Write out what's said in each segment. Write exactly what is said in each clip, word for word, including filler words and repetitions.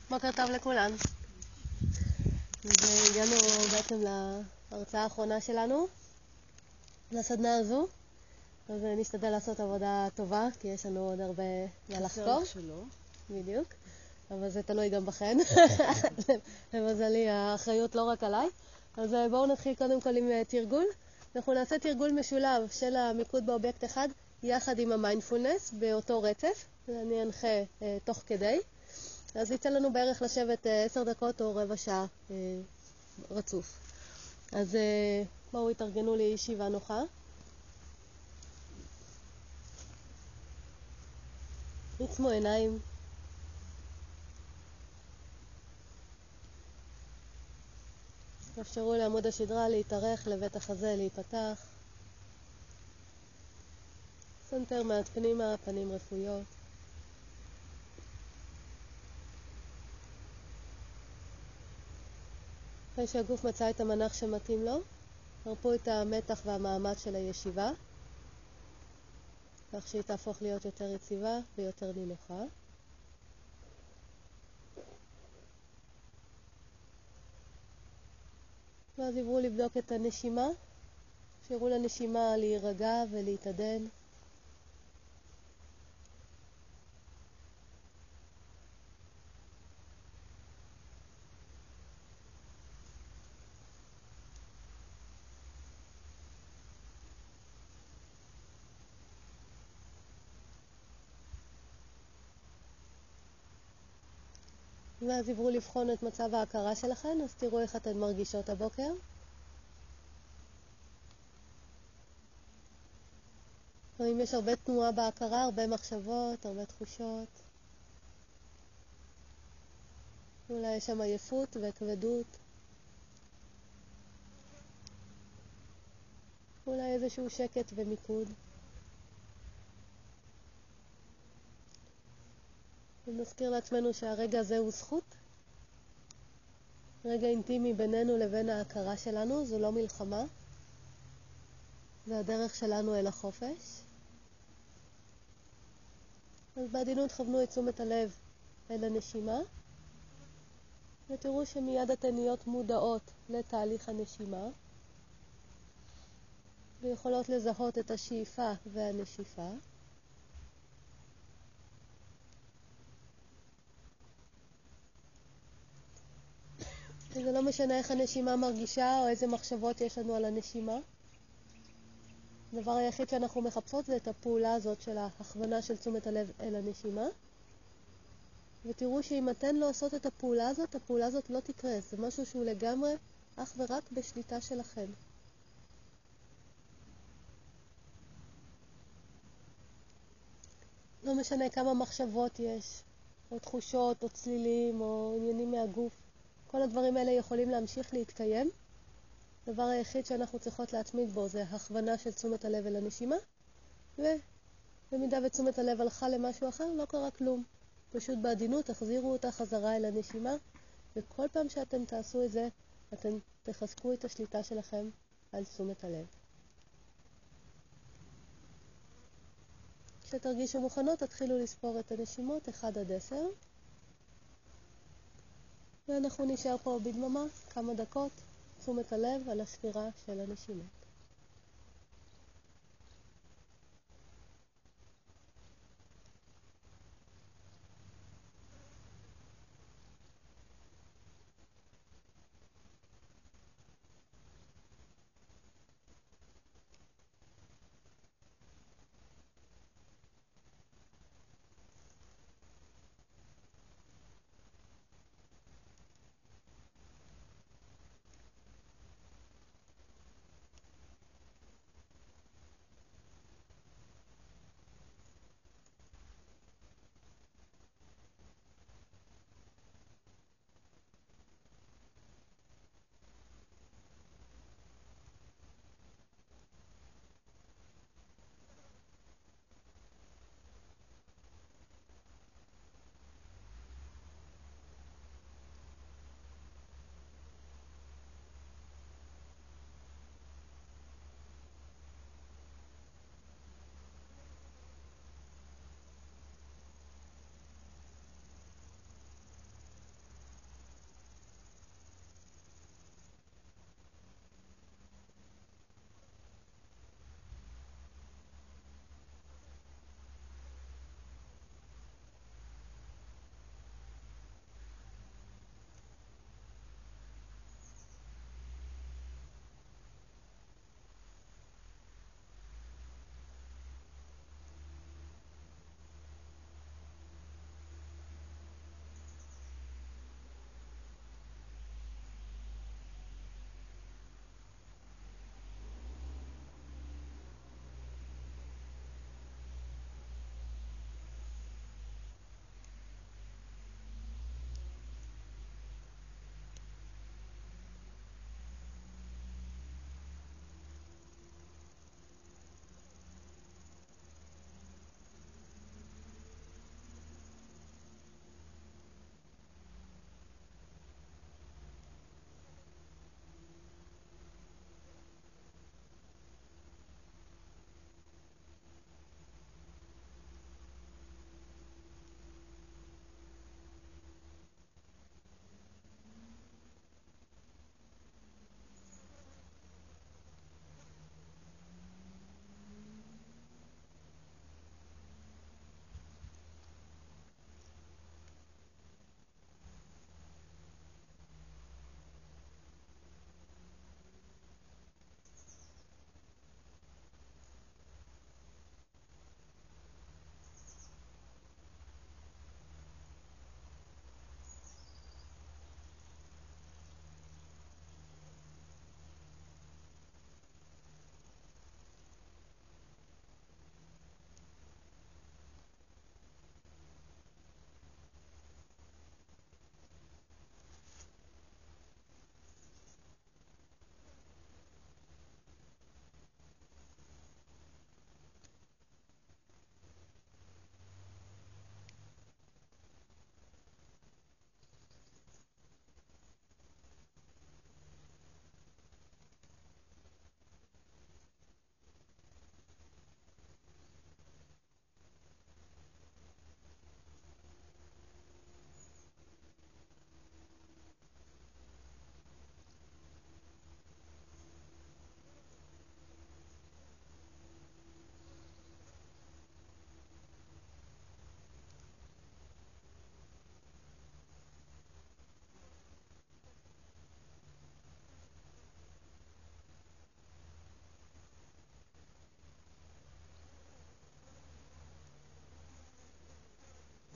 בוקר טוב לכולן. והגענו בעצם להרצאה האחרונה שלנו, לסדנה הזו. אז נשתדל לעשות עבודה טובה, כי יש לנו עוד הרבה מה לחקור. שלו. בדיוק. אבל זה תלוי גם בכן. למזלי, האחריות לא רק עליי. אז בואו נתחיל קודם כל עם תרגול. אנחנו נעשה תרגול משולב של המיקוד באובייקט אחד, יחד עם המיינדפולנס, באותו רצף. אני אנחה אה, תוך כדי. אז יצא לנו בערך לשבת אה, עשר דקות או רבע שעה אה, רצוף. אז אה, בואו יתארגנו לי ישיבה נוחה. עצמו עיניים. אפשרו לעמוד השדרה להתארך, לבית החזה להיפתח. סנטר מעט פנימה, פנים רפויות. אחרי שהגוף מצא את המנח שמתאים לו, הרפו את המתח והמאמץ של הישיבה, כך שהיא תהפוך להיות יותר יציבה ויותר נינוחה. ואז עברו לבדוק את הנשימה, אפשרו לנשימה להירגע ולהתעדן. ואז עברו לבחון את מצב ההכרה שלכן, אז תראו איך אתן מרגישות הבוקר. או אם יש הרבה תנועה בהכרה, הרבה מחשבות, הרבה תחושות. אולי יש שם עייפות וכבדות. אולי איזשהו שקט ומיקוד. ונזכיר לעצמנו שהרגע הזה הוא זכות. רגע אינטימי בינינו לבין ההכרה שלנו, זו לא מלחמה. זה הדרך שלנו אל החופש. אז בעדינות כוונו את תשומת הלב אל הנשימה. ותראו שמיד אתן נהיות מודעות לתהליך הנשימה. ויכולות לזהות את השאיפה והנשיפה. וזה לא משנה איך הנשימה מרגישה או איזה מחשבות יש לנו על הנשימה. הדבר היחיד שאנחנו מחפשות זה את הפעולה הזאת של ההכוונה של תשומת הלב אל הנשימה. ותראו שאם אתן לא עושות את הפעולה הזאת, הפעולה הזאת לא תקרה. זה משהו שהוא לגמרי אך ורק בשליטה שלכם. לא משנה כמה מחשבות יש, או תחושות, או צלילים, או עניינים מהגוף. כל הדברים האלה יכולים להמשיך להתקיים. הדבר היחיד שאנחנו צריכות להתמיד בו זה הכוונה של תשומת הלב אל הנשימה. ובמידה ותשומת הלב הלכה למשהו אחר, לא קרה כלום. פשוט בעדינות תחזירו אותה חזרה אל הנשימה, וכל פעם שאתם תעשו את זה, אתם תחזקו את השליטה שלכם על תשומת הלב. כשתרגישו מוכנות, תתחילו לספור את הנשימות אחד עד עשר. ואנחנו נשאר פה בדממה כמה דקות, תשומת הלב על הספירה של הנשימות.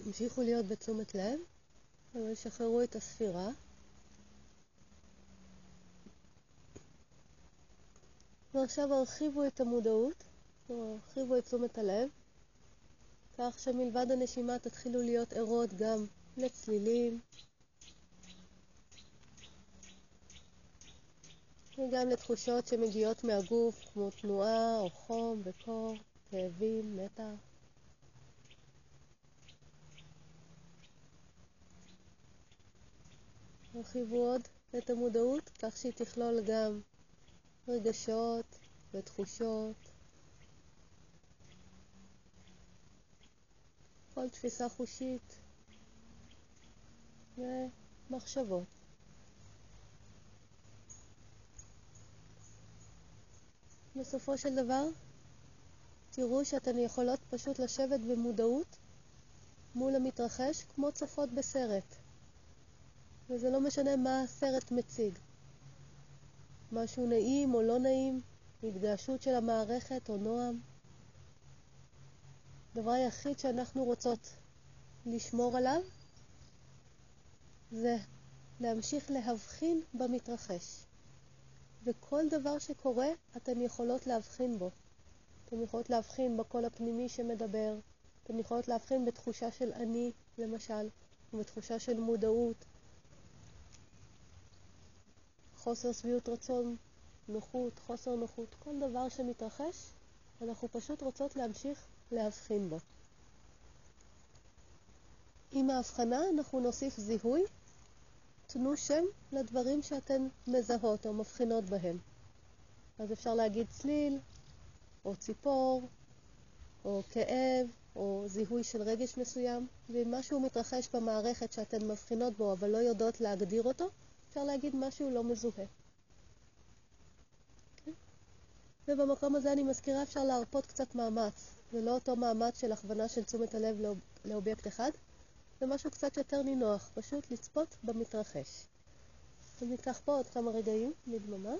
המשיכו להיות בתשומת לב, אבל שחררו את הספירה. ועכשיו הרחיבו את המודעות, הרחיבו את תשומת הלב, כך שמלבד הנשימה תתחילו להיות ערות גם לצלילים, וגם לתחושות שמגיעות מהגוף, כמו תנועה או חום וקור, כאבים, מתח. הרחיבו עוד את המודעות, כך שהיא תכלול גם רגשות ותחושות, כל תפיסה חושית ומחשבות. בסופו של דבר, תראו שאתן יכולות פשוט לשבת במודעות מול המתרחש כמו צופות בסרט. וזה לא משנה מה הסרט מציג. משהו נעים או לא נעים, התגעשות של המערכת או נועם. הדבר היחיד שאנחנו רוצות לשמור עליו זה להמשיך להבחין במתרחש. וכל דבר שקורה אתן יכולות להבחין בו. אתן יכולות להבחין בקול הפנימי שמדבר, אתן יכולות להבחין בתחושה של אני למשל, ובתחושה של מודעות, חוסר שביעות רצון, נוחות, חוסר נוחות, כל דבר שמתרחש, אנחנו פשוט רוצות להמשיך להבחין בו. עם ההבחנה אנחנו נוסיף זיהוי, תנו שם לדברים שאתן מזהות או מבחינות בהם. אז אפשר להגיד צליל, או ציפור, או כאב, או זיהוי של רגש מסוים, ואם משהו מתרחש במערכת שאתן מבחינות בו אבל לא יודעות להגדיר אותו, אפשר להגיד משהו לא מזוהה. Okay? ובמקום הזה אני מזכירה אפשר להרפות קצת מאמץ, ולא אותו מאמץ של הכוונה של תשומת הלב לאוב... לאובייקט אחד, זה משהו קצת יותר נינוח, פשוט לצפות במתרחש. וניקח פה עוד כמה רגעים מדממה.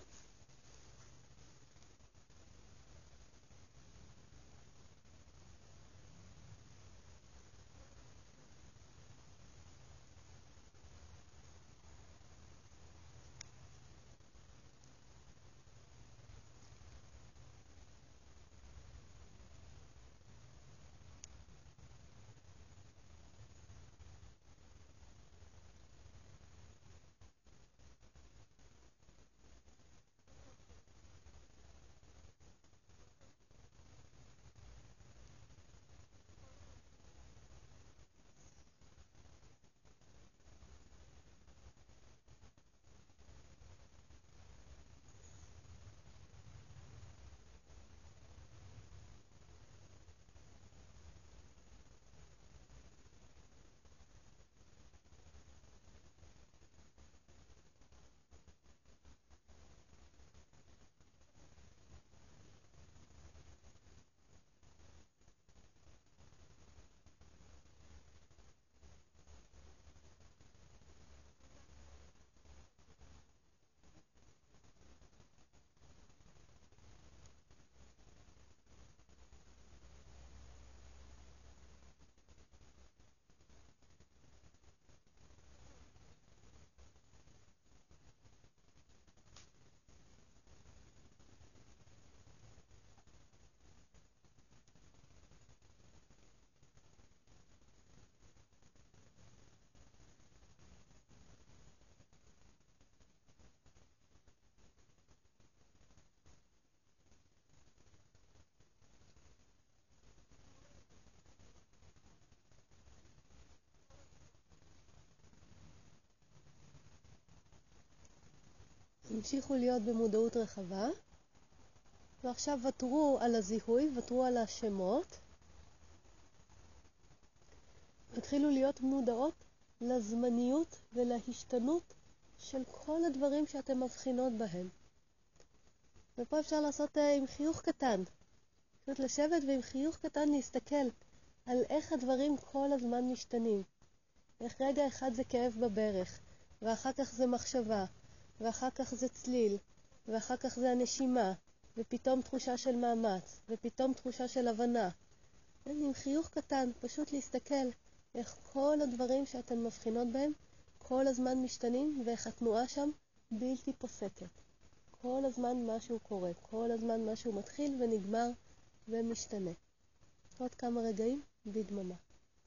המשיכו להיות במודעות רחבה, ועכשיו ותרו על הזיהוי, ותרו על השמות, התחילו להיות מודעות לזמניות ולהשתנות של כל הדברים שאתם מבחינות בהם. ופה אפשר לעשות עם חיוך קטן, פשוט לשבת ועם חיוך קטן להסתכל על איך הדברים כל הזמן משתנים. איך רגע אחד זה כאב בברך, ואחר כך זה מחשבה, ואחר כך זה צליל, ואחר כך זה הנשימה, ופתאום תחושה של מאמץ, ופתאום תחושה של הבנה. עם חיוך קטן, פשוט להסתכל איך כל הדברים שאתן מבחינות בהם כל הזמן משתנים, ואיך התנועה שם בלתי פוסקת. כל הזמן משהו קורה, כל הזמן משהו מתחיל ונגמר ומשתנה. עוד כמה רגעים בדממה.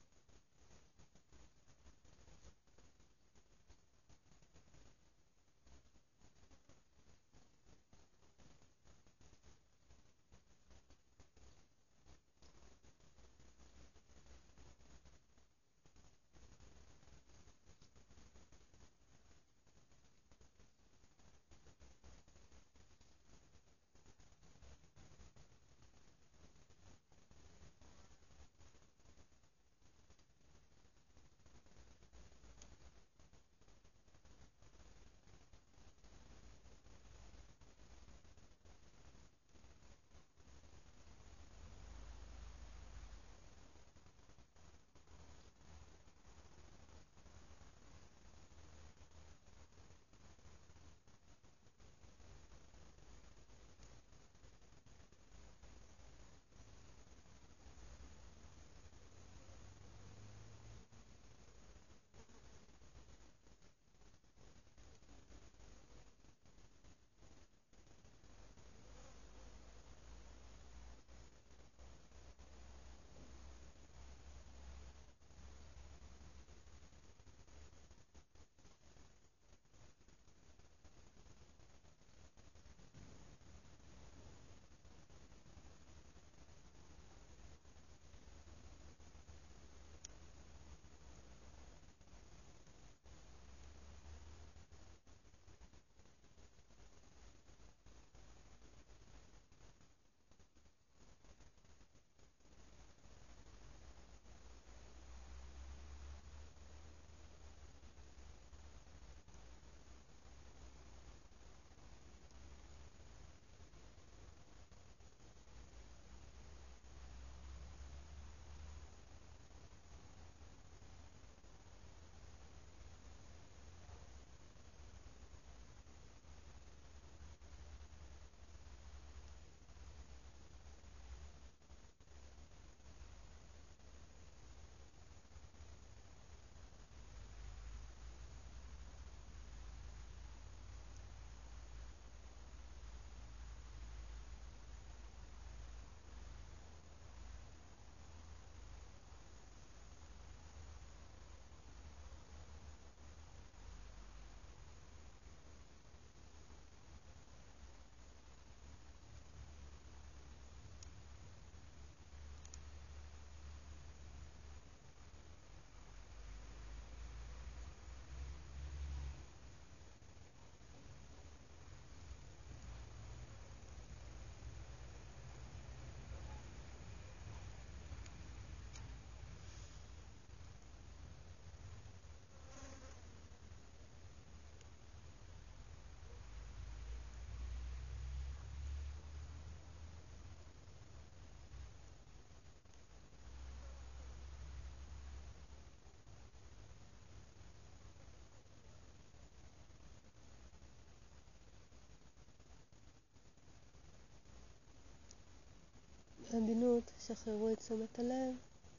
בעדינות, שחררו את תשומת הלב.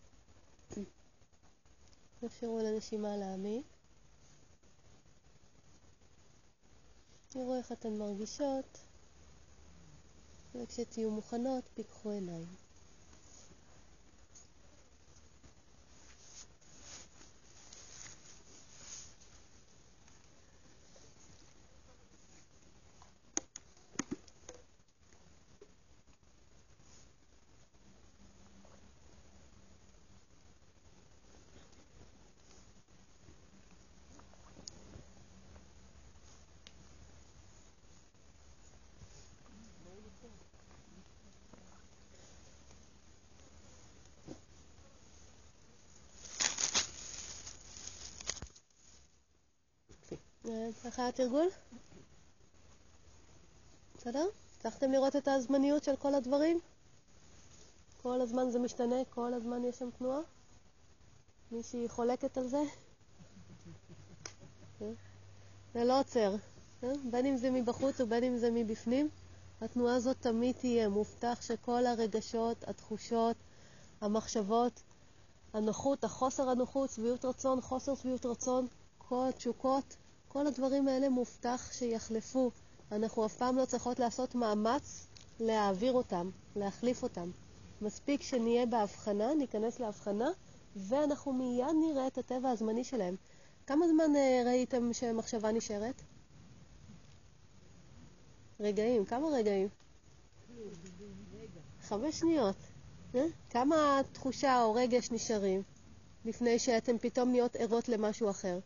אפשרו לנשימה להעמיק. תראו איך אתן מרגישות. וכשתהיו מוכנות, פיקחו עיניים. ככה התרגול? בסדר? הצלחתם לראות את הזמניות של כל הדברים? כל הזמן זה משתנה, כל הזמן יש שם תנועה? מישהי חולקת על זה? זה לא עוצר. בין אם זה מבחוץ ובין אם זה מבפנים, התנועה הזאת תמיד תהיה. מובטח שכל הרגשות, התחושות, המחשבות הנוחות, החוסר הנוחות, שביעות רצון, חוסר שביעות רצון, כל תשוקות, כל הדברים האלה מובטח שיחלפו. אנחנו אף פעם לא צריכות לעשות מאמץ להעביר אותם, להחליף אותם. מספיק שנהיה בהבחנה, ניכנס להבחנה, ואנחנו מיד נראה את הטבע הזמני שלהם. כמה זמן ראיתם שמחשבה נשארת? רגעים, כמה רגעים? חמש שניות. כמה תחושה או רגש נשארים לפני שאתם פתאום נהיות ערות למשהו אחר?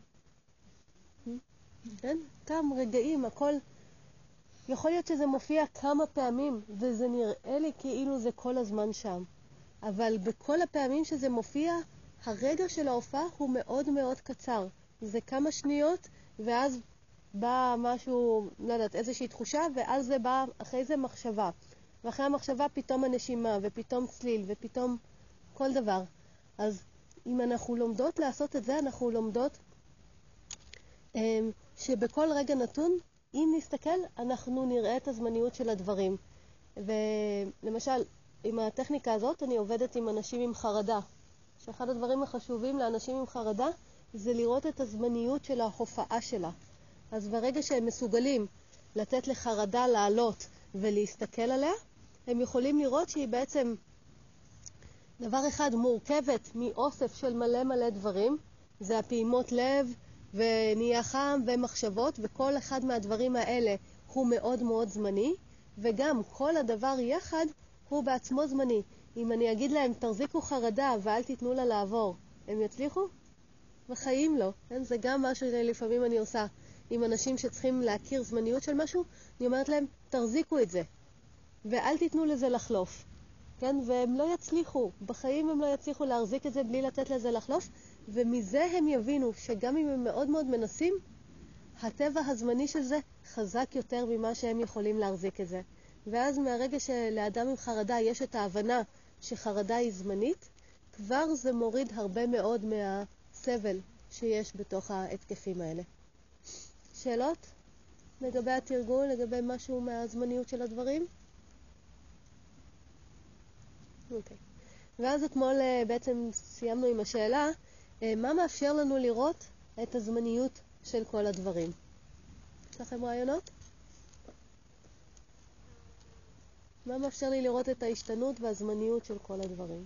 כן? כמה רגעים, הכל... יכול להיות שזה מופיע כמה פעמים, וזה נראה לי כאילו זה כל הזמן שם. אבל בכל הפעמים שזה מופיע, הרגע של ההופעה הוא מאוד מאוד קצר. זה כמה שניות, ואז בא משהו, לא יודעת, איזושהי תחושה, ואז זה בא אחרי זה מחשבה. ואחרי המחשבה פתאום הנשימה, ופתאום צליל, ופתאום כל דבר. אז אם אנחנו לומדות לעשות את זה, אנחנו לומדות שבכל רגע נתון, אם נסתכל, אנחנו נראה את הזמניות של הדברים. ולמשל, עם הטכניקה הזאת, אני עובדת עם אנשים עם חרדה. שאחד הדברים החשובים לאנשים עם חרדה, זה לראות את הזמניות של ההופעה שלה. אז ברגע שהם מסוגלים לתת לחרדה לעלות ולהסתכל עליה, הם יכולים לראות שהיא בעצם דבר אחד מורכבת מאוסף של מלא מלא דברים. זה הפעימות לב ונהיה חם ומחשבות, וכל אחד מהדברים האלה הוא מאוד מאוד זמני, וגם כל הדבר יחד הוא בעצמו זמני. אם אני אגיד להם תחזיקו חרדה ואל תיתנו לה לעבור, הם יצליחו? בחיים לא. כן? זה גם משהו שלפעמים אני עושה עם אנשים שצריכים להכיר זמניות של משהו. אני אומרת להם תחזיקו את זה ואל תיתנו לזה לחלוף. כן? והם לא יצליחו, בחיים הם לא יצליחו להחזיק את זה בלי לתת לזה לחלוף, ומזה הם יבינו שגם אם הם מאוד מאוד מנסים, הטבע הזמני של זה חזק יותר ממה שהם יכולים להחזיק את זה. ואז מהרגע שלאדם עם חרדה יש את ההבנה שחרדה היא זמנית, כבר זה מוריד הרבה מאוד מהסבל שיש בתוך ההתקפים האלה. שאלות? לגבי התרגול, לגבי משהו מהזמניות של הדברים? אוקיי. ואז אתמול בעצם סיימנו עם השאלה, מה מאפשר לנו לראות את הזמניות של כל הדברים? יש לכם רעיונות? מה מאפשר לי לראות את ההשתנות והזמניות של כל הדברים?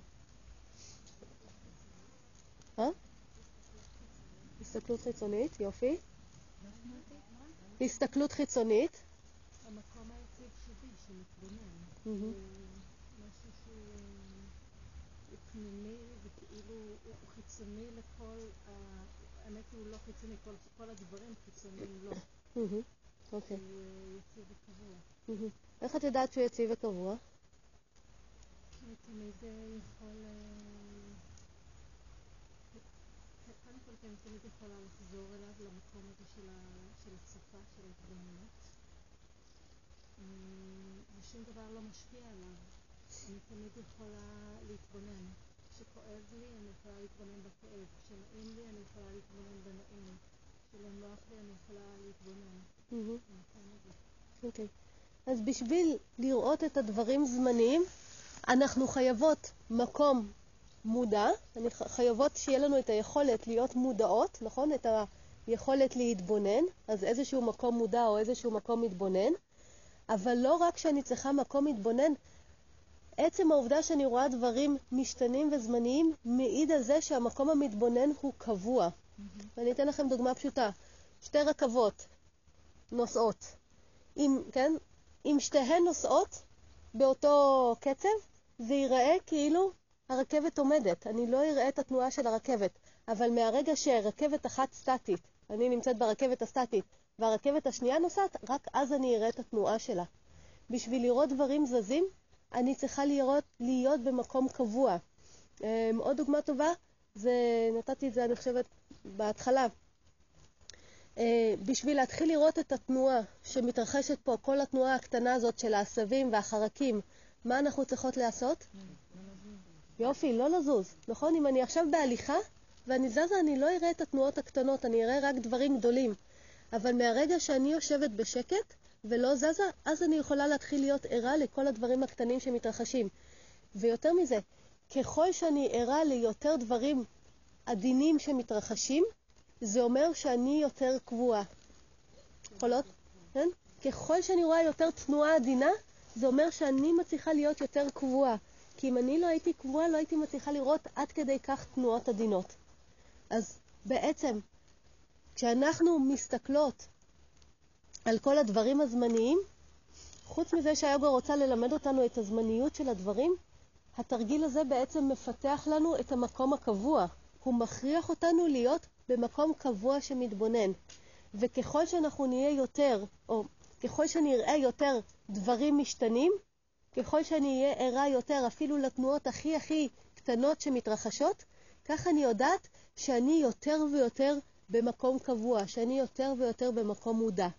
אה? הסתכלות חיצונית, יופי. הסתכלות חיצונית. המקום היציב שבי, שמתבונן. משהו שהוא פנימי וכאילו הוא חיצוני לכל, האמת הוא לא חיצוני, כל הדברים חיצוניים לא. אוקיי. הוא יציב וקבוע. איך את יודעת שהוא יציב וקבוע? כי תמיד יכול... קודם כל אני תמיד יכולה לחזור אליו למקום הזה של הצפה, של ההתבוננות. ושום דבר לא משפיע עליו. אני תמיד יכולה להתבונן. כשכואב לי אני יכולה להתבונן בכאב. כשנעים לי אני יכולה להתבונן בנעים. כשלא נוח לי אני יכולה להתבונן. במקום הזה. אוקיי. אז בשביל לראות את הדברים זמניים, אנחנו חייבות מקום מודע, חייבות שיהיה לנו את היכולת להיות מודעות, נכון? את היכולת להתבונן, אז איזשהו מקום מודע או איזשהו מקום מתבונן, אבל לא רק שאני צריכה מקום מתבונן, עצם העובדה שאני רואה דברים משתנים וזמניים מעיד על זה שהמקום המתבונן הוא קבוע. Mm-hmm. ואני אתן לכם דוגמה פשוטה. שתי רכבות נוסעות. אם, כן? אם שתיהן נוסעות באותו קצב, זה ייראה כאילו הרכבת עומדת. אני לא אראה את התנועה של הרכבת. אבל מהרגע שרכבת אחת סטטית, אני נמצאת ברכבת הסטטית, והרכבת השנייה נוסעת, רק אז אני אראה את התנועה שלה. בשביל לראות דברים זזים, אני צריכה לראות, להיות במקום קבוע. עוד דוגמה טובה, זה, נתתי את זה, אני חושבת, בהתחלה. בשביל להתחיל לראות את התנועה שמתרחשת פה, כל התנועה הקטנה הזאת של העשבים והחרקים, מה אנחנו צריכות לעשות? יופי, לא לזוז. נכון? אם אני עכשיו בהליכה ואני זזה, אני לא אראה את התנועות הקטנות, אני אראה רק דברים גדולים. אבל מהרגע שאני יושבת בשקט ולא זזה, אז אני יכולה להתחיל להיות ערה לכל הדברים הקטנים שמתרחשים. ויותר מזה, ככל שאני ערה ליותר דברים עדינים שמתרחשים, זה אומר שאני יותר קבועה. יכולות? כן? ככל שאני רואה יותר תנועה עדינה, זה אומר שאני מצליחה להיות יותר קבועה. כי אם אני לא הייתי קבועה, לא הייתי מצליחה לראות עד כדי כך תנועות עדינות. אז בעצם, כשאנחנו מסתכלות על כל הדברים הזמניים, חוץ מזה שהיוגה רוצה ללמד אותנו את הזמניות של הדברים, התרגיל הזה בעצם מפתח לנו את המקום הקבוע. הוא מכריח אותנו להיות במקום קבוע שמתבונן. וככל שאנחנו נהיה יותר, או ככל שנראה יותר דברים משתנים, ככל שאני אהיה ערה יותר אפילו לתנועות הכי הכי קטנות שמתרחשות, כך אני יודעת שאני יותר ויותר במקום קבוע, שאני יותר ויותר במקום מודע.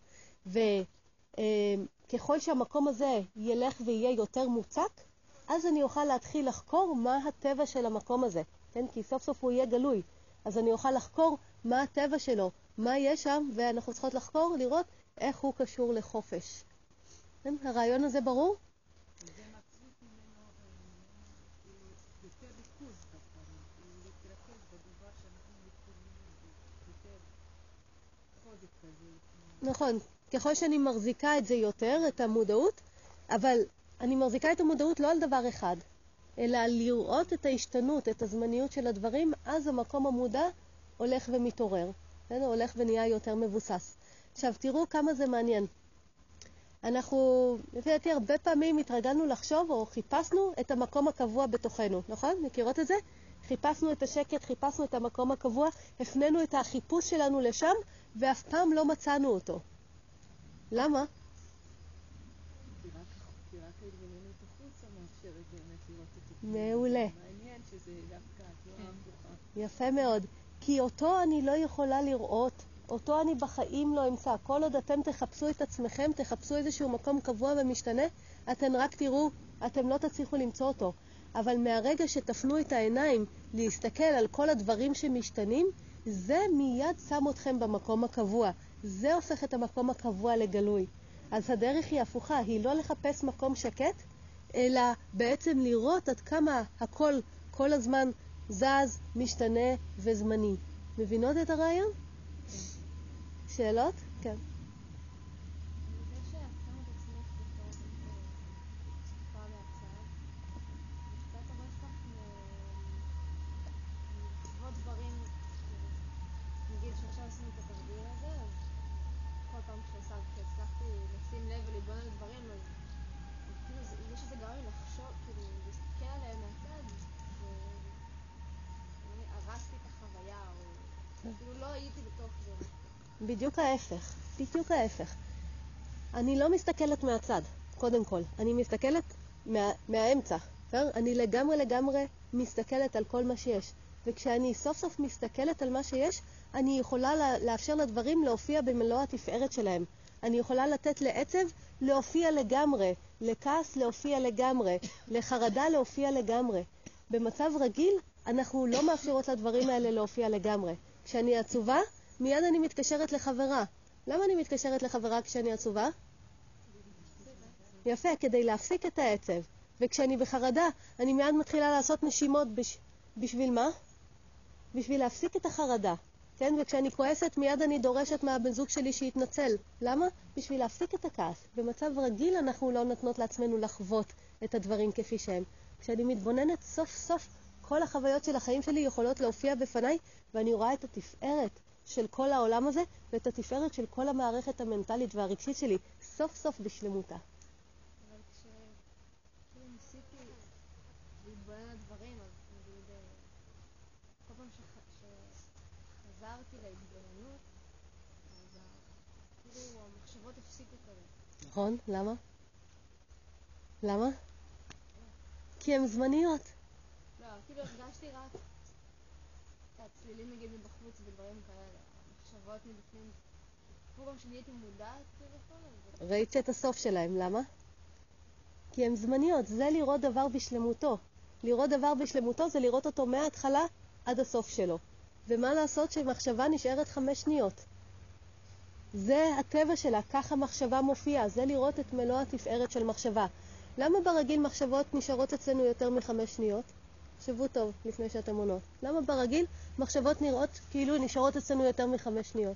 וככל שהמקום הזה ילך ויהיה יותר מוצק, אז אני אוכל להתחיל לחקור מה הטבע של המקום הזה. כן? כי סוף סוף הוא יהיה גלוי. אז אני אוכל לחקור מה הטבע שלו, מה יש שם, ואנחנו צריכות לחקור, לראות איך הוא קשור לחופש. כן? הרעיון הזה ברור? זה מצריך ממנו יותר ריכוז בדברים, להתרכז בדבר שאנחנו מתכוונים יותר חוזק כזה. נכון, ככל שאני מחזיקה את זה יותר, את המודעות, אבל אני מחזיקה את המודעות לא על דבר אחד, אלא לראות את ההשתנות, את הזמניות של הדברים, אז המקום המודע הולך ומתעורר, כן? הולך ונהיה יותר מבוסס. עכשיו, תראו כמה זה מעניין. אנחנו, לפי דעתי, הרבה פעמים התרגלנו לחשוב או חיפשנו את המקום הקבוע בתוכנו, נכון? מכירות את זה? חיפשנו את השקט, חיפשנו את המקום הקבוע, הפנינו את החיפוש שלנו לשם, ואף פעם לא מצאנו אותו. למה? כי רק ההתבוננות החוצה מאפשרת באמת לראות את זה. מעולה. מעניין שזה דווקא התנועה הפוכה. יפה מאוד. כי אותו אני לא יכולה לראות, אותו אני בחיים לא אמצא. כל עוד אתם תחפשו את עצמכם, תחפשו איזשהו מקום קבוע ומשתנה, אתם רק תראו, אתם לא תצליחו למצוא אותו. אבל מהרגע שתפנו את העיניים להסתכל על כל הדברים שמשתנים, זה מיד שם אתכם במקום הקבוע. זה הופך את המקום הקבוע לגלוי. אז הדרך היא הפוכה, היא לא לחפש מקום שקט, אלא בעצם לראות עד כמה הכל כל הזמן זז, משתנה וזמני. מבינות את הרעיון? שאלות? כן. זה שעצמת עצמך בתור צופה מהצד, זה קצת הורס לך מלחוות דברים, נגיד שעכשיו עשינו את התרגיל הזה, אז כל פעם כשהצלחתי לשים לב ולהתבונן על דברים, אז כאילו זה שזה גרם לי לחשוב, כאילו להסתכל עליהם מהצד, והרסתי את החוויה, או כאילו לא הייתי בתוך זה. בדיוק ההפך, בדיוק ההפך. אני לא מסתכלת מהצד, קודם כל. אני מסתכלת מה, מהאמצע. אני לגמרי לגמרי מסתכלת על כל מה שיש. וכשאני סוף סוף מסתכלת על מה שיש, אני יכולה לאפשר לדברים להופיע במלוא התפארת שלהם. אני יכולה לתת לעצב להופיע לגמרי, לכעס להופיע לגמרי, לחרדה להופיע לגמרי. במצב רגיל, אנחנו לא מאפשרות לדברים האלה להופיע לגמרי. כשאני עצובה, מיד אני מתקשרת לחברה. למה אני מתקשרת לחברה כשאני עצובה? יפה, כדי להפסיק את העצב. וכשאני בחרדה, אני מיד מתחילה לעשות נשימות בש... בשביל מה? בשביל להפסיק את החרדה. כן? וכשאני כועסת, מיד אני דורשת מהבן זוג שלי שיתנצל. למה? בשביל להפסיק את הכעס. במצב רגיל אנחנו לא נותנות לעצמנו לחוות את הדברים כפי שהם. כשאני מתבוננת סוף סוף, כל החוויות של החיים שלי יכולות להופיע בפניי, ואני רואה את התפארת של כל העולם הזה, ואת התפארת של כל המערכת המנטלית והרגשית שלי, סוף סוף בשלמותה. אבל כשכאילו ניסיתי להתבונן על דברים, אז נגיד, כל פעם שחזרתי להתבוננות, אז כאילו המחשבות הפסיקו כזה. נכון? למה? למה? כי הן זמניות. לא, כאילו הרגשתי רק את הצלילים נגיד מבחוץ ודברים כאלה, המחשבות מבפנים. כמו גם שאני הייתי מודעת כביכול. ראית את הסוף שלהם, למה? כי הן זמניות, זה לראות דבר בשלמותו. לראות דבר בשלמותו זה לראות אותו מההתחלה עד הסוף שלו. ומה לעשות שמחשבה נשארת חמש שניות? זה הטבע שלה, ככה מחשבה מופיעה, זה לראות את מלוא התפארת של מחשבה. למה ברגיל מחשבות נשארות אצלנו יותר מחמש שניות? שבו טוב לפני שאתם עונות. למה ברגיל מחשבות נראות כאילו נשארות אצלנו יותר מחמש שניות?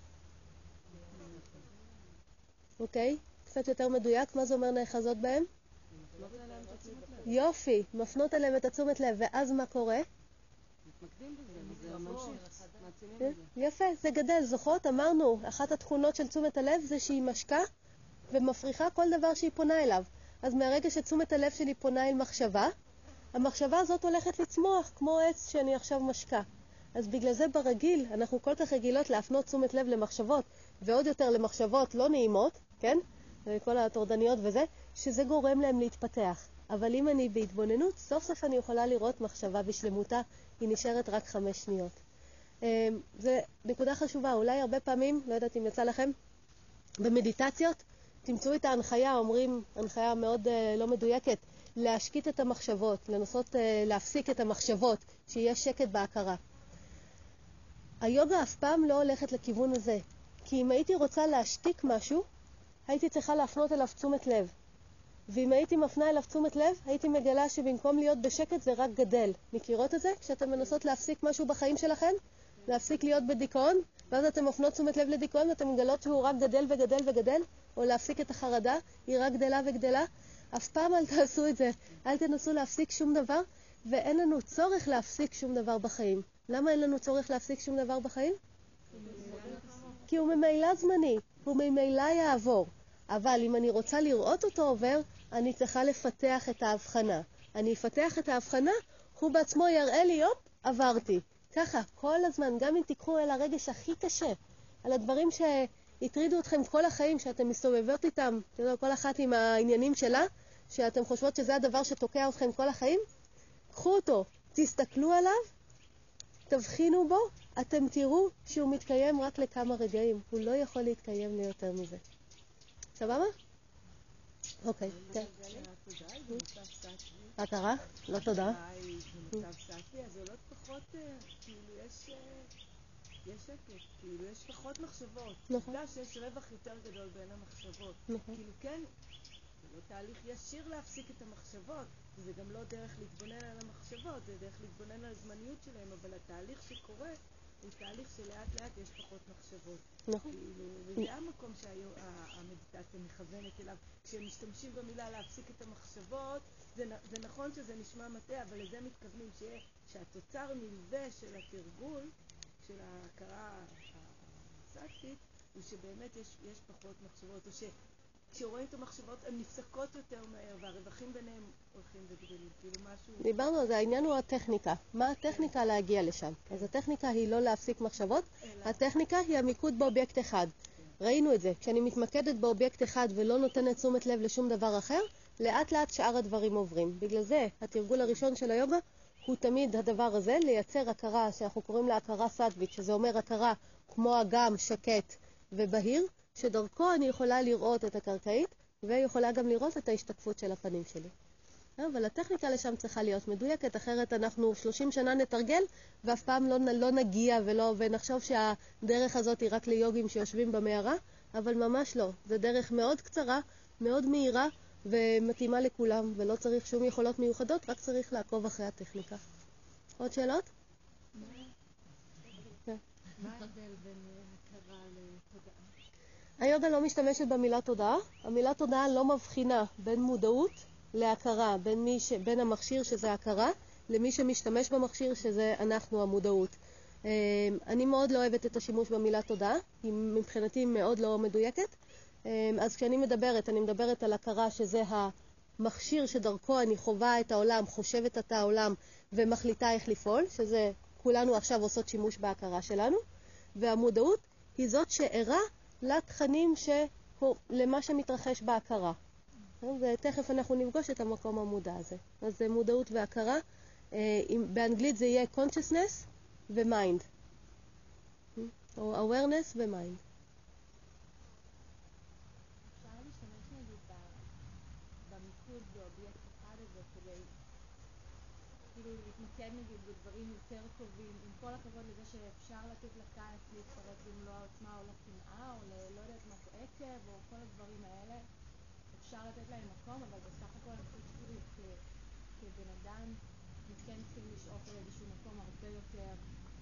אוקיי? קצת יותר מדויק, מה זה אומר נאחזות בהם? יופי, מפנות אליהם את התשומת לב, ואז מה קורה? מתמקדים בזה, זה ממשיך, מעצימים בזה. יפה, זה גדל, זוכרות? אמרנו, אחת התכונות של תשומת הלב זה שהיא משקה ומפריחה כל דבר שהיא פונה אליו. אז מהרגע שתשומת הלב שלי פונה אל מחשבה, המחשבה הזאת הולכת לצמוח כמו עץ שאני עכשיו משקה. אז בגלל זה ברגיל אנחנו כל כך רגילות להפנות תשומת לב למחשבות, ועוד יותר למחשבות לא נעימות, כן? כל הטורדניות וזה, שזה גורם להם להתפתח. אבל אם אני בהתבוננות, סוף סוף אני יכולה לראות מחשבה בשלמותה, היא נשארת רק חמש שניות. זה נקודה חשובה, אולי הרבה פעמים, לא יודעת אם יצא לכם, במדיטציות, תמצאו את ההנחיה, אומרים, הנחיה מאוד uh, לא מדויקת, להשקיט את המחשבות, לנסות uh, להפסיק את המחשבות, שיהיה שקט בהכרה. היוגה אף פעם לא הולכת לכיוון הזה, כי אם הייתי רוצה להשתיק משהו, הייתי צריכה להפנות אליו תשומת לב. ואם הייתי מפנה אליו תשומת לב, הייתי מגלה שבמקום להיות בשקט זה רק גדל. מכירות את זה? כשאתם מנסות להפסיק משהו בחיים שלכם, להפסיק להיות בדיכאון, ואז אתם מפנות תשומת לב לדיכאון ואתם מגלות שהוא רק גדל וגדל וגדל, או להפסיק את החרדה, היא רק גדלה וגדלה. אף פעם אל תעשו את זה. אל תנסו להפסיק שום דבר, ואין לנו צורך להפסיק שום דבר בחיים. למה אין לנו צורך להפסיק שום דבר בחיים? כי הוא ממילא זמני, הוא ממילא יעבור. אבל אם אני רוצה לראות אותו עובר, אני צריכה לפתח את ההבחנה. אני אפתח את ההבחנה, הוא בעצמו יראה לי, יופ, עברתי. ככה, כל הזמן, גם אם תיקחו אל הרגש הכי קשה, על הדברים שהטרידו אתכם כל החיים, שאתם מסתובבות איתם, כל אחת עם העניינים שלה, שאתם חושבות שזה הדבר שתוקע אתכם כל החיים, קחו אותו, תסתכלו עליו, תבחינו בו, אתם תראו שהוא מתקיים רק לכמה רגעים. הוא לא יכול להתקיים ליותר מזה. סבבה? אוקיי, כן. מה קרה? לא תודה. במצב סטי, אז עולות פחות, כאילו יש... יש שקט, כאילו יש פחות מחשבות. נכון. אתה שיש רווח יותר גדול בין המחשבות. נכון. כאילו כן, זה לא תהליך ישיר להפסיק את המחשבות, זה גם לא דרך להתבונן על המחשבות, זה דרך להתבונן על הזמניות שלהם, אבל התהליך שקורה הוא תהליך שלאט לאט יש פחות מחשבות. נכון. כאילו, וזה המקום שהמדיטציה מכוונת אליו. כשהם משתמשים במילה להפסיק את המחשבות, זה, זה נכון שזה נשמע מטעה, אבל לזה מתכוונים שיה, שהתוצר נלווה של התרגול, של ההכרה הסטטית, הוא שבאמת יש, יש פחות מחשבות, או שכשרואים את המחשבות הן נפסקות יותר מהר, והרווחים ביניהם הולכים וגדלים, כאילו משהו... דיברנו על זה, העניין הוא הטכניקה. מה הטכניקה להגיע לשם? אז הטכניקה היא לא להפסיק מחשבות, הטכניקה היא המיקוד באובייקט אחד. ראינו את זה, כשאני מתמקדת באובייקט אחד ולא נותנת תשומת לב לשום דבר אחר, לאט לאט שאר הדברים עוברים. בגלל זה, התרגול הראשון של היוגה הוא תמיד הדבר הזה, לייצר הכרה שאנחנו קוראים לה הכרה סטווית, שזה אומר הכרה כמו אגם שקט ובהיר, שדרכו אני יכולה לראות את הקרקעית, ויכולה גם לראות את ההשתקפות של הפנים שלי. אבל הטכניקה לשם צריכה להיות מדויקת, אחרת אנחנו שלושים שנה נתרגל, ואף פעם לא, לא נגיע ולא, ונחשוב שהדרך הזאת היא רק ליוגים שיושבים במערה, אבל ממש לא. זה דרך מאוד קצרה, מאוד מהירה, ומתאימה לכולם, ולא צריך שום יכולות מיוחדות, רק צריך לעקוב אחרי הטכניקה. עוד שאלות? מה ההבדל בין הכרה לתודעה? היוגה לא משתמשת במילה תודעה. המילה תודעה לא מבחינה בין מודעות להכרה, בין, מי ש... בין המכשיר שזה הכרה, למי שמשתמש במכשיר שזה אנחנו המודעות. אני מאוד לא אוהבת את השימוש במילה תודעה, היא מבחינתי מאוד לא מדויקת. אז כשאני מדברת, אני מדברת על הכרה שזה המכשיר שדרכו אני חווה את העולם, חושבת את העולם ומחליטה איך לפעול, שזה כולנו עכשיו עושות שימוש בהכרה שלנו, והמודעות היא זאת שערה לתכנים ש... למה שמתרחש בהכרה. ותכף אנחנו נפגוש את המקום המודע הזה. אז זה מודעות והכרה. באנגלית זה יהיה consciousness ו-mind. או awareness ו-mind. אפשר להשתמש נגיד במיקוד באובייקט אחד הזה כדי כאילו להתמקד נגיד בדברים יותר טובים, עם כל הכבוד לזה שאפשר לתת לכעס להתפרץ במלוא העוצמה או לקנאה או לא יודעת מה זה עקב או כל הדברים האלה, אפשר לתת להם מקום, אבל בסך הכל אני חושבת שכאילו כבן אדם אנחנו כן צריכים לשאוף על איזשהו מקום הרבה יותר,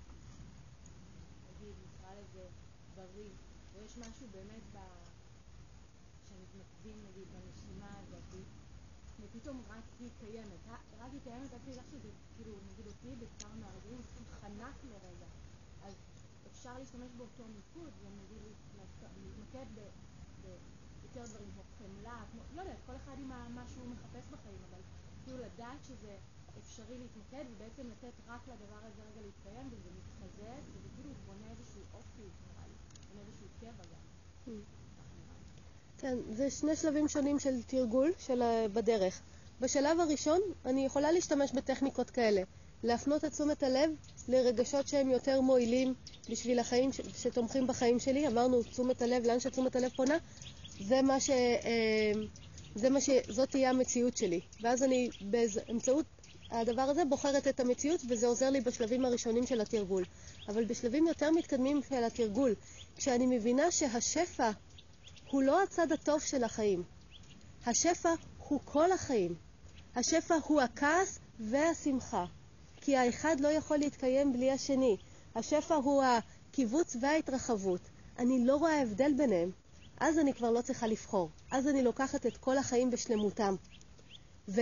נגיד, נקרא לזה בריא, ויש משהו באמת ב... שמתמקדים נגיד בנשימה הזאת, ופתאום רק היא קיימת, רק היא קיימת, רק היא שזה כאילו נגיד אותי בכמה מהרגעים, זה פשוט חנק לרגע, אז אפשר להשתמש באותו מיקוד, ונגיד להתמקד ביותר דברים כמו חמלה, כמו, לא יודעת, כל אחד עם מה שהוא מחפש בחיים, אבל כאילו לדעת שזה אפשרי להתמקד ובעצם לתת רק לדבר הזה רגע להתקיים, וזה מתחזק, וזה כאילו בונה איזשהו אופי, נראה לי, בונה איזשהו טבע גם. כן, זה שני שלבים שונים של תרגול של בדרך. בשלב הראשון אני יכולה להשתמש בטכניקות כאלה, להפנות את תשומת הלב לרגשות שהם יותר מועילים בשביל החיים ש... שתומכים בחיים שלי. אמרנו תשומת הלב, לאן שתשומת הלב פונה, זה מה ש... זה מה ש... זאת תהיה המציאות שלי. ואז אני באמצעות הדבר הזה בוחרת את המציאות, וזה עוזר לי בשלבים הראשונים של התרגול. אבל בשלבים יותר מתקדמים של התרגול, כשאני מבינה שהשפע הוא לא הצד הטוב של החיים. השפע הוא כל החיים. השפע הוא הכעס והשמחה. כי האחד לא יכול להתקיים בלי השני. השפע הוא הקיבוץ וההתרחבות. אני לא רואה הבדל ביניהם. אז אני כבר לא צריכה לבחור. אז אני לוקחת את כל החיים בשלמותם. ו,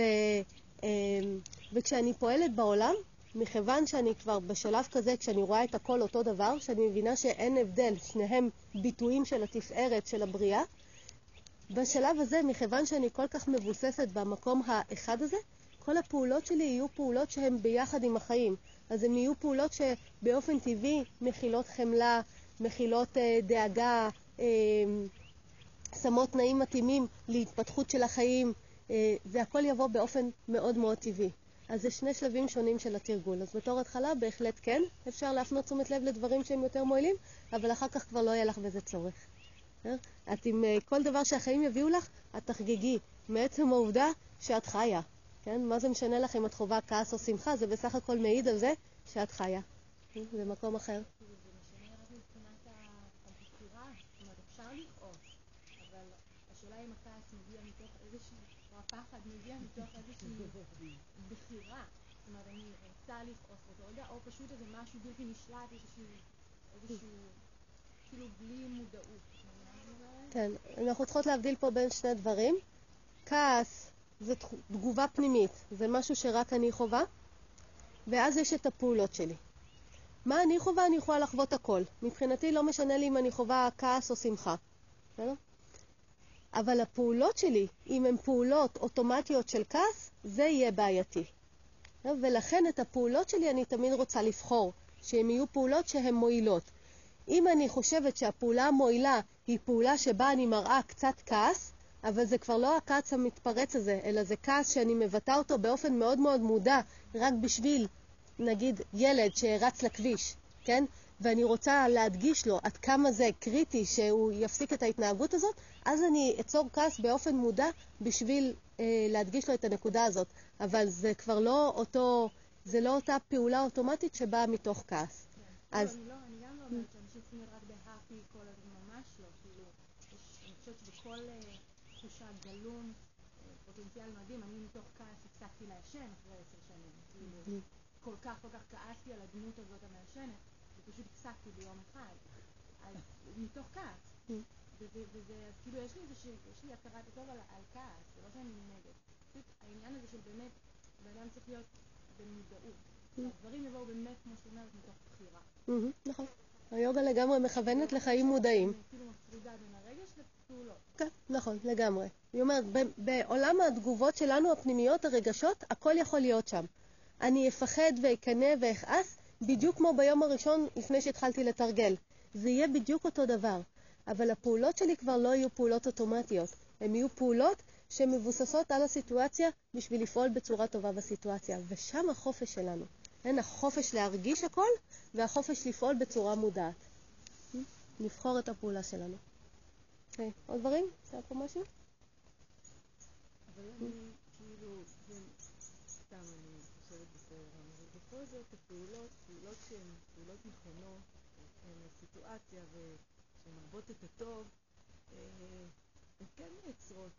וכשאני פועלת בעולם, מכיוון שאני כבר בשלב כזה, כשאני רואה את הכל אותו דבר, שאני מבינה שאין הבדל, שניהם ביטויים של התפארת של הבריאה, בשלב הזה, מכיוון שאני כל כך מבוססת במקום האחד הזה, כל הפעולות שלי יהיו פעולות שהן ביחד עם החיים. אז הן יהיו פעולות שבאופן טבעי מכילות חמלה, מכילות אה, דאגה, אה, שמות תנאים מתאימים להתפתחות של החיים, אה, זה הכל יבוא באופן מאוד מאוד טבעי. אז זה שני שלבים שונים של התרגול. אז בתור התחלה בהחלט כן, אפשר להפנות תשומת לב לדברים שהם יותר מועילים, אבל אחר כך כבר לא יהיה לך בזה צורך. את עם כל דבר שהחיים יביאו לך, את תחגיגי מעצם העובדה שאת חיה. כן? מה זה משנה לך אם את חובה כעס או שמחה? זה בסך הכל מעיד על זה שאת חיה. זה מקום אחר. זה משנה רק מבחינת הבחירה, זאת אומרת אפשר לכעוס, אבל השאלה אם הכעס מגיע מתוך איזושהי, או הפחד מגיע מתוך איזושהי בחירה. זאת אומרת אני רוצה לכעוס באותו רגע, או פשוט איזה משהו בלתי נשלט, איזשהו כאילו בלי מודעות. כן, אנחנו צריכות להבדיל פה בין שני דברים. כעס זה תגובה פנימית, זה משהו שרק אני חובה, ואז יש את הפעולות שלי. מה אני חובה? אני יכולה לחוות הכל. מבחינתי לא משנה לי אם אני חובה כעס או שמחה. בסדר? אבל הפעולות שלי, אם הן פעולות אוטומטיות של כעס, זה יהיה בעייתי. ולכן את הפעולות שלי אני תמיד רוצה לבחור, שהן יהיו פעולות שהן מועילות. אם אני חושבת שהפעולה המועילה היא פעולה שבה אני מראה קצת כעס, אבל זה כבר לא הכעס המתפרץ הזה, אלא זה כעס שאני מבטא אותו באופן מאוד מאוד מודע, רק בשביל, נגיד, ילד שרץ לכביש, כן? ואני רוצה להדגיש לו עד כמה זה קריטי שהוא יפסיק את ההתנהגות הזאת, אז אני אצור כעס באופן מודע בשביל אה, להדגיש לו את הנקודה הזאת. אבל זה כבר לא אותו, זה לא אותה פעולה אוטומטית שבאה מתוך כעס. אז אני גם לא אומרת שאנשים צריכים להיות רק בהאפי כל הזמן, ממש לא, כאילו, אני חושבת שבכל תחושה גלום, פוטנציאל מדהים, אני מתוך כעס הפסקתי לעשן אחרי עשר שנים, כאילו, כל כך כל כך כעסתי על הדמות הזאת המעשנת, ופשוט הפסקתי ביום אחד, אז מתוך כעס, וזה, אז כאילו יש לי איזה שיש לי הכרת הטוב על כעס, זה לא שאני נגד, פשוט העניין הזה של באמת, באדם צריך להיות במודעות, הדברים יבואו באמת, כמו שאומרת, מתוך בחירה. נכון. היוגה לגמרי מכוונת לחיים מודעים. כאילו מפרידה בין הרגש לפעולות. כן, נכון, לגמרי. היא אומרת, בעולם התגובות שלנו, הפנימיות, הרגשות, הכל יכול להיות שם. אני אפחד ואקנה ואכעס, בדיוק כמו ביום הראשון לפני שהתחלתי לתרגל. זה יהיה בדיוק אותו דבר. אבל הפעולות שלי כבר לא יהיו פעולות אוטומטיות. הן יהיו פעולות שמבוססות על הסיטואציה בשביל לפעול בצורה טובה בסיטואציה. ושם החופש שלנו. אין החופש להרגיש הכל, והחופש לפעול בצורה מודעת. לבחור את הפעולה שלנו. אוקיי, עוד דברים? היה פה משהו? אבל אני, כאילו, סתם אני חושבת בסדר, אבל בכל זאת הפעולות, פעולות שהן פעולות נכונות, הן סיטואציה ושהן מרבות את הטוב, הן כן מייצרות,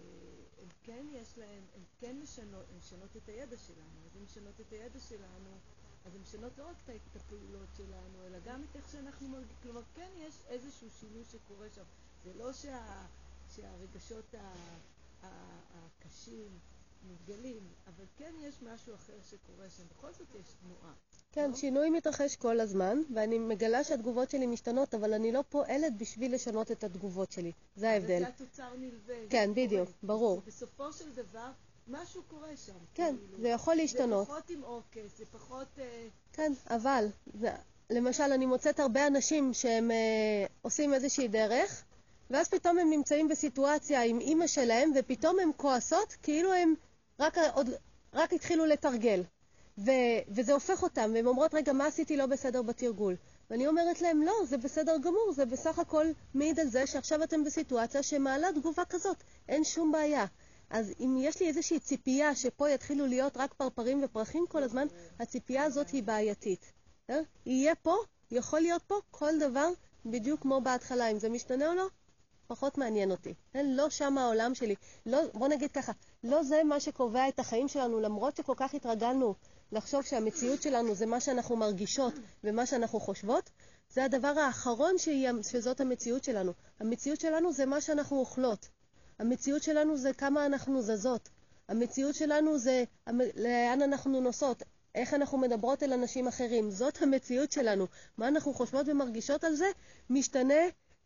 הן כן יש להן, הן כן משנות, הן משנות את הידע שלנו. אז הן משנות את הידע שלנו, אז הן משנות לא רק את הפעולות שלנו, אלא גם את איך שאנחנו מרגישים. כלומר, כן יש איזשהו שינוי שקורה שם. זה לא שה, שהרגשות ה, ה, הקשים מתגלים, אבל כן יש משהו אחר שקורה שם. בכל זאת יש תנועה. כן, לא? שינוי מתרחש כל הזמן, ואני מגלה שהתגובות שלי משתנות, אבל אני לא פועלת בשביל לשנות את התגובות שלי. זה ההבדל. אבל זה התוצר נלווה. כן, זה בדיוק, קורה. ברור. בסופו של דבר, משהו קורה שם. כן, כאילו. זה יכול להשתנות. זה פחות עם עוקס, זה פחות... אה... כן, אבל, זה, למשל, אני מוצאת הרבה אנשים שהם אה, עושים איזושהי דרך, ואז פתאום הם נמצאים בסיטואציה עם אמא שלהם, ופתאום הם כועסות, כאילו הם רק, עוד, רק התחילו לתרגל. ו, וזה הופך אותם, והם אומרות, רגע, מה עשיתי לא בסדר בתרגול? ואני אומרת להם, לא, זה בסדר גמור, זה בסך הכל מעיד על זה שעכשיו אתם בסיטואציה שמעלה תגובה כזאת, אין שום בעיה. אז אם יש לי איזושהי ציפייה שפה יתחילו להיות רק פרפרים ופרחים כל הזמן, הציפייה הזאת היא בעייתית. יהיה פה, יכול להיות פה כל דבר בדיוק כמו בהתחלה. אם זה משתנה או לא, פחות מעניין אותי. לא שם העולם שלי. לא, בוא נגיד ככה, לא זה מה שקובע את החיים שלנו, למרות שכל כך התרגלנו לחשוב שהמציאות שלנו זה מה שאנחנו מרגישות ומה שאנחנו חושבות. זה הדבר האחרון שהיא, שזאת המציאות שלנו. המציאות שלנו זה מה שאנחנו אוכלות. המציאות שלנו זה כמה אנחנו זזות. המציאות שלנו זה לאן אנחנו נוסעות, איך אנחנו מדברות אל אנשים אחרים. זאת המציאות שלנו. מה אנחנו חושבות ומרגישות על זה משתנה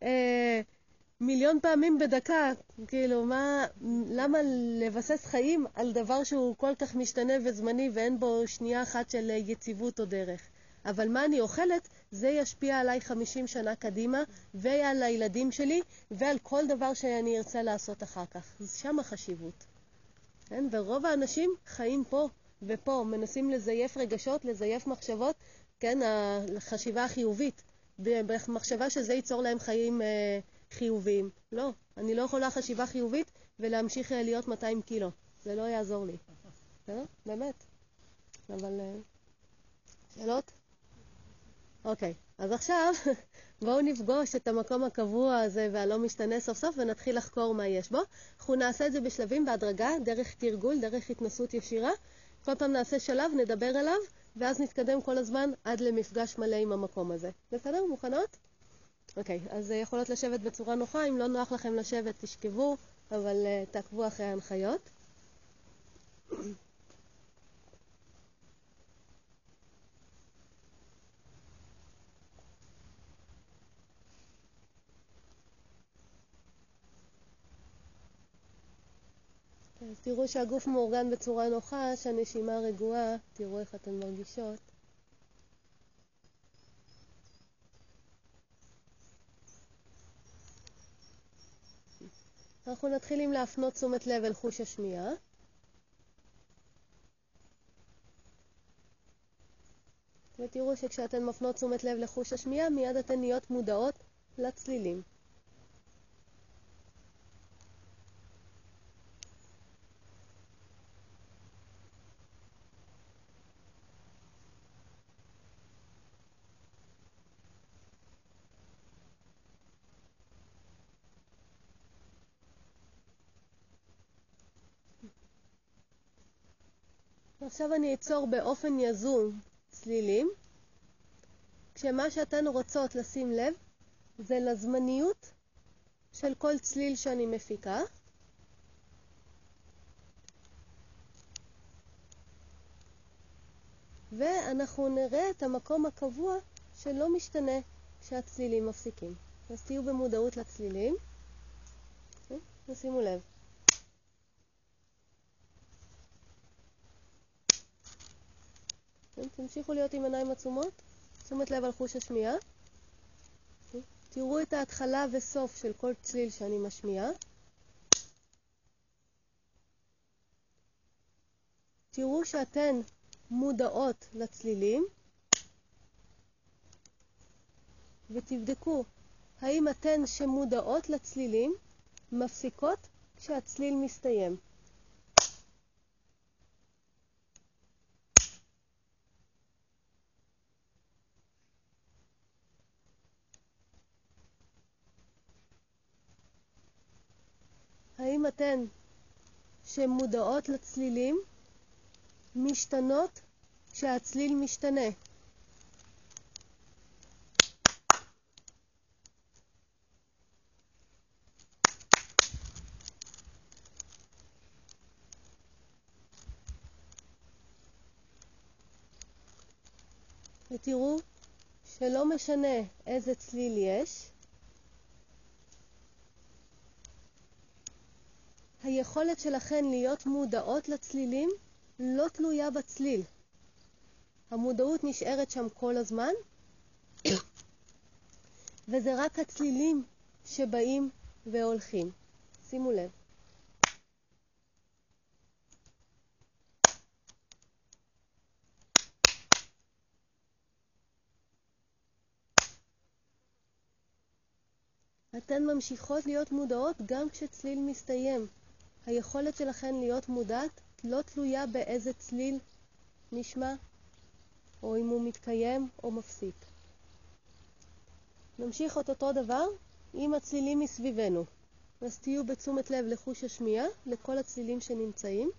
אה, מיליון פעמים בדקה. כאילו, מה, למה לבסס חיים על דבר שהוא כל כך משתנה וזמני ואין בו שנייה אחת של יציבות או דרך? אבל מה אני אוכלת, זה ישפיע עליי חמישים שנה קדימה, ועל הילדים שלי, ועל כל דבר שאני ארצה לעשות אחר כך. אז שם החשיבות. כן? ורוב האנשים חיים פה ופה, מנסים לזייף רגשות, לזייף מחשבות, כן? החשיבה החיובית, במחשבה שזה ייצור להם חיים אה, חיוביים. לא, אני לא יכולה חשיבה חיובית ולהמשיך להיות מאתיים קילו. זה לא יעזור לי. אה? באמת. אבל... אה, שאלות? אוקיי, אז עכשיו בואו נפגוש את המקום הקבוע הזה והלא משתנה סוף סוף ונתחיל לחקור מה יש בו. אנחנו נעשה את זה בשלבים בהדרגה, דרך תרגול, דרך התנסות ישירה. כל פעם נעשה שלב, נדבר עליו, ואז נתקדם כל הזמן עד למפגש מלא עם המקום הזה. בסדר? מוכנות? אוקיי, אז יכולות לשבת בצורה נוחה. אם לא נוח לכם לשבת, תשכבו, אבל uh, תעקבו אחרי ההנחיות. אז תראו שהגוף מאורגן בצורה נוחה, שהנשימה רגועה, תראו איך אתן מרגישות. אנחנו נתחיל עם להפנות תשומת לב אל חוש השמיעה. ותראו שכשאתן מפנות תשומת לב לחוש השמיעה, מיד אתן נהיות מודעות לצלילים. עכשיו אני אצור באופן יזום צלילים, כשמה שאתן רוצות לשים לב זה לזמניות של כל צליל שאני מפיקה. ואנחנו נראה את המקום הקבוע שלא משתנה כשהצלילים מפסיקים. אז תהיו במודעות לצלילים. ושימו לב. תמשיכו להיות עם עיניים עצומות. תשומת לב על חוש השמיעה. תראו את ההתחלה וסוף של כל צליל שאני משמיעה. תראו שאתן מודעות לצלילים. ותבדקו האם אתן שמודעות לצלילים מפסיקות כשהצליל מסתיים. גם אתן שמודעות לצלילים משתנות כשהצליל משתנה. ותראו שלא משנה איזה צליל יש, היכולת שלכן להיות מודעות לצלילים לא תלויה בצליל. המודעות נשארת שם כל הזמן, וזה רק הצלילים שבאים והולכים. שימו לב. אתן ממשיכות להיות מודעות גם כשצליל מסתיים. היכולת שלכן להיות מודעת לא תלויה באיזה צליל נשמע, או אם הוא מתקיים או מפסיק. נמשיך את אותו דבר עם הצלילים מסביבנו. אז תהיו בתשומת לב לחוש השמיעה, לכל הצלילים שנמצאים.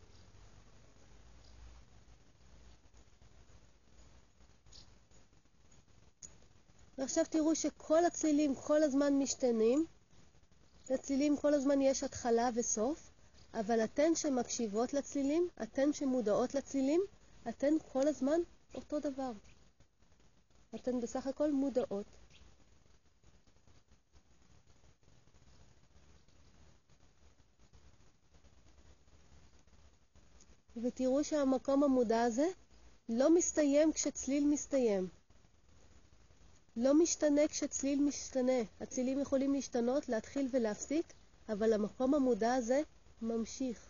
ועכשיו תראו שכל הצלילים כל הזמן משתנים. לצלילים כל הזמן יש התחלה וסוף, אבל אתן שמקשיבות לצלילים, אתן שמודעות לצלילים, אתן כל הזמן אותו דבר. אתן בסך הכל מודעות. ותראו שהמקום המודע הזה לא מסתיים כשצליל מסתיים. לא משתנה כשצליל משתנה. הצלילים יכולים להשתנות, להתחיל ולהפסיק, אבל המקום המודע הזה ממשיך.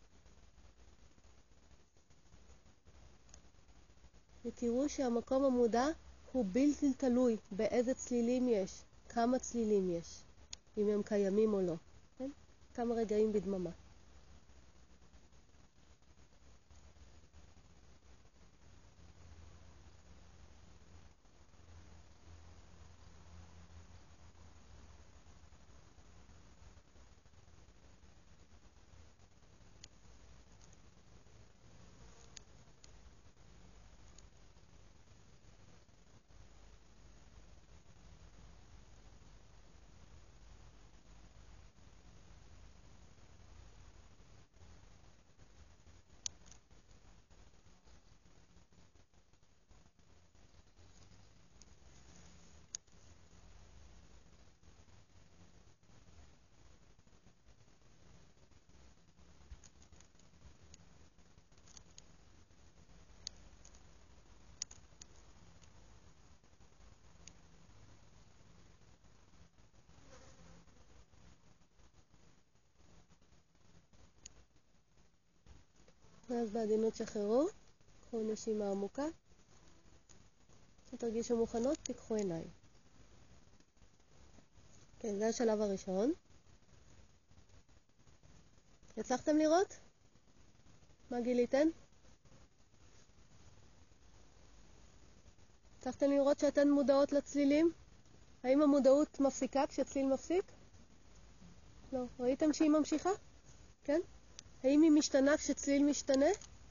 ותראו שהמקום המודע הוא בלתי תלוי באיזה צלילים יש, כמה צלילים יש, אם הם קיימים או לא. כן? כמה רגעים בדממה. אז בעדינות שחררו, קחו נשימה עמוקה. כשתרגישו מוכנות, תיקחו עיניים. כן, זה השלב הראשון. הצלחתם לראות? מה גיליתן? הצלחתם לראות שאתן מודעות לצלילים? האם המודעות מפסיקה כשצליל מפסיק? לא. ראיתם שהיא ממשיכה? כן? האם היא משתנה כשצליל משתנה?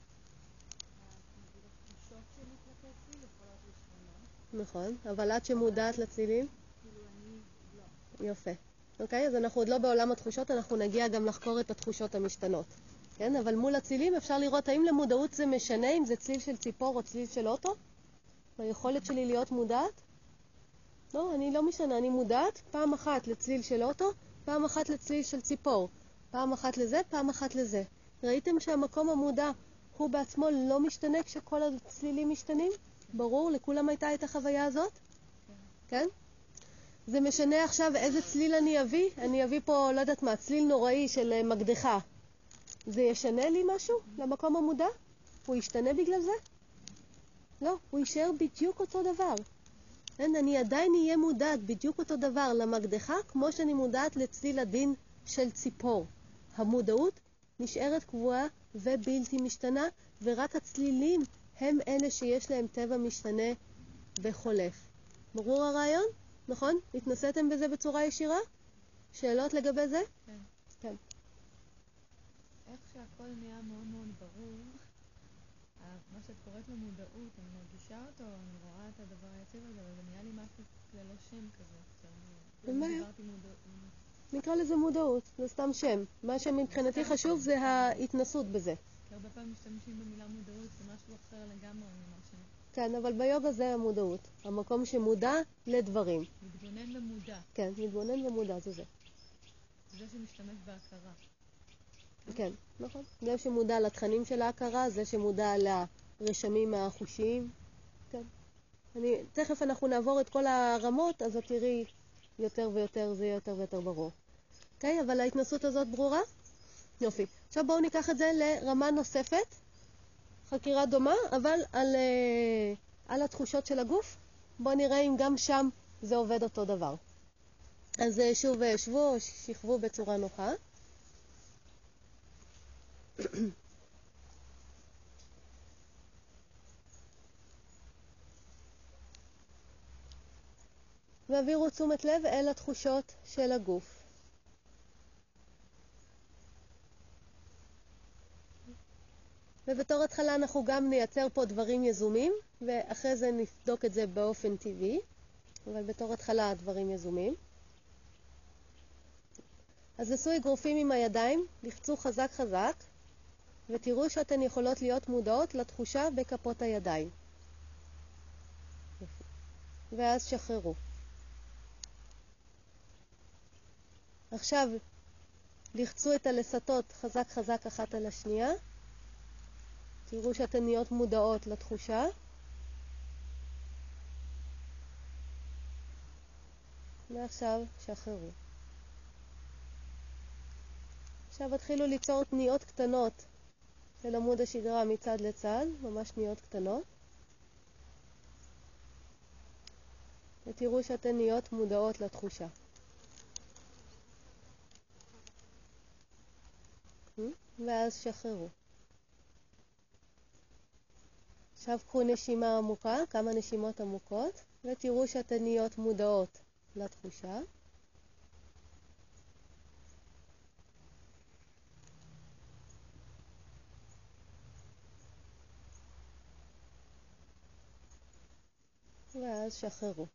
נכון, אבל את שמודעת לצלילים? יפה. אוקיי, אז אנחנו עוד לא בעולם התחושות, אנחנו נגיע גם לחקור את התחושות המשתנות. כן, אבל מול הצלילים אפשר לראות האם למודעות זה משנה אם זה צליל של ציפור או צליל של אוטו? היכולת שלי להיות מודעת? לא, אני לא משנה, אני מודעת פעם אחת לצליל של אוטו, פעם אחת לצליל של ציפור. פעם אחת לזה, פעם אחת לזה. ראיתם שהמקום המודע הוא בעצמו לא משתנה כשכל הצלילים משתנים? ברור, לכולם הייתה את החוויה הזאת? כן? זה משנה עכשיו איזה צליל אני אביא? אני אביא פה, לא יודעת מה, צליל נוראי של מקדחה. זה ישנה לי משהו למקום המודע? הוא ישתנה בגלל זה? לא, הוא יישאר בדיוק אותו דבר. כן? אני עדיין אהיה מודעת בדיוק אותו דבר למקדחה, כמו שאני מודעת לצליל הדין של ציפור. המודעות נשארת קבועה ובלתי משתנה, ורק הצלילים הם אלה שיש להם טבע משתנה וחולף. ברור הרעיון? נכון? התנסיתם בזה בצורה ישירה? שאלות לגבי זה? כן. כן. איך שהכל נהיה מאוד מאוד ברור, מה שאת קוראת לו מודעות, אני מרגישה אותו, אני רואה את הדבר היציב הזה, אבל זה נהיה לי משהו ללא שם כזה. ומה? דיברתי מודעות. נקרא לזה מודעות, זה סתם שם. מה שמבחינתי חשוב זה ההתנסות בזה. כי הרבה פעמים משתמשים במילה מודעות, זה משהו אחר לגמרי ממה ש... כן, אבל ביוגה זה המודעות. המקום שמודע לדברים. מתבונן במודע. כן, מתבונן במודע, זה זה. זה שמשתמש בהכרה. כן, נכון. זה שמודע לתכנים של ההכרה, זה שמודע לרשמים החושיים. כן. אני, תכף אנחנו נעבור את כל הרמות, אז את תראי יותר ויותר, זה יהיה יותר ויותר ברור. אוקיי, אבל ההתנסות הזאת ברורה? יופי. עכשיו בואו ניקח את זה לרמה נוספת, חקירה דומה, אבל על, על התחושות של הגוף. בואו נראה אם גם שם זה עובד אותו דבר. אז שוב, שבו, שכבו בצורה נוחה. והעבירו תשומת לב אל התחושות של הגוף. ובתור התחלה אנחנו גם נייצר פה דברים יזומים, ואחרי זה נבדוק את זה באופן טבעי, אבל בתור התחלה דברים יזומים. אז עשו אגרופים עם הידיים, לחצו חזק חזק, ותראו שאתן יכולות להיות מודעות לתחושה בכפות הידיים. ואז שחררו. עכשיו לחצו את הלסתות חזק חזק אחת על השנייה. תראו שאתן נהיות מודעות לתחושה. ועכשיו שחררו. עכשיו התחילו ליצור תנועות קטנות של עמוד השדרה מצד לצד, ממש תנועות קטנות. ותראו שאתן נהיות מודעות לתחושה. ואז שחררו. עכשיו קחו נשימה עמוקה, כמה נשימות עמוקות, ותראו שאתן נהיות מודעות לתחושה. ואז שחררו.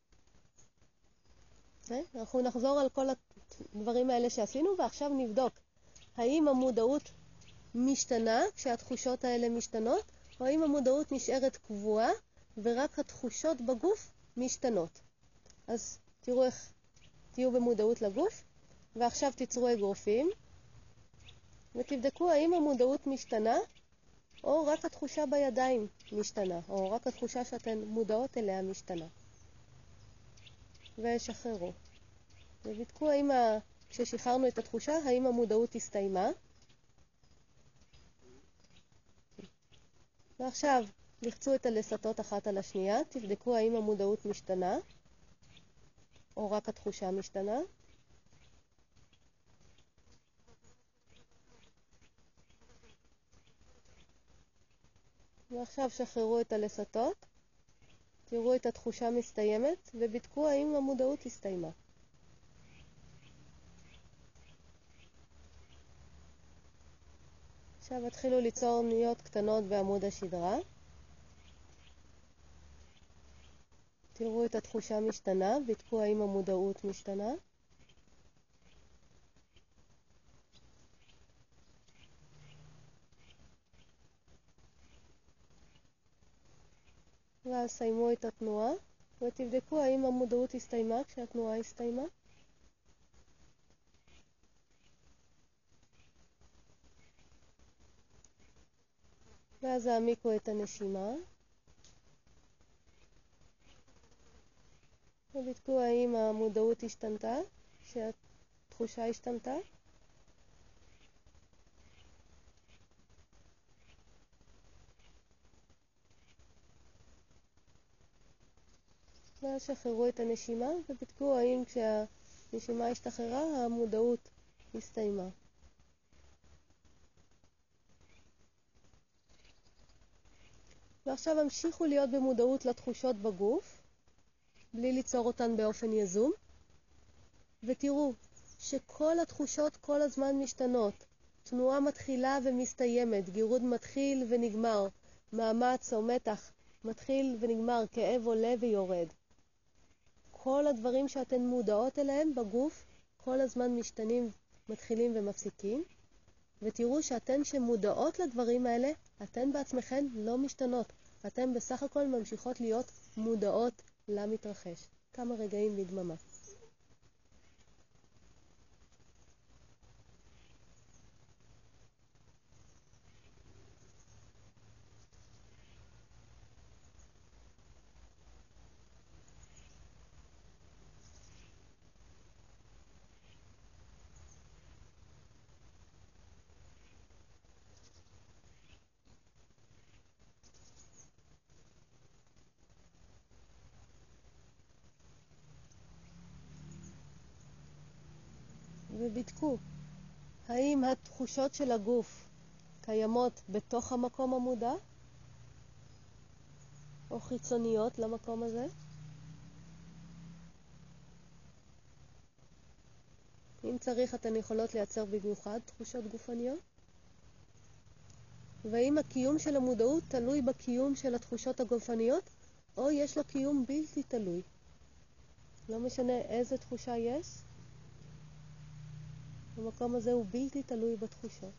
אנחנו נחזור על כל הדברים האלה שעשינו, ועכשיו נבדוק האם המודעות משתנה כשהתחושות האלה משתנות, או האם המודעות נשארת קבועה ורק התחושות בגוף משתנות. אז תראו איך תהיו במודעות לגוף, ועכשיו תיצרו אגרופים, ותבדקו האם המודעות משתנה, או רק התחושה בידיים משתנה, או רק התחושה שאתן מודעות אליה משתנה. ושחררו. ובדקו האם, ה... כששחררנו את התחושה, האם המודעות הסתיימה. ועכשיו לחצו את הלסתות אחת על השנייה, תבדקו האם המודעות משתנה, או רק התחושה משתנה. ועכשיו שחררו את הלסתות, תראו את התחושה מסתיימת, ובדקו האם המודעות הסתיימה. עכשיו התחילו ליצור ניות קטנות בעמוד השדרה. תראו את התחושה משתנה, בדקו האם המודעות משתנה. ואז סיימו את התנועה, ותבדקו האם המודעות הסתיימה כשהתנועה הסתיימה. ואז העמיקו את הנשימה. ובדקו האם המודעות השתנתה, שהתחושה השתנתה. ואז שחררו את הנשימה, ובדקו האם כשהנשימה השתחררה, המודעות הסתיימה. ועכשיו המשיכו להיות במודעות לתחושות בגוף, בלי ליצור אותן באופן יזום, ותראו שכל התחושות כל הזמן משתנות. תנועה מתחילה ומסתיימת, גירוד מתחיל ונגמר, מאמץ או מתח מתחיל ונגמר, כאב עולה ויורד. כל הדברים שאתן מודעות אליהם בגוף כל הזמן משתנים, מתחילים ומפסיקים, ותראו שאתן שמודעות לדברים האלה, אתן בעצמכן לא משתנות. אתן בסך הכל ממשיכות להיות מודעות למתרחש. כמה רגעים בדממה. ובדקו, האם התחושות של הגוף קיימות בתוך המקום המודע או חיצוניות למקום הזה? אם צריך אתן יכולות לייצר במיוחד תחושות גופניות? והאם הקיום של המודעות תלוי בקיום של התחושות הגופניות או יש לו קיום בלתי תלוי? לא משנה איזה תחושה יש, המקום הזה הוא בלתי תלוי בתחושות.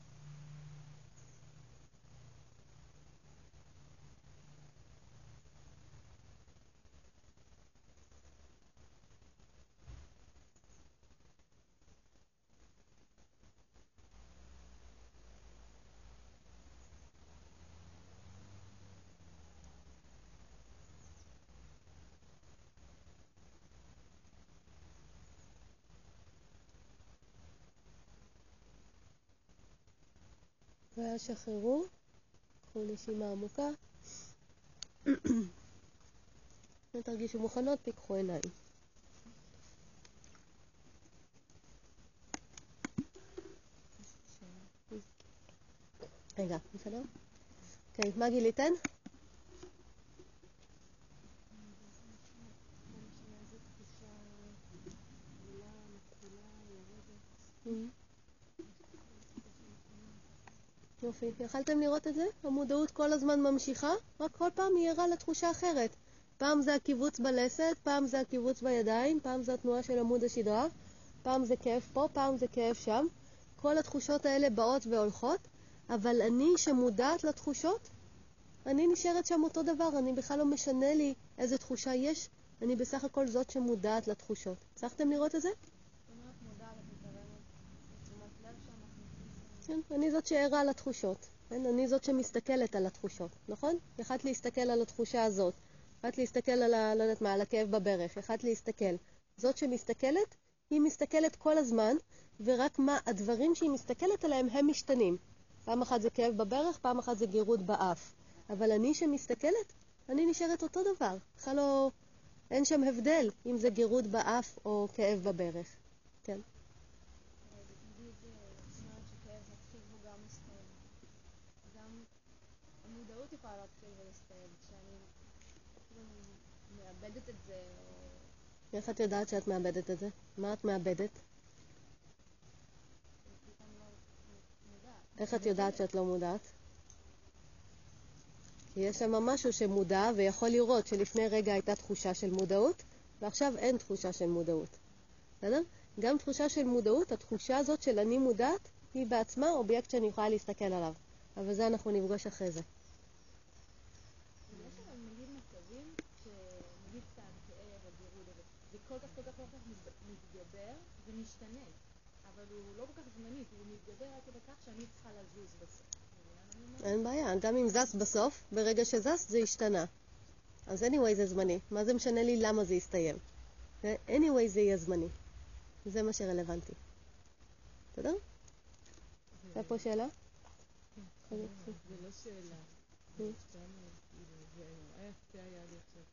והשחררו, קחו נשימה עמוקה. תרגישו מוכנות, פיקחו עיניים. רגע, בסדר? אוקיי, מה גיליתן? יופי, יכלתם לראות את זה? המודעות כל הזמן ממשיכה, רק כל פעם היא ערה לתחושה אחרת. פעם זה הקיבוץ בלסת, פעם זה הקיבוץ בידיים, פעם זה התנועה של עמוד השדרה, פעם זה כאב פה, פעם זה כאב שם. כל התחושות האלה באות והולכות, אבל אני שמודעת לתחושות, אני נשארת שם אותו דבר, אני בכלל לא משנה לי איזה תחושה יש, אני בסך הכל זאת שמודעת לתחושות. הצלחתם לראות את זה? כן, אני זאת שערה לתחושות, כן? אני זאת שמסתכלת על התחושות, נכון? יכולת להסתכל על התחושה הזאת, יכולת להסתכל על, ה, לא יודעת מה, על הכאב בברך, יכולת להסתכל. זאת שמסתכלת, היא מסתכלת כל הזמן, ורק מה, הדברים שהיא מסתכלת עליהם הם משתנים. פעם אחת זה כאב בברך, פעם אחת זה גירוד באף. אבל אני שמסתכלת, אני נשארת אותו דבר. בכלל לא, אין שם הבדל אם זה גירוד באף או כאב בברך. כן. המודעות יכולה להתחיל ולהסתיים, כשאני מאבדת את זה או... איך את יודעת שאת מאבדת את זה? מה את מאבדת? איך את יודעת שאת לא מודעת? כי יש שם משהו שמודע ויכול לראות שלפני רגע הייתה תחושה של מודעות ועכשיו אין תחושה של מודעות. בסדר? גם תחושה של מודעות, התחושה הזאת של אני מודעת, היא בעצמה אובייקט שאני יכולה להסתכל עליו. אבל זה אנחנו נפגוש אחרי זה. יש אבל נגיד מצבים שנגיד סתם כאב או גירוד, זה כל כך כל כך כל כך מתגבר ומשתנה, אבל הוא לא כל כך זמנית, הוא מתגבר רק בכך שאני צריכה לזוז בסוף. אין בעיה, גם אם זז בסוף, ברגע שזז זה השתנה. אז anyway זה זמני. מה זה משנה לי למה זה יסתיים? anyway זה יהיה זמני. זה מה שרלוונטי. בסדר? היה פה שאלה? זה לא שאלה. זה היה הפתע היה לי עכשיו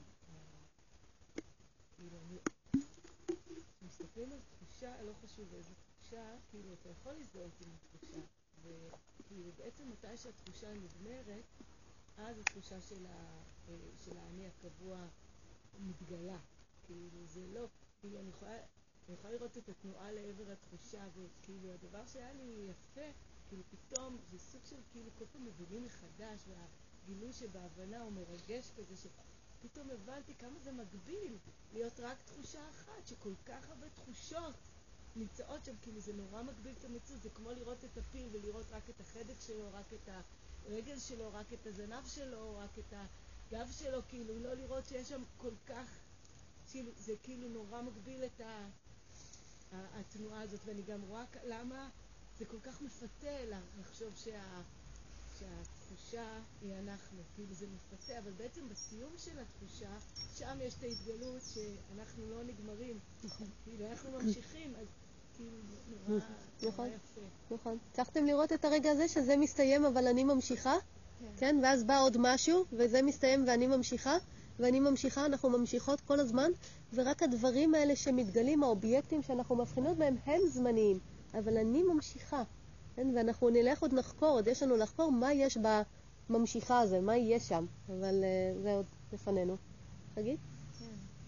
כאילו אני מסתכלים על תחושה, לא חשוב איזו תחושה, כאילו אתה יכול להזדהות עם התחושה וכאילו בעצם מתי שהתחושה נגמרת אז התחושה של האני הקבוע מתגלה, כאילו זה לא, כאילו אני יכולה אני יכולה לראות את התנועה לעבר התחושה, וכאילו הדבר שהיה לי יפה, כאילו פתאום זה סוג של כאילו כל פעם מבינים מחדש, והגילוי שבהבנה הוא מרגש כזה, שפתאום הבנתי כמה זה מגביל להיות רק תחושה אחת, שכל כך הרבה תחושות נמצאות שם, כאילו זה נורא מגביל את המציאות, זה כמו לראות את הפיל ולראות רק את החדק שלו, רק את הרגל שלו, רק את הזנב שלו, רק את הגב שלו, כאילו לא לראות שיש שם כל כך, כאילו, זה כאילו נורא מגביל את ה... התנועה הזאת, ואני גם רואה למה זה כל כך מפתה לחשוב שה, שהתחושה היא אנחנו, כאילו זה מפתה, אבל בעצם בסיום של התחושה, שם יש את ההתגלות שאנחנו לא נגמרים, כאילו אנחנו ממשיכים, אז כאילו נורא, נורא יפה. נכון. צריכתם לראות את הרגע הזה שזה מסתיים אבל אני ממשיכה, כן, ואז בא עוד משהו וזה מסתיים ואני ממשיכה, ואני ממשיכה, אנחנו ממשיכות כל הזמן, ורק הדברים האלה שמתגלים, האובייקטים שאנחנו מבחינות בהם, הם זמניים, אבל אני ממשיכה, כן? ואנחנו נלך עוד נחקור, עוד יש לנו לחקור מה יש בממשיכה הזה, מה יהיה שם, אבל uh, זה עוד לפנינו. תגיד? כן,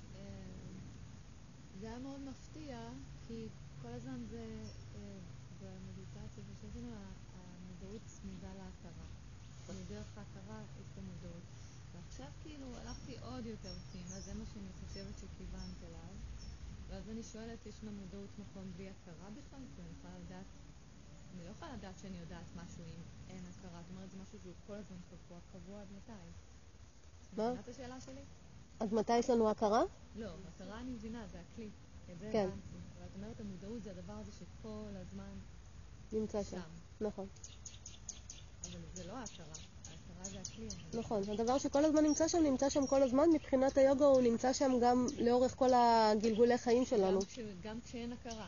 זה היה מאוד מפתיע, כי כל הזמן זה, במדיטציה, שיש לנו המודעות צמודה להכרה. מדרך ההכרה יש את המודעות. ועכשיו כאילו הלכתי עוד יותר פנימה, זה מה שאני חושבת שכיוונת אליו. ואז אני שואלת, יש לנו מודעות מקום בלי הכרה בכלל? כי אני יכולה לדעת, אני לא יכולה לדעת שאני יודעת משהו אם אין הכרה. זאת אומרת, זה משהו שהוא כל הזמן קבוע, קבוע עד מתי? מה? מבינה את השאלה שלי? עד מתי יש לנו הכרה? לא, הכרה אני מבינה, זה הכלי. את זה כן. הבנתי. ואת אומרת, המודעות זה הדבר הזה שכל הזמן נמצא שם. שם. נכון. אבל זה לא ההכרה. ההכרה זה הכלי. נכון, הדבר שכל הזמן נמצא שם, נמצא שם כל הזמן. מבחינת היוגה הוא נמצא שם גם לאורך כל הגלגולי חיים שלנו. גם, כש, גם כשאין הכרה.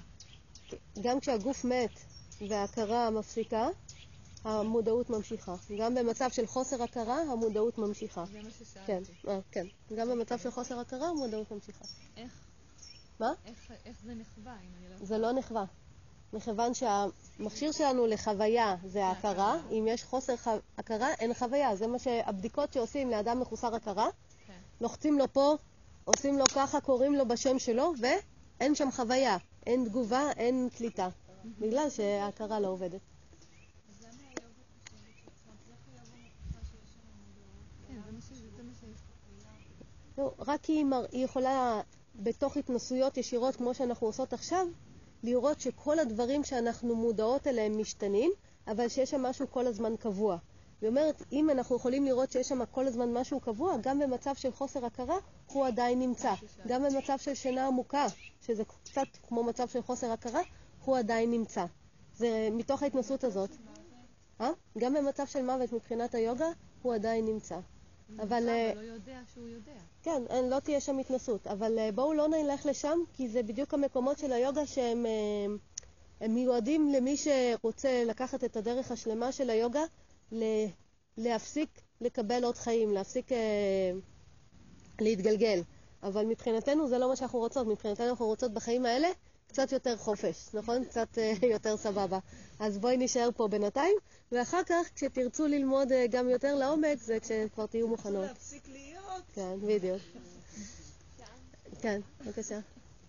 גם כשהגוף מת וההכרה מפסיקה, המודעות ממשיכה. גם במצב של חוסר הכרה, המודעות ממשיכה. זה מה ששאלתי. כן, אה, כן. גם במצב של חוסר הכרה, המודעות ממשיכה. איך? מה? איך, איך זה נחווה, אם אני לא יכולה? זה לא נחווה. מכיוון שהמכשיר שלנו לחוויה זה ההכרה. אם יש חוסר הכרה, אין חוויה. זה מה שהבדיקות שעושים לאדם מחוסר הכרה. כן. לוחצים לו פה, עושים לו ככה, קוראים לו בשם שלו, ואין שם חוויה. אין תגובה, אין קליטה. בגלל שההכרה לא עובדת. אז למה היוגה חושבת שעצמת? איך היוגה מוכיחה שיש שם מודעות? כן, זה מה שזה, זה מה שזה. לא, רק היא, מר... היא יכולה בתוך התנסויות ישירות כמו שאנחנו עושות עכשיו, לראות שכל הדברים שאנחנו מודעות אליהם משתנים, אבל שיש שם משהו כל הזמן קבוע. היא אומרת, אם אנחנו יכולים לראות שיש שם כל הזמן משהו קבוע, גם במצב של חוסר הכרה, הוא עדיין נמצא. גם במצב של שינה עמוקה, שזה קצת כמו מצב של חוסר הכרה, הוא עדיין נמצא. זה מתוך ההתנסות הזאת. אה? גם במצב של מוות מבחינת היוגה, הוא עדיין נמצא. אבל לא יודע שהוא יודע. כן, לא תהיה שם התנסות, אבל בואו לא נלך לשם, כי זה בדיוק המקומות של היוגה שהם הם מיועדים למי שרוצה לקחת את הדרך השלמה של היוגה, להפסיק לקבל עוד חיים, להפסיק אה, להתגלגל. אבל מבחינתנו זה לא מה שאנחנו רוצות, מבחינתנו אנחנו רוצות בחיים האלה קצת יותר חופש, נכון? קצת אה, יותר סבבה. אז בואי נשאר פה בינתיים, ואחר כך כשתרצו ללמוד אה, גם יותר לעומק, זה כשכבר תהיו מוכנות. להפסיק להיות. כן, בדיוק. כן, בבקשה.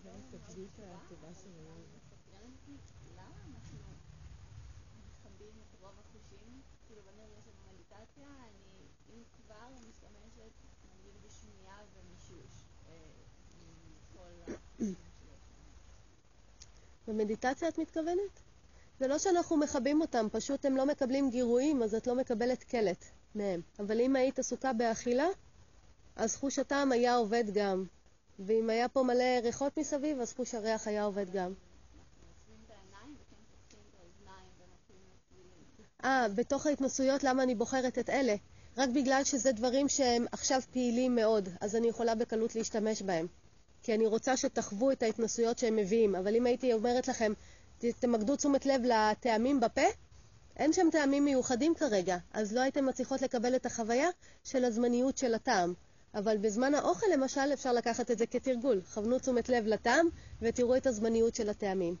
במדיטציה את מתכוונת? זה לא שאנחנו מכבים אותם, פשוט הם לא מקבלים גירויים, אז את לא מקבלת קלט מהם. אבל אם היית עסוקה באכילה, אז חוש הטעם היה עובד גם. ואם היה פה מלא ריחות מסביב, אז חוש הריח היה עובד גם. אה, בתוך ההתנסויות למה אני בוחרת את אלה? רק בגלל שזה דברים שהם עכשיו פעילים מאוד, אז אני יכולה בקלות להשתמש בהם. כי אני רוצה שתחוו את ההתנסויות שהם מביאים. אבל אם הייתי אומרת לכם, תמקדו תשומת לב לטעמים בפה, אין שם טעמים מיוחדים כרגע, אז לא הייתם מצליחות לקבל את החוויה של הזמניות של הטעם. אבל בזמן האוכל למשל אפשר לקחת את זה כתרגול. כוונו תשומת לב לטעם ותראו את הזמניות של הטעמים.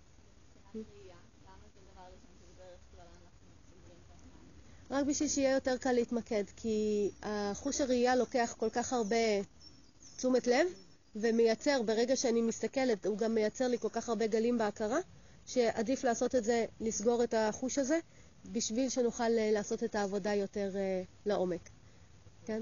רק בשביל שיהיה יותר קל להתמקד, כי החוש הראייה לוקח כל כך הרבה תשומת לב, ומייצר, ברגע שאני מסתכלת, הוא גם מייצר לי כל כך הרבה גלים בהכרה, שעדיף לעשות את זה, לסגור את החוש הזה, בשביל שנוכל לעשות את העבודה יותר לעומק. כן?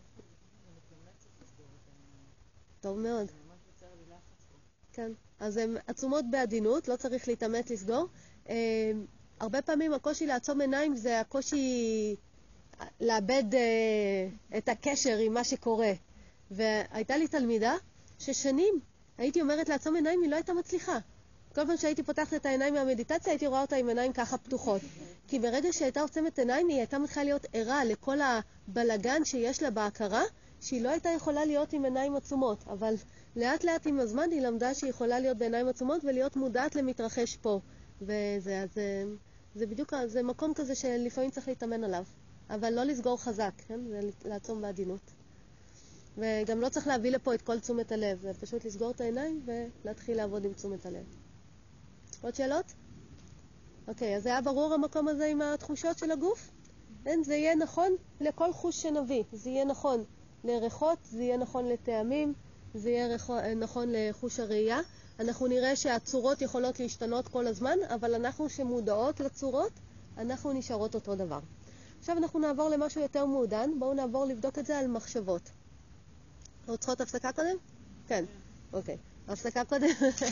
טוב מאוד. כן. אז הן עצומות בעדינות, לא צריך להתאמץ לסגור. הרבה פעמים הקושי לעצום עיניים זה הקושי לאבד את הקשר עם מה שקורה. והייתה לי תלמידה ששנים הייתי אומרת לעצום עיניים, היא לא הייתה מצליחה. כל פעם שהייתי פותחת את העיניים מהמדיטציה, הייתי רואה אותה עם עיניים ככה פתוחות. כי ברגע שהייתה עוצמת עיניים, היא הייתה מתחילה להיות ערה לכל הבלגן שיש לה בהכרה, שהיא לא הייתה יכולה להיות עם עיניים עצומות. אבל לאט לאט עם הזמן היא למדה שהיא יכולה להיות בעיניים עצומות ולהיות מודעת למתרחש פה. וזה, אז, זה בדיוק, זה מקום כזה שלפעמים צריך להתאמן עליו. אבל לא לסגור חזק, כן? זה לעצום בעדינות. וגם לא צריך להביא לפה את כל תשומת הלב, זה פשוט לסגור את העיניים ולהתחיל לעבוד עם תשומת הלב. עוד שאלות? אוקיי, אז היה ברור המקום הזה עם התחושות של הגוף? כן, זה יהיה נכון לכל חוש שנביא. זה יהיה נכון לריחות, זה יהיה נכון לטעמים, זה יהיה נכון לחוש הראייה. אנחנו נראה שהצורות יכולות להשתנות כל הזמן, אבל אנחנו שמודעות לצורות, אנחנו נשארות אותו דבר. עכשיו אנחנו נעבור למשהו יותר מעודן, בואו נעבור לבדוק את זה על מחשבות. אנחנו צריכות הפסקה קודם? כן. אוקיי. הפסקה קודם,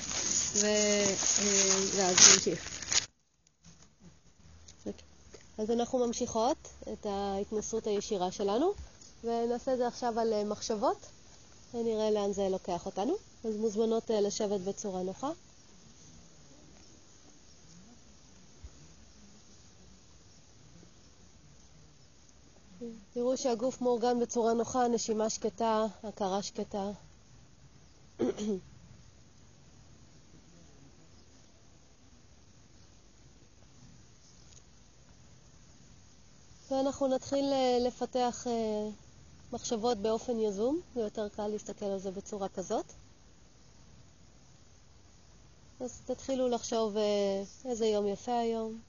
ואז נמשיך. אז אנחנו ממשיכות את ההתנסות הישירה שלנו, ונעשה את זה עכשיו על מחשבות, ונראה לאן זה לוקח אותנו. אז מוזמנות לשבת בצורה נוחה. תראו שהגוף מאורגן בצורה נוחה, נשימה שקטה, הכרה שקטה. ואנחנו נתחיל לפתח מחשבות באופן יזום, זה יותר קל להסתכל על זה בצורה כזאת. אז תתחילו לחשוב איזה יום יפה היום.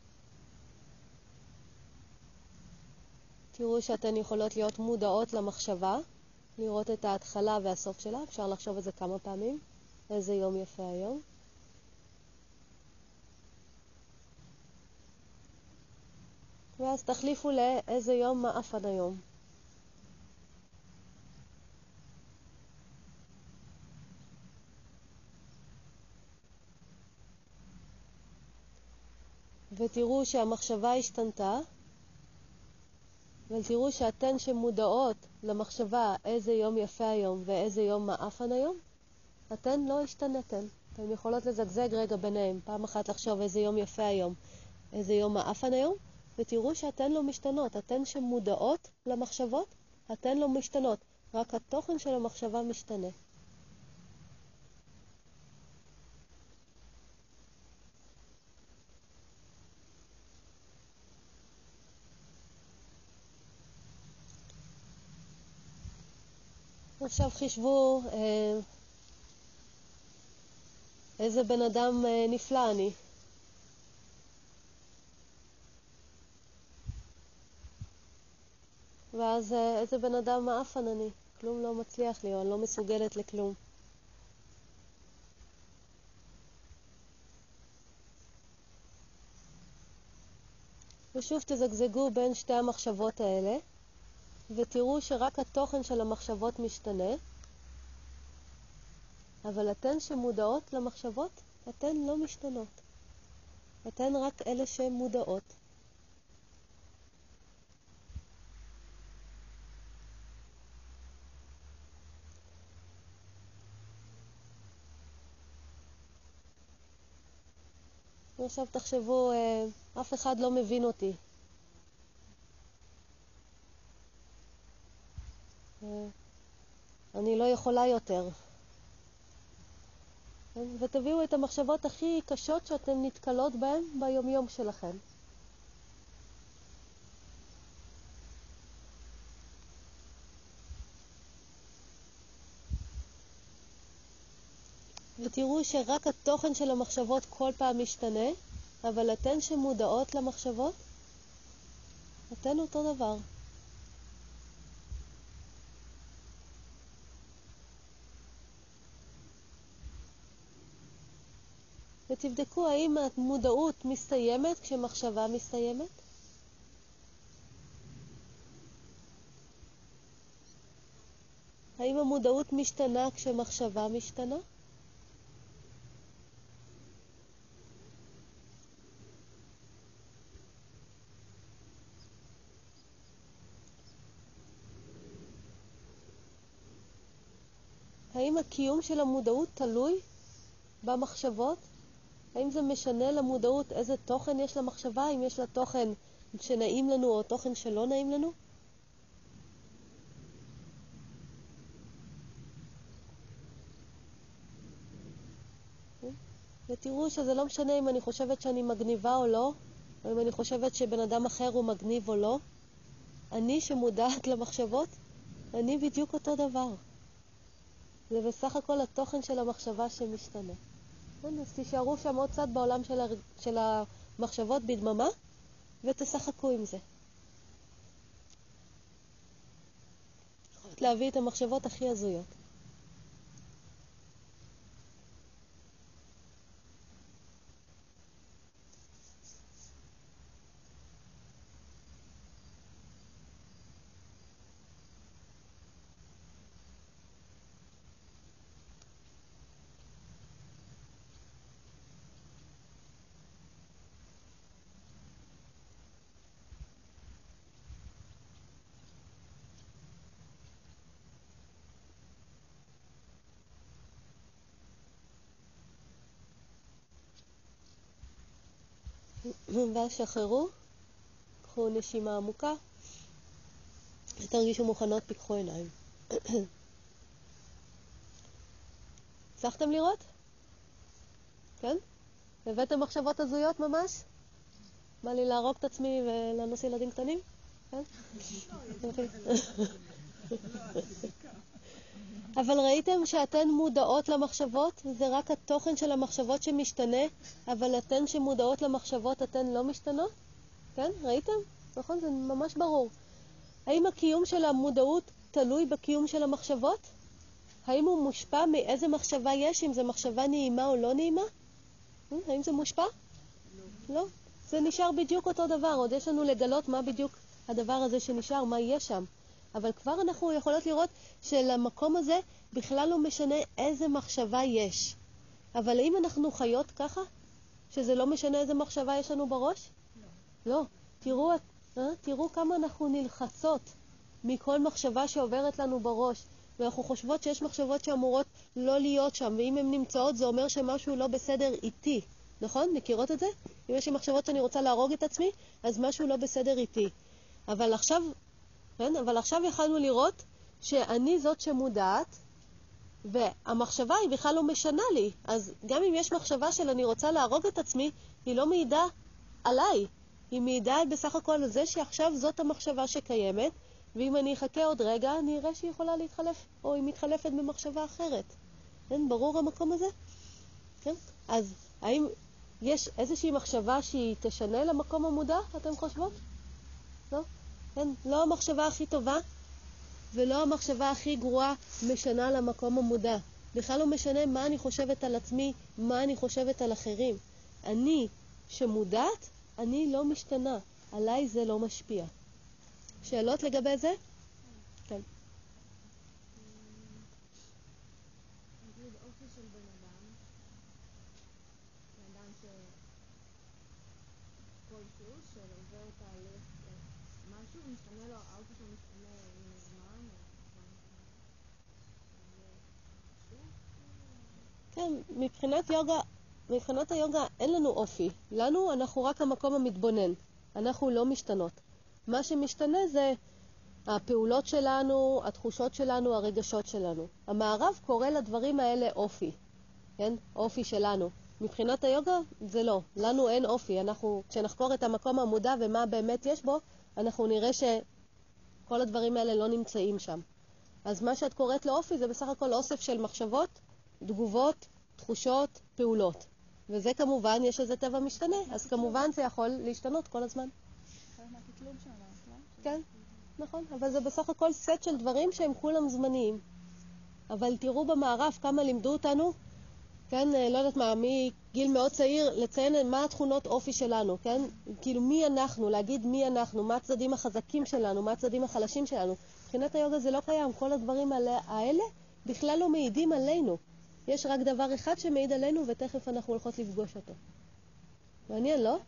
תראו שאתן יכולות להיות מודעות למחשבה, לראות את ההתחלה והסוף שלה, אפשר לחשוב את זה כמה פעמים. איזה יום יפה היום. ואז תחליפו לאיזה יום מאפן היום. ותראו שהמחשבה השתנתה, ותראו שאתן שמודעות למחשבה איזה יום יפה היום ואיזה יום מאפן היום, אתן לא השתנתן. אתן יכולות לזגזג רגע ביניהם, פעם אחת לחשוב איזה יום יפה היום, איזה יום מאפן היום, ותראו שאתן לא משתנות. אתן שמודעות למחשבות, אתן לא משתנות. רק התוכן של המחשבה משתנה. עכשיו חישבו אה, איזה בן אדם אה, נפלא אני. ואז אה, איזה בן אדם מאפן אני. כלום לא מצליח לי, או אני לא מסוגלת לכלום. ושוב תזגזגו בין שתי המחשבות האלה, ותראו שרק התוכן של המחשבות משתנה, אבל אתן שמודעות למחשבות, אתן לא משתנות. אתן רק אלה שמודעות. ועכשיו תחשבו, אף אחד לא מבין אותי. אני לא יכולה יותר. ותביאו את המחשבות הכי קשות שאתן נתקלות בהן ביומיום שלכם. ותראו שרק התוכן של המחשבות כל פעם משתנה, אבל אתן שמודעות למחשבות, אתן אותו דבר. ותבדקו האם המודעות מסתיימת כשמחשבה מסתיימת. האם המודעות משתנה כשמחשבה משתנה? האם הקיום של המודעות תלוי במחשבות? האם זה משנה למודעות איזה תוכן יש למחשבה? אם יש לה תוכן שנעים לנו או תוכן שלא נעים לנו? ותראו שזה לא משנה אם אני חושבת שאני מגניבה או לא, או אם אני חושבת שבן אדם אחר הוא מגניב או לא. אני שמודעת למחשבות, אני בדיוק אותו דבר. זה בסך הכל התוכן של המחשבה שמשתנה. אז תישארו שם עוד קצת בעולם של, הר... של המחשבות בדממה, ותשחקו עם זה. יכולת להביא את המחשבות הכי הזויות. ואז שחררו, קחו נשימה עמוקה, ותרגישו מוכנות, פיקחו עיניים. הצלחתם לראות? כן? הבאתם מחשבות הזויות ממש? בא לי להרוג את עצמי ולנוס ילדים קטנים? כן? אבל ראיתם שאתן מודעות למחשבות? זה רק התוכן של המחשבות שמשתנה, אבל אתן שמודעות למחשבות אתן לא משתנות? כן? ראיתם? נכון? זה ממש ברור. האם הקיום של המודעות תלוי בקיום של המחשבות? האם הוא מושפע מאיזה מחשבה יש, אם זה מחשבה נעימה או לא נעימה? האם זה מושפע? לא. לא. זה נשאר בדיוק אותו דבר. עוד יש לנו לגלות מה בדיוק הדבר הזה שנשאר, מה יש שם. אבל כבר אנחנו יכולות לראות שלמקום הזה בכלל לא משנה איזה מחשבה יש. אבל האם אנחנו חיות ככה? שזה לא משנה איזה מחשבה יש לנו בראש? לא. לא. תראו, אה? תראו כמה אנחנו נלחצות מכל מחשבה שעוברת לנו בראש. ואנחנו חושבות שיש מחשבות שאמורות לא להיות שם, ואם הן נמצאות זה אומר שמשהו לא בסדר איתי. נכון? מכירות את זה? אם יש לי מחשבות שאני רוצה להרוג את עצמי, אז משהו לא בסדר איתי. אבל עכשיו, כן? אבל עכשיו יכולנו לראות שאני זאת שמודעת, והמחשבה היא בכלל לא משנה לי. אז גם אם יש מחשבה של אני רוצה להרוג את עצמי, היא לא מעידה עליי. היא מעידה בסך הכל על זה שעכשיו זאת המחשבה שקיימת, ואם אני אחכה עוד רגע, אני אראה שהיא יכולה להתחלף, או היא מתחלפת במחשבה אחרת. כן? ברור המקום הזה? כן? אז האם יש איזושהי מחשבה שהיא תשנה למקום המודע, אתם חושבות? לא? כן? לא המחשבה הכי טובה, ולא המחשבה הכי גרועה משנה למקום המודע. בכלל לא משנה מה אני חושבת על עצמי, מה אני חושבת על אחרים. אני שמודעת, אני לא משתנה. עליי זה לא משפיע. שאלות לגבי זה? כן. נגיד אופי של בן אדם, בן אדם שכלשהו, שעובר תהליך משהו, משתנה לו, האופי שלו משתנה עם הזמן, או כן, מבחינת יוגה, מבחינת היוגה אין לנו אופי. לנו, אנחנו רק המקום המתבונן. אנחנו לא משתנות. מה שמשתנה זה הפעולות שלנו, התחושות שלנו, הרגשות שלנו. המערב קורא לדברים האלה אופי. כן? אופי שלנו. מבחינת היוגה זה לא. לנו אין אופי. אנחנו, כשנחקור את המקום המודע ומה באמת יש בו, אנחנו נראה שכל הדברים האלה לא נמצאים שם. אז מה שאת קוראת לאופי זה בסך הכל אוסף של מחשבות, תגובות, תחושות, פעולות. וזה כמובן, יש איזה טבע משתנה, אז כמובן זה יכול להשתנות כל הזמן. כן, נכון, אבל זה בסך הכל סט של דברים שהם כולם זמניים. אבל תראו במערב כמה לימדו אותנו כן, לא יודעת מה, מגיל מאוד צעיר, לציין מה התכונות אופי שלנו, כן? כאילו מי אנחנו, להגיד מי אנחנו, מה הצדדים החזקים שלנו, מה הצדדים החלשים שלנו. מבחינת היוגה זה לא קיים, כל הדברים האלה בכלל לא מעידים עלינו. יש רק דבר אחד שמעיד עלינו, ותכף אנחנו הולכות לפגוש אותו. מעניין, לא?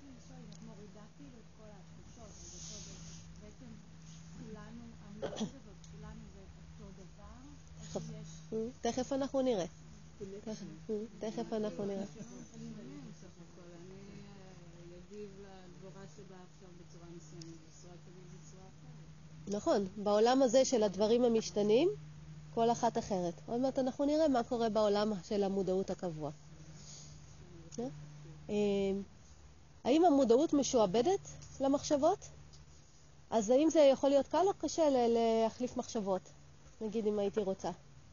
תכף אנחנו נראה. תכף אנחנו נראה. נכון, בעולם הזה של הדברים המשתנים, כל אחת אחרת. עוד מעט אנחנו נראה מה קורה בעולם של המודעות הקבוע. האם המודעות משועבדת למחשבות? אז האם זה יכול להיות קל או קשה להחליף מחשבות? נגיד אם הייתי רוצה.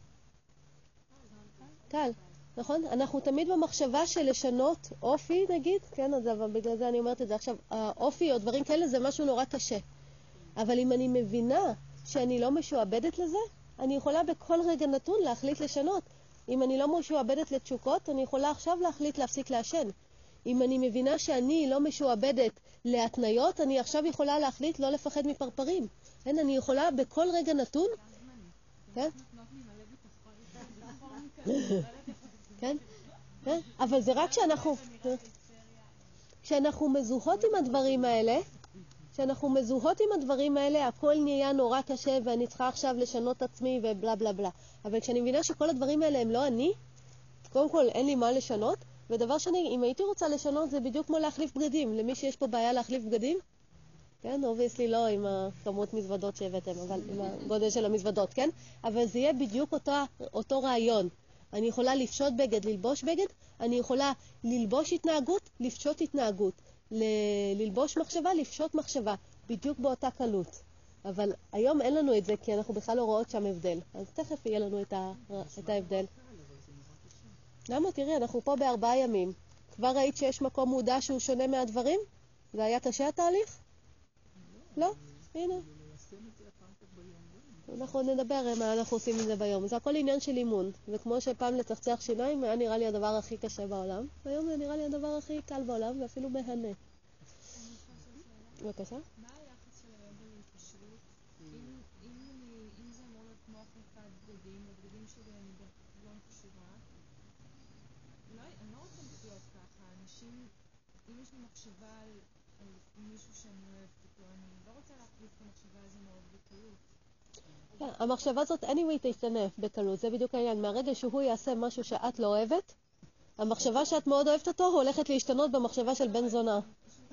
קל, נכון? אנחנו תמיד במחשבה של לשנות אופי, נגיד, כן, אז בגלל זה אני אומרת את זה. עכשיו, האופי או דברים כאלה זה משהו נורא קשה. אבל אם אני מבינה שאני לא משועבדת לזה, אני יכולה בכל רגע נתון להחליט לשנות. אם אני לא משועבדת לתשוקות, אני יכולה עכשיו להחליט להפסיק לעשן. אם אני מבינה שאני לא משועבדת להתניות, אני עכשיו יכולה להחליט לא לפחד מפרפרים. כן, אני יכולה בכל רגע נתון. כן? כן? כן? אבל זה רק כשאנחנו כשאנחנו מזוהות עם הדברים האלה, כשאנחנו מזוהות עם הדברים האלה, הכל נהיה נורא קשה ואני צריכה עכשיו לשנות עצמי ובלה בלה בלה. אבל כשאני מבינה שכל הדברים האלה הם לא אני, קודם כל אין לי מה לשנות, ודבר שני, אם הייתי רוצה לשנות זה בדיוק כמו להחליף בגדים. למי שיש פה בעיה להחליף בגדים? כן, obviously לא עם הכמות מזוודות שהבאתם, אבל עם הגודל של המזוודות, כן? אבל זה יהיה בדיוק אותו, אותו רעיון. אני יכולה לפשוט בגד, ללבוש בגד, אני יכולה ללבוש התנהגות, לפשוט התנהגות. ל- ללבוש מחשבה, לפשוט מחשבה, בדיוק באותה קלות. אבל היום אין לנו את זה, כי אנחנו בכלל לא רואות שם הבדל. אז תכף יהיה לנו את, ה- את ההבדל. למה? תראי, אנחנו פה בארבעה ימים. כבר ראית שיש מקום מודע שהוא שונה מהדברים? זה היה קשה התהליך? לא? הנה. אנחנו נדבר מה אנחנו עושים עם זה ביום. זה הכל עניין של אימון. וכמו שפעם לצחצח שיניים היה נראה לי הדבר הכי קשה בעולם, והיום זה נראה לי הדבר הכי קל בעולם, ואפילו מהנה. בבקשה? מה היחס של היוגה להתקשרות? אם זה אמור להיות כמו החלפת בגדים, הבגדים שלי אני לא קשורה. אני לא רוצה לחיות ככה. אנשים, אם יש לי מחשבה על מישהו שאני אוהבת אותו, אני לא רוצה להחליף את המחשבה הזו מאוד בקלות. המחשבה הזאת anyway תשתנה בקלות, זה בדיוק העניין. מהרגע שהוא יעשה משהו שאת לא אוהבת, המחשבה שאת מאוד אוהבת אותו הולכת להשתנות במחשבה של בן זונה.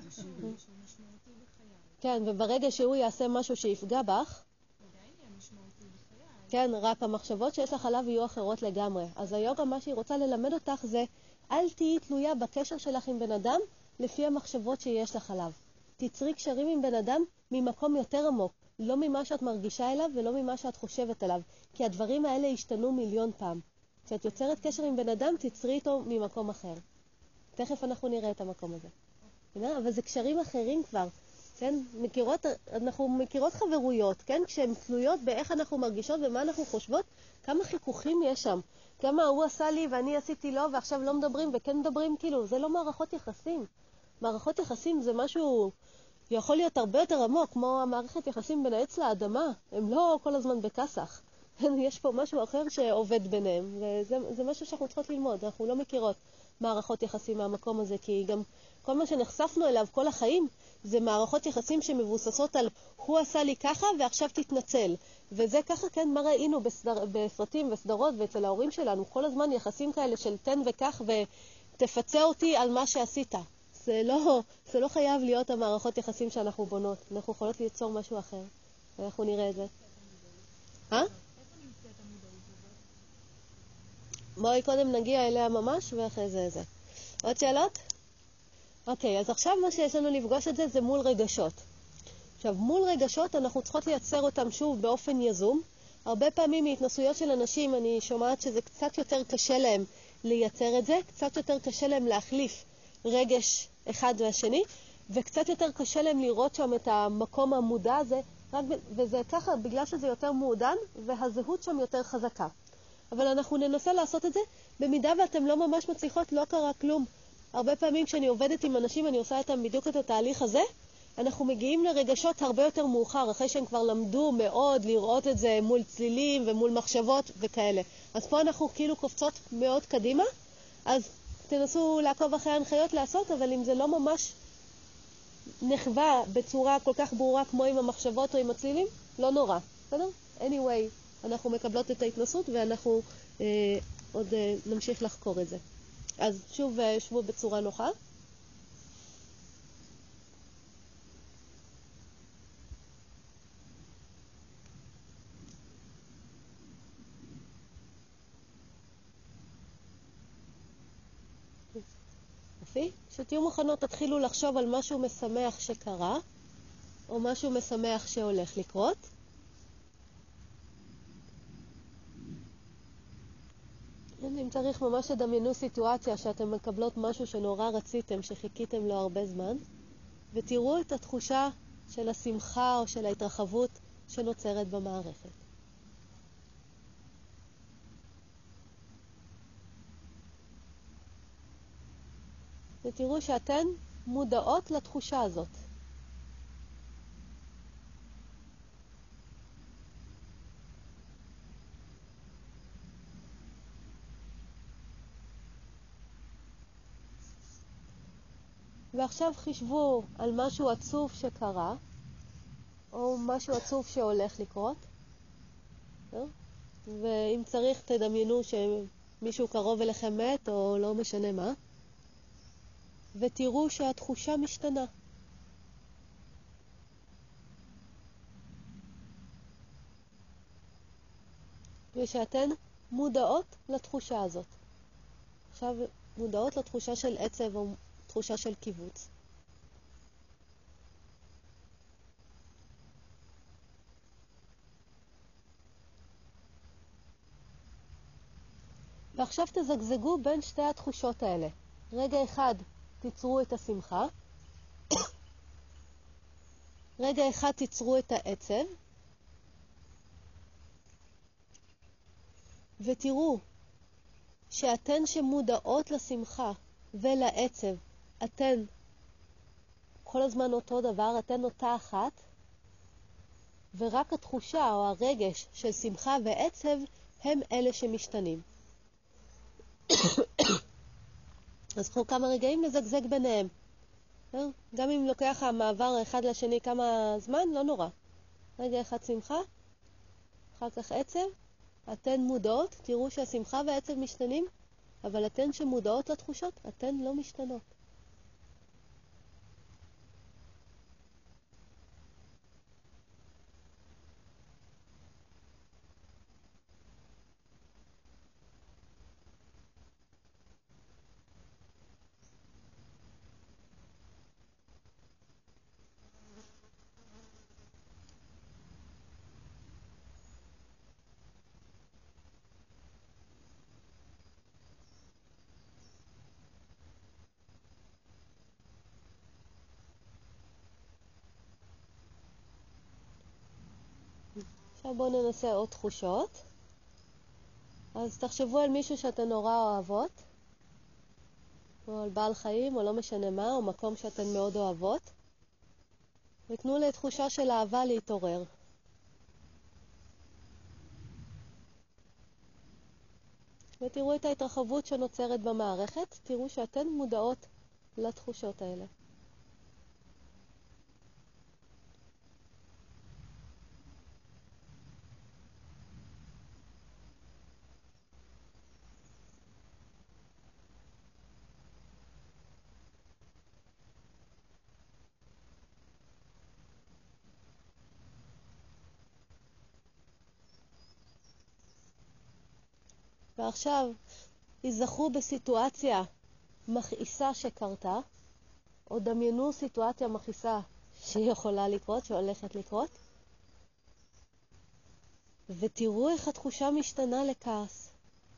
כן, וברגע שהוא יעשה משהו שיפגע בך, כן, רק המחשבות שיש לך עליו יהיו אחרות לגמרי. אז היוגה מה שהיא רוצה ללמד אותך זה, אל תהיי תלויה בקשר שלך עם בן אדם לפי המחשבות שיש לך עליו. תצרי קשרים עם בן אדם ממקום יותר עמוק, לא ממה שאת מרגישה אליו ולא ממה שאת חושבת עליו, כי הדברים האלה השתנו מיליון פעם. כשאת יוצרת קשר עם בן אדם, תצרי איתו ממקום אחר. תכף אנחנו נראה את המקום הזה. אבל זה קשרים אחרים כבר. כן? מכירות, אנחנו מכירות חברויות, כן? כשהן תלויות באיך אנחנו מרגישות ומה אנחנו חושבות, כמה חיכוכים יש שם. כמה הוא עשה לי ואני עשיתי לו ועכשיו לא מדברים וכן מדברים, כאילו, זה לא מערכות יחסים. מערכות יחסים זה משהו יכול להיות הרבה יותר עמוק, כמו המערכת יחסים בין העץ לאדמה. הם לא כל הזמן בכסח. יש פה משהו אחר שעובד ביניהם, וזה זה משהו שאנחנו צריכות ללמוד. אנחנו לא מכירות מערכות יחסים מהמקום הזה, כי גם כל מה שנחשפנו אליו כל החיים, זה מערכות יחסים שמבוססות על הוא עשה לי ככה ועכשיו תתנצל. וזה ככה, כן, מה ראינו בסדר, בסרטים וסדרות ואצל ההורים שלנו, כל הזמן יחסים כאלה של תן וכך ותפצה אותי על מה שעשית. זה לא, זה לא חייב להיות המערכות יחסים שאנחנו בונות. אנחנו יכולות ליצור משהו אחר. ואנחנו נראה את זה. אה? בואי קודם נגיע אליה ממש ואחרי זה זה. עוד שאלות? אוקיי, אז עכשיו מה שיש לנו לפגוש את זה זה מול רגשות. עכשיו, מול רגשות אנחנו צריכות לייצר אותם שוב באופן יזום. הרבה פעמים מהתנסויות של אנשים אני שומעת שזה קצת יותר קשה להם לייצר את זה, קצת יותר קשה להם להחליף רגש אחד והשני, וקצת יותר קשה להם לראות שם את המקום המודע הזה, רק ב... וזה ככה בגלל שזה יותר מעודן והזהות שם יותר חזקה. אבל אנחנו ננסה לעשות את זה. במידה ואתם לא ממש מצליחות, לא קרה כלום. הרבה פעמים כשאני עובדת עם אנשים, אני עושה איתם בדיוק את התהליך הזה, אנחנו מגיעים לרגשות הרבה יותר מאוחר, אחרי שהם כבר למדו מאוד לראות את זה מול צלילים ומול מחשבות וכאלה. אז פה אנחנו כאילו קופצות מאוד קדימה, אז תנסו לעקוב אחרי ההנחיות לעשות, אבל אם זה לא ממש נחווה בצורה כל כך ברורה כמו עם המחשבות או עם הצלילים, לא נורא, בסדר? anyway, אנחנו מקבלות את ההתנסות ואנחנו אה, עוד אה, נמשיך לחקור את זה. אז שוב אה, שבו בצורה נוחה. יופי. כשתהיו מוכנות תתחילו לחשוב על משהו משמח שקרה, או משהו משמח שהולך לקרות. אם צריך ממש תדמיינו סיטואציה שאתם מקבלות משהו שנורא רציתם, שחיכיתם לו הרבה זמן, ותראו את התחושה של השמחה או של ההתרחבות שנוצרת במערכת. ותראו שאתן מודעות לתחושה הזאת. ועכשיו חישבו על משהו עצוב שקרה, או משהו עצוב שהולך לקרות. ואם צריך תדמיינו שמישהו קרוב אליכם מת, או לא משנה מה. ותראו שהתחושה משתנה. ושאתן מודעות לתחושה הזאת. עכשיו מודעות לתחושה של עצב או תחושה של קיבוץ. ועכשיו תזגזגו בין שתי התחושות האלה. רגע אחד תיצרו את השמחה, רגע אחד תיצרו את העצב, ותראו שאתן שמודעות לשמחה ולעצב, אתן כל הזמן אותו דבר, אתן אותה אחת, ורק התחושה או הרגש של שמחה ועצב הם אלה שמשתנים. אז קחו כמה רגעים לזגזג ביניהם. גם אם לוקח המעבר אחד לשני כמה זמן, לא נורא. רגע אחד שמחה, אחר כך עצב, אתן מודעות, תראו שהשמחה והעצב משתנים, אבל אתן שמודעות לתחושות, אתן לא משתנות. עכשיו בואו ננסה עוד תחושות. אז תחשבו על מישהו שאתן נורא אוהבות, או על בעל חיים, או לא משנה מה, או מקום שאתן מאוד אוהבות, ותנו לתחושה של אהבה להתעורר. ותראו את ההתרחבות שנוצרת במערכת, תראו שאתן מודעות לתחושות האלה. ועכשיו, תיזכרו בסיטואציה מכעיסה שקרתה, או דמיינו סיטואציה מכעיסה שיכולה לקרות, שהולכת לקרות, ותראו איך התחושה משתנה לכעס.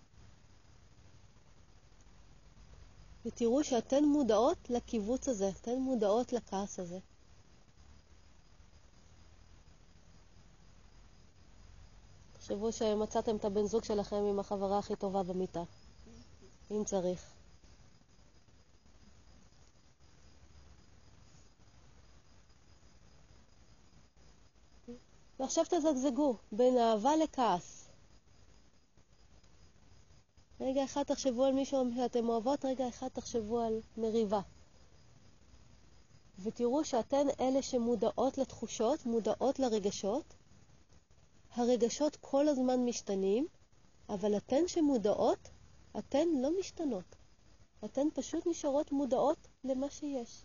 ותראו שאתן מודעות לקיבוץ הזה, אתן מודעות לכעס הזה. תחשבו שמצאתם את הבן זוג שלכם עם החברה הכי טובה במיטה, אם צריך. ועכשיו תזגזגו בין אהבה לכעס. רגע אחד תחשבו על מישהו שאתם אוהבות, רגע אחד תחשבו על מריבה. ותראו שאתן אלה שמודעות לתחושות, מודעות לרגשות. הרגשות כל הזמן משתנים, אבל אתן שמודעות, אתן לא משתנות. אתן פשוט נשארות מודעות למה שיש.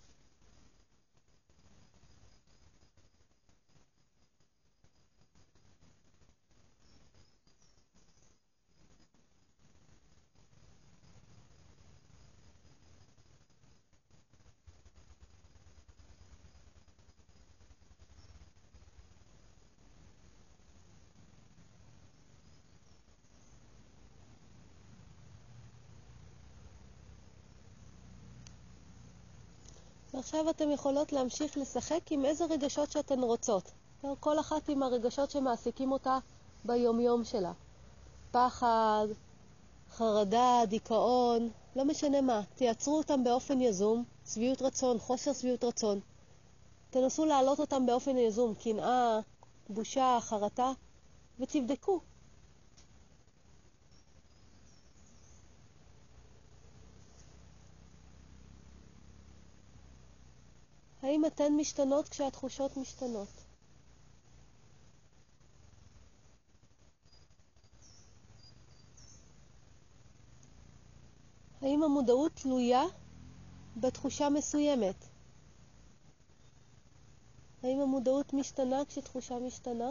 ועכשיו אתן יכולות להמשיך לשחק עם איזה רגשות שאתן רוצות. כל אחת עם הרגשות שמעסיקים אותה ביומיום שלה. פחד, חרדה, דיכאון, לא משנה מה. תייצרו אותם באופן יזום, שביעות רצון, חוסר שביעות רצון. תנסו להעלות אותם באופן יזום, קנאה, בושה, חרטה, ותבדקו. האם אתן משתנות כשהתחושות משתנות? האם המודעות תלויה בתחושה מסוימת? האם המודעות משתנה כשתחושה משתנה?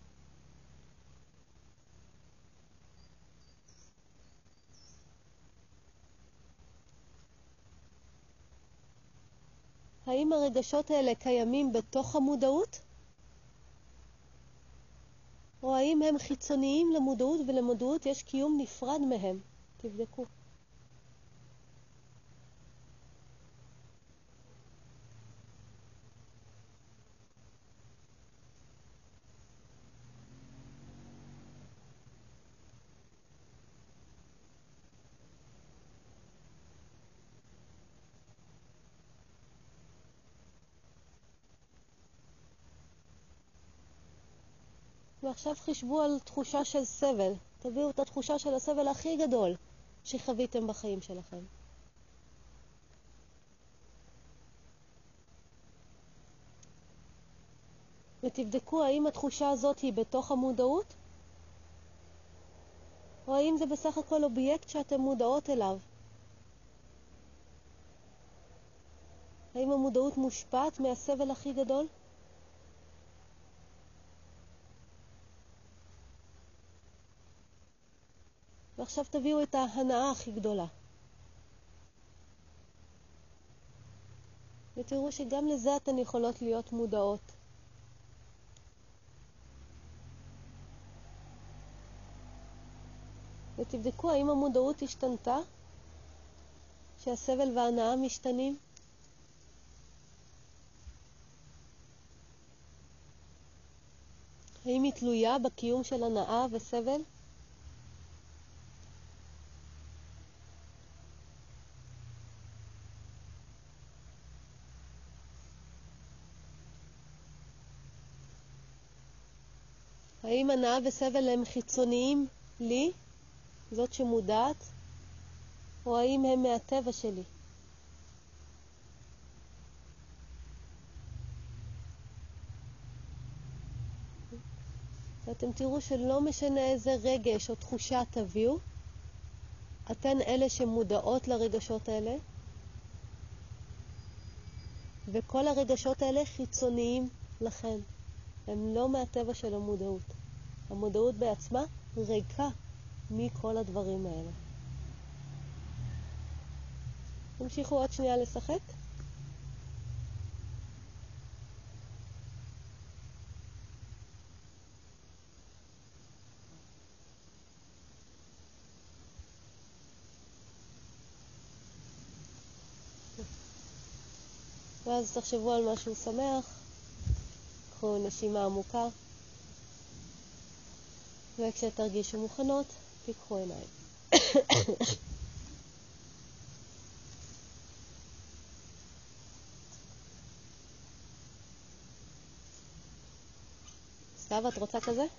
האם הרגשות האלה קיימים בתוך המודעות? או האם הם חיצוניים למודעות ולמודעות יש קיום נפרד מהם? תבדקו. ועכשיו חישבו על תחושה של סבל. תביאו את התחושה של הסבל הכי גדול שחוויתם בחיים שלכם. ותבדקו האם התחושה הזאת היא בתוך המודעות, או האם זה בסך הכל אובייקט שאתם מודעות אליו. האם המודעות מושפעת מהסבל הכי גדול? ועכשיו תביאו את ההנאה הכי גדולה. ותראו שגם לזה אתן יכולות להיות מודעות. ותבדקו האם המודעות השתנתה, שהסבל וההנאה משתנים. האם היא תלויה בקיום של הנאה וסבל? האם הנאה וסבל הם חיצוניים לי, זאת שמודעת, או האם הם מהטבע שלי? ואתם תראו שלא משנה איזה רגש או תחושה תביאו, אתן אלה שמודעות לרגשות האלה, וכל הרגשות האלה חיצוניים לכן. הם לא מהטבע של המודעות. המודעות בעצמה ריקה מכל הדברים האלה. תמשיכו עוד שנייה לשחק. ואז תחשבו על משהו שמח. קחו נשימה עמוקה. וכשתרגישו מוכנות, תיקחו עיניים. סתיו, את רוצה כזה?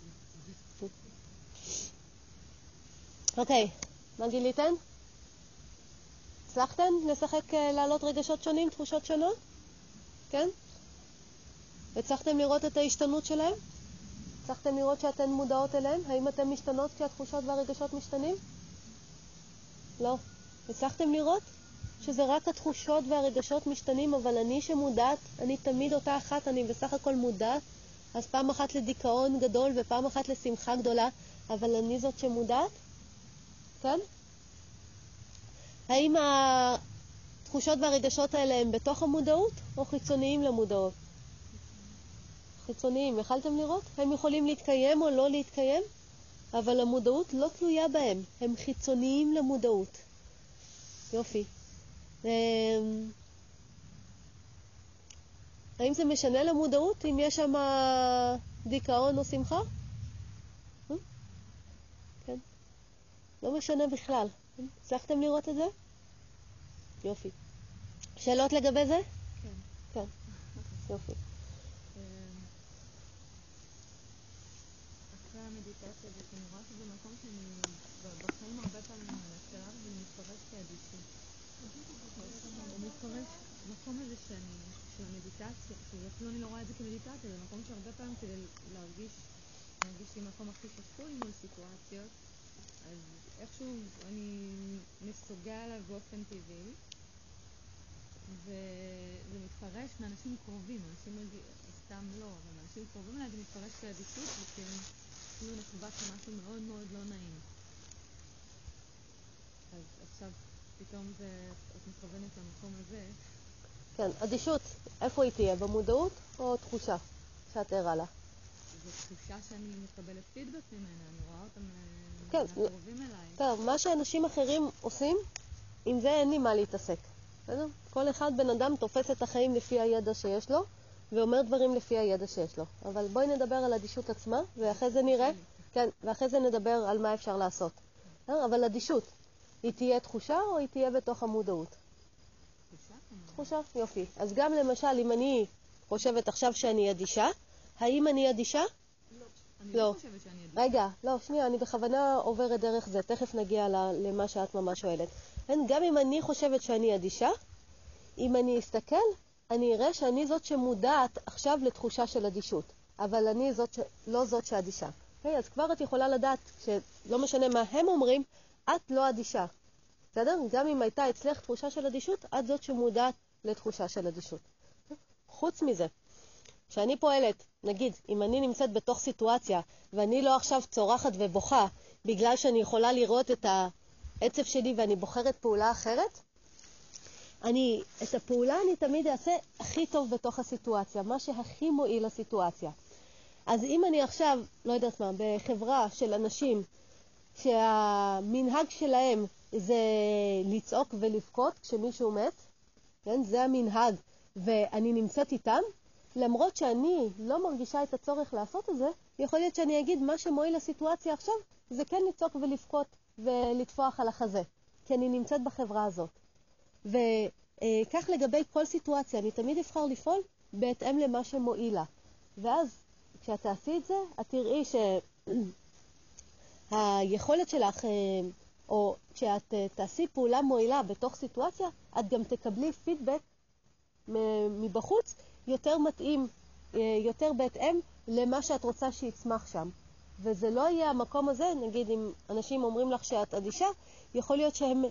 אוקיי, מה גיליתן? הצלחתן לשחק, לעלות רגשות שונים, תחושות שונות? כן? הצלחתם לראות את ההשתנות שלהם? הצלחתם לראות שאתן מודעות אליהם? האם אתן משתנות כשהתחושות והרגשות משתנים? לא. הצלחתם לראות שזה רק התחושות והרגשות משתנים, אבל אני שמודעת, אני תמיד אותה אחת, אני בסך הכל מודעת, אז פעם אחת לדיכאון גדול ופעם אחת לשמחה גדולה, אבל אני זאת שמודעת? כן? האם התחושות והרגשות האלה הם בתוך המודעות או חיצוניים למודעות? חיצוניים, יכלתם לראות? הם יכולים להתקיים או לא להתקיים, אבל המודעות לא תלויה בהם, הם חיצוניים למודעות. יופי. האם זה משנה למודעות אם יש שם דיכאון או שמחה? כן. לא משנה בכלל. הצלחתם לראות את זה? יופי. שאלות לגבי זה? כן. כן. יופי. אחרי המדיטציה הזאת, אני רואה שזה מקום שאני בחיים הרבה פעמים מנסה ומתפרש כאדישות. הוא מתפרש מקום הזה שאני, של המדיטציה, שאפילו אני לא רואה את זה כמדיטציה, זה מקום שהרבה פעמים כדי להרגיש, להרגיש לי מקום הכי שפוי מול סיטואציות, אז איכשהו אני מסוגל עליו באופן טבעי, וזה מתפרש מאנשים קרובים, אנשים סתם לא, אבל מאנשים קרובים אליי זה מתפרש כאדישות, וכאילו נחבט משהו מאוד מאוד לא נעים. אז עכשיו פתאום זה, את מכוונת למקום הזה. כן, אדישות, איפה היא תהיה? במודעות או תחושה שאת ערה לה? זו תחושה שאני מקבלת פידבק ממנה, אני רואה אותם כן, קרובים אליי. טוב, מה שאנשים אחרים עושים, עם זה אין לי מה להתעסק. בסדר? כל אחד בן אדם תופס את החיים לפי הידע שיש לו, ואומר דברים לפי הידע שיש לו. אבל בואי נדבר על אדישות עצמה, ואחרי זה נראה, כן, ואחרי זה נדבר על מה אפשר לעשות. אבל אדישות, היא תהיה תחושה או היא תהיה בתוך המודעות? תחושה? תחושה, יופי. אז גם למשל, אם אני חושבת עכשיו שאני אדישה, האם אני אדישה? לא. אני לא חושבת שאני אדישה. רגע, לא, שנייה, אני בכוונה עוברת דרך זה, תכף נגיע למה שאת ממש שואלת. גם אם אני חושבת שאני אדישה, אם אני אסתכל, אני אראה שאני זאת שמודעת עכשיו לתחושה של אדישות, אבל אני זאת ש... לא זאת שאדישה. Okay, אז כבר את יכולה לדעת שלא משנה מה הם אומרים, את לא אדישה. בסדר? גם אם הייתה אצלך תחושה של אדישות, את זאת שמודעת לתחושה של אדישות. חוץ מזה, כשאני פועלת, נגיד, אם אני נמצאת בתוך סיטואציה, ואני לא עכשיו צורחת ובוכה, בגלל שאני יכולה לראות את העצב שלי ואני בוחרת פעולה אחרת, אני, את הפעולה אני תמיד אעשה הכי טוב בתוך הסיטואציה, מה שהכי מועיל לסיטואציה. אז אם אני עכשיו, לא יודעת מה, בחברה של אנשים, שהמנהג שלהם זה לצעוק ולבכות כשמישהו מת, כן? זה המנהג, ואני נמצאת איתם, למרות שאני לא מרגישה את הצורך לעשות את זה, יכול להיות שאני אגיד מה שמועיל לסיטואציה עכשיו, זה כן לצעוק ולבכות ולטפוח על החזה, כי אני נמצאת בחברה הזאת. וכך לגבי כל סיטואציה, אני תמיד אבחר לפעול בהתאם למה שמועיל לה. ואז כשאת תעשי את זה, את תראי שהיכולת שלך, או כשאת תעשי פעולה מועילה בתוך סיטואציה, את גם תקבלי פידבק מבחוץ יותר מתאים, יותר בהתאם למה שאת רוצה שיצמח שם. וזה לא יהיה המקום הזה, נגיד אם אנשים אומרים לך שאת אדישה, יכול להיות שהם,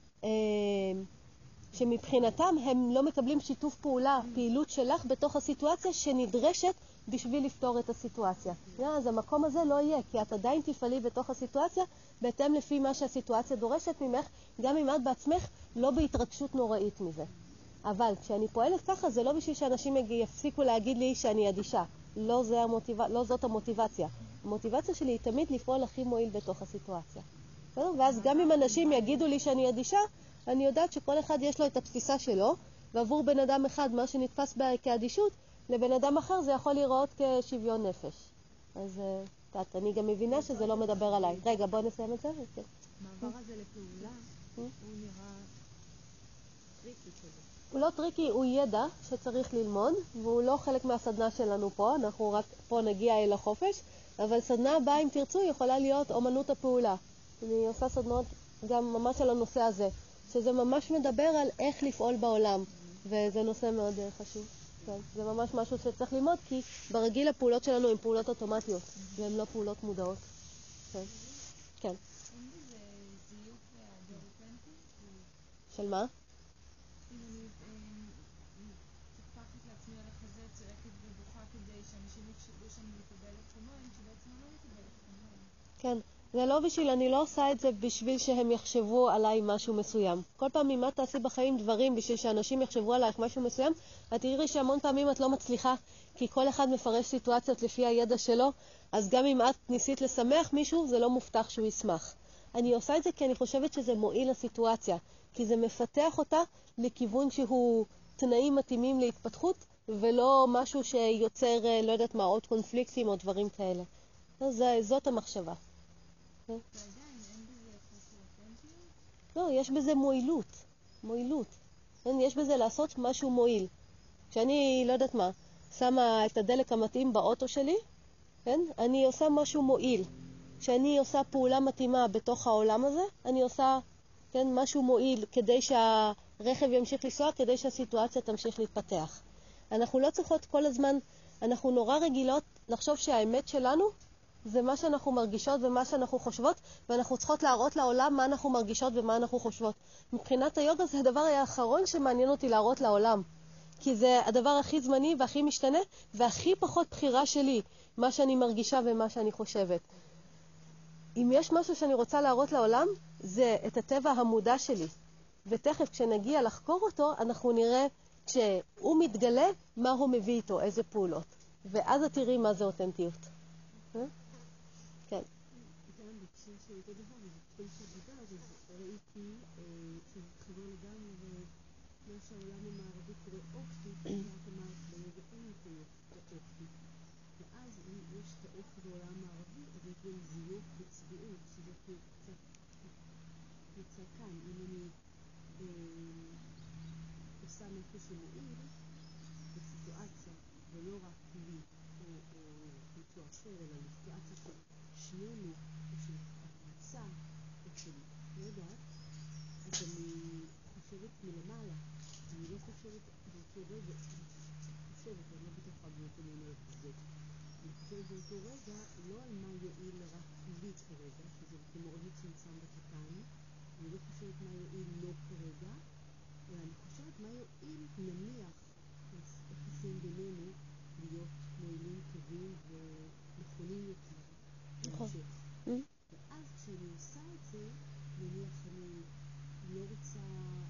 שמבחינתם הם לא מקבלים שיתוף פעולה, פעילות שלך בתוך הסיטואציה שנדרשת בשביל לפתור את הסיטואציה. אז המקום הזה לא יהיה, כי את עדיין תפעלי בתוך הסיטואציה בהתאם לפי מה שהסיטואציה דורשת ממך, גם אם את בעצמך לא בהתרגשות נוראית מזה. אבל כשאני פועלת ככה, זה לא בשביל שאנשים יפסיקו להגיד לי שאני אדישה. לא, זה המוטיב... לא זאת המוטיבציה. המוטיבציה שלי היא תמיד לפעול הכי מועיל בתוך הסיטואציה. ואז גם אם אנשים יגידו לי שאני אדישה, אני יודעת שכל אחד יש לו את התפיסה שלו, ועבור בן אדם אחד מה שנתפס כאדישות, לבן אדם אחר זה יכול לראות כשוויון נפש. אז קט. אני גם מבינה שזה לא מדבר עליי. רגע, בוא נסיים את זה. המעבר הזה לפעולה, הוא נראה טריקי כזה. הוא לא טריקי, הוא ידע שצריך ללמוד, והוא לא חלק מהסדנה שלנו פה, אנחנו רק פה נגיע אל החופש, אבל סדנה הבאה, אם תרצו, יכולה להיות אומנות הפעולה. אני עושה סדנות גם ממש על הנושא הזה, שזה ממש מדבר על איך לפעול בעולם, וזה נושא מאוד חשוב. כן, זה ממש משהו שצריך ללמוד, כי ברגיל הפעולות שלנו הן פעולות אוטומטיות, והן לא פעולות מודעות. כן. כן. אין בזה זיוף והיעדר אותנטי? של מה? אם אני תפחת לעצמי על החזה, צועקת ובוכה כדי שאנשים יחשבו שאני מקבלת כמוהם, שבעצם אני לא מקבלת כמוהם. כן, זה לא בשביל, אני לא עושה את זה בשביל שהם יחשבו עליי משהו מסוים. כל פעם אם את תעשי בחיים דברים בשביל שאנשים יחשבו עלייך משהו מסוים, את תראי שהמון פעמים את לא מצליחה, כי כל אחד מפרש סיטואציות לפי הידע שלו, אז גם אם את ניסית לשמח מישהו, זה לא מובטח שהוא ישמח. אני עושה את זה כי אני חושבת שזה מועיל לסיטואציה, כי זה מפתח אותה לכיוון שהוא תנאים מתאימים להתפתחות, ולא משהו שיוצר, לא יודעת מה, עוד קונפליקטים או דברים כאלה. אז זאת המחשבה. ועדיין, אין בזה חוסר אותנטיות? לא, יש בזה מועילות. מועילות. יש בזה לעשות משהו מועיל. כשאני, לא יודעת מה, שמה את הדלק המתאים באוטו שלי, כן? אני עושה משהו מועיל. כשאני עושה פעולה מתאימה בתוך העולם הזה, אני עושה, כן, משהו מועיל כדי שהרכב ימשיך לנסוע, כדי שהסיטואציה תמשיך להתפתח. אנחנו לא צריכות כל הזמן, אנחנו נורא רגילות לחשוב שהאמת שלנו זה מה שאנחנו מרגישות ומה שאנחנו חושבות, ואנחנו צריכות להראות לעולם מה אנחנו מרגישות ומה אנחנו חושבות. מבחינת היוגה זה הדבר האחרון שמעניין אותי להראות לעולם. כי זה הדבר הכי זמני והכי משתנה, והכי פחות בחירה שלי, מה שאני מרגישה ומה שאני חושבת. אם יש משהו שאני רוצה להראות לעולם, זה את הטבע המודע שלי. ותכף כשנגיע לחקור אותו, אנחנו נראה כשהוא מתגלה, מה הוא מביא איתו, איזה פעולות. ואז את תראי מה זה אותנטיות. אה? כן. גם בקשר של אותו דבר, ובתחום שעבודה, אז ראיתי שהתחבר לגמרי ומה שהעולם המערבי קורא אופי, ואת אמרת ביוגה אין מקומות לאופי. ואז אם יש את האופי בעולם המערבי, אז יש גם זיוף וצביעות, שזה קצת יצא כאן. אם אני עושה משהו שמועיל בסיטואציה, ולא רק לי או מישהו אחר, אלא לסיטואציה של שנינו, או של הקבוצה, או של לא יודעת, אז אני חושבת מלמעלה. אני לא חושבת באותו רגע, אני חושבת, אני לא בטוחה באותו אומרת את זה. אני חושבת באותו רגע, לא על מה יועיל רק לי כרגע, שזה מאוד מצומצם וקטן. אני לא חושבת מה יועיל לא כרגע, אלא אני חושבת מה יועיל נניח יחסים בינינו להיות מועילים טובים ונכונים יותר להמשך. ואז כשאני עושה את זה, נניח אני לא רוצה,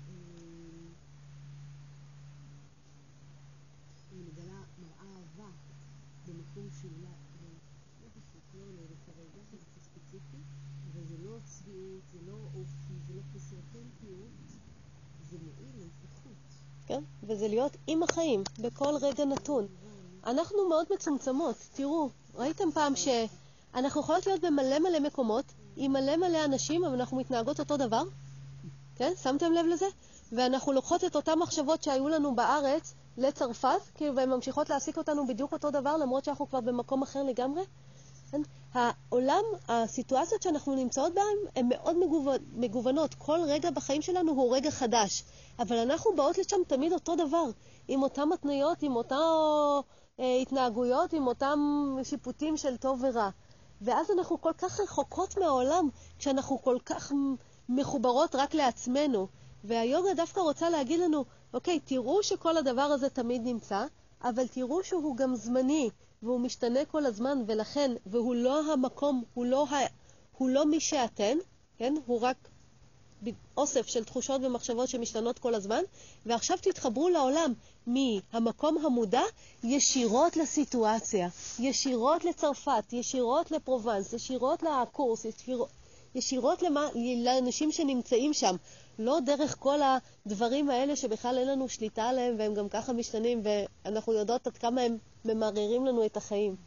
אני מגלה מראה אהבה במקום שאולי, לא פשוט, לא עולה לכרגע, זה קצת ספציפי, אבל זה לא צביעות, זה לא אופי, זה לא חסר אותנטיות, זה מועיל להתפתחות. כן, וזה להיות עם החיים, בכל רגע נתון. אנחנו מאוד מצומצמות, תראו, ראיתם פעם שאנחנו יכולות להיות במלא מלא מקומות, עם מלא מלא אנשים, אבל אנחנו מתנהגות אותו דבר? כן, שמתם לב לזה? ואנחנו לוקחות את אותן מחשבות שהיו לנו בארץ לצרפת, והן ממשיכות להעסיק אותנו בדיוק אותו דבר, למרות שאנחנו כבר במקום אחר לגמרי. כן? העולם, הסיטואציות שאנחנו נמצאות בהן, הן מאוד מגוונות. כל רגע בחיים שלנו הוא רגע חדש. אבל אנחנו באות לשם תמיד אותו דבר, עם אותם התניות, עם אותם אה, התנהגויות, עם אותם שיפוטים של טוב ורע. ואז אנחנו כל כך רחוקות מהעולם, כשאנחנו כל כך מחוברות רק לעצמנו. והיוגה דווקא רוצה להגיד לנו, אוקיי, תראו שכל הדבר הזה תמיד נמצא, אבל תראו שהוא גם זמני, והוא משתנה כל הזמן, ולכן, והוא לא המקום, הוא לא, ה, הוא לא מי שאתן, כן? הוא רק אוסף של תחושות ומחשבות שמשתנות כל הזמן, ועכשיו תתחברו לעולם מהמקום המודע ישירות לסיטואציה, ישירות לצרפת, ישירות לפרובנס, ישירות לקורס, ישירות, ישירות למה, לאנשים שנמצאים שם, לא דרך כל הדברים האלה שבכלל אין לנו שליטה עליהם, והם גם ככה משתנים, ואנחנו יודעות עד כמה הם ממררים לנו את החיים.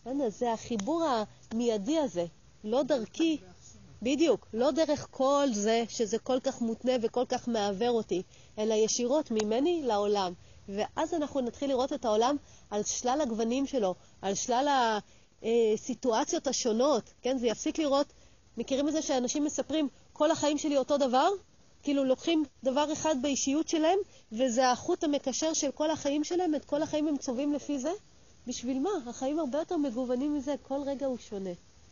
זה החיבור המיידי הזה, לא דרכי, בדיוק, לא דרך כל זה שזה כל כך מותנה וכל כך מעבר אותי, אלא ישירות ממני לעולם. ואז אנחנו נתחיל לראות את העולם על שלל הגוונים שלו, על שלל הסיטואציות השונות, כן? זה יפסיק לראות, מכירים את זה שאנשים מספרים, כל החיים שלי אותו דבר, כאילו לוקחים דבר אחד באישיות שלהם, וזה החוט המקשר של כל החיים שלהם, את כל החיים הם צובעים לפי זה. בשביל מה? החיים הרבה יותר מגוונים מזה, כל רגע הוא שונה.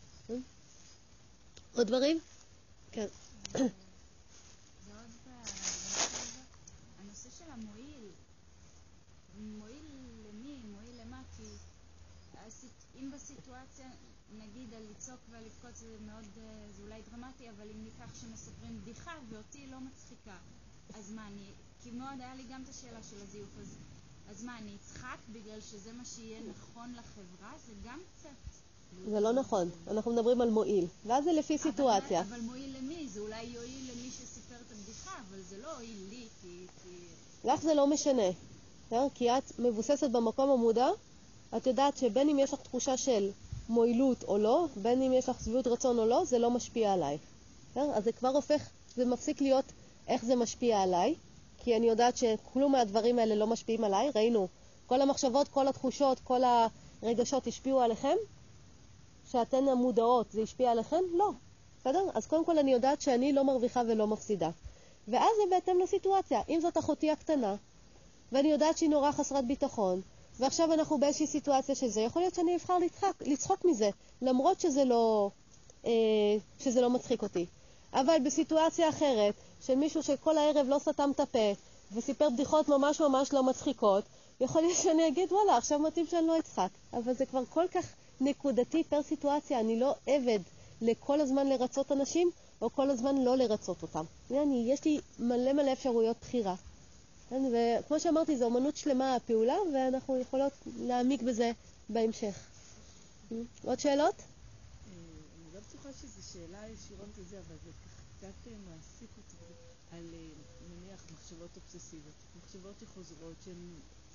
עוד דברים? כן. זה עוד הנושא של המועיל. מועיל למי? מועיל למה? כי אם בסיטואציה, נגיד על לצעוק ולבכות זה מאוד, זה אולי דרמטי, אבל אם ניקח שמספרים בדיחה ואותי לא מצחיקה, אז מה אני, כי מאוד היה לי גם את השאלה של הזיוף, אז, אז מה אני אצחק בגלל שזה מה שיהיה נכון לחברה? זה גם קצת... זה לא נכון, אנחנו מדברים על מועיל, ואז זה לפי סיטואציה. אבל מועיל למי? זה אולי יועיל למי שסיפר את הבדיחה, אבל זה לא יועיל לי, כי... לך זה לא משנה, כי את מבוססת במקום המודע, את יודעת שבין אם יש לך תחושה של מועילות או לא, בין אם יש לך שביעות רצון או לא, זה לא משפיע עליי. אז זה כבר הופך, זה מפסיק להיות איך זה משפיע עליי, כי אני יודעת שכלום מהדברים האלה לא משפיעים עליי. ראינו, כל המחשבות, כל התחושות, כל הרגשות השפיעו עליכם, שאתן המודעות, זה השפיע עליכם? לא. בסדר? אז קודם כל אני יודעת שאני לא מרוויחה ולא מפסידה. ואז זה בהתאם לסיטואציה. אם זאת אחותי הקטנה, ואני יודעת שהיא נורא חסרת ביטחון, ועכשיו אנחנו באיזושהי סיטואציה של זה, יכול להיות שאני אבחר לצחוק, לצחוק מזה, למרות שזה לא, אה, שזה לא מצחיק אותי. אבל בסיטואציה אחרת, של מישהו שכל הערב לא סתם את הפה, וסיפר בדיחות ממש ממש לא מצחיקות, יכול להיות שאני אגיד, וואלה, עכשיו מתאים שאני לא אצחק. אבל זה כבר כל כך נקודתי פר סיטואציה, אני לא עבד לכל הזמן לרצות אנשים, או כל הזמן לא לרצות אותם. אני, יש לי מלא מלא אפשרויות בחירה. וכמו שאמרתי, זו אומנות שלמה הפעולה, ואנחנו יכולות להעמיק בזה בהמשך. עוד שאלות? אני לא בטוחה שזו שאלה ישירות לזה, אבל זה קצת מעסיק אותי על נניח מחשבות אובססיביות, מחשבות שחוזרות שהן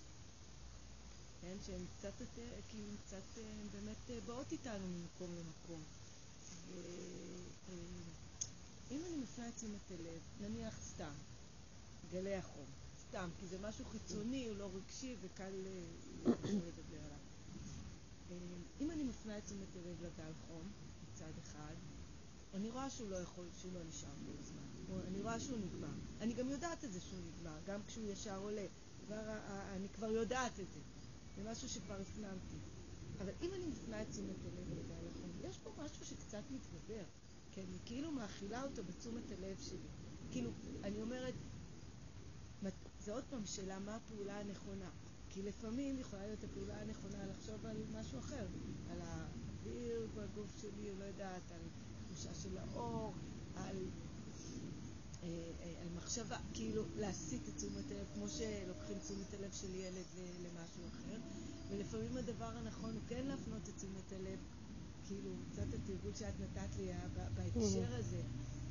שהן קצת כאילו קצת באמת באות איתנו ממקום למקום. ואם אני מפנה את תשומת הלב, נניח סתם, גלי החום. סתם, כי זה משהו חיצוני, הוא לא רגשי וקל לדבר עליו. אם אני מפנה את תשומת הלב לגל חום, מצד אחד, אני רואה שהוא לא יכול, שהוא לא נשאר כל הזמן. אני רואה שהוא נגמר. אני גם יודעת את זה שהוא נגמר, גם כשהוא ישר עולה. כבר, אני כבר יודעת את זה. זה משהו שכבר הפנמתי. אבל אם אני מפנה את תשומת הלב לגל החום, יש פה משהו שקצת מתגבר. כי אני כאילו מאכילה אותו בתשומת הלב שלי. כאילו, אני אומרת, זה עוד פעם שאלה מה הפעולה הנכונה. כי לפעמים יכולה להיות הפעולה הנכונה לחשוב על משהו אחר. על האוויר בגוף שלי, או לא יודעת, על תחושה של האור, על, אה, אה, על מחשבה, כאילו להסיט את תשומת הלב, כמו שלוקחים תשומת הלב של ילד למשהו אחר. ולפעמים הדבר הנכון הוא כן להפנות את תשומת הלב, כאילו קצת התרגול שאת נתת לי בהקשר הזה.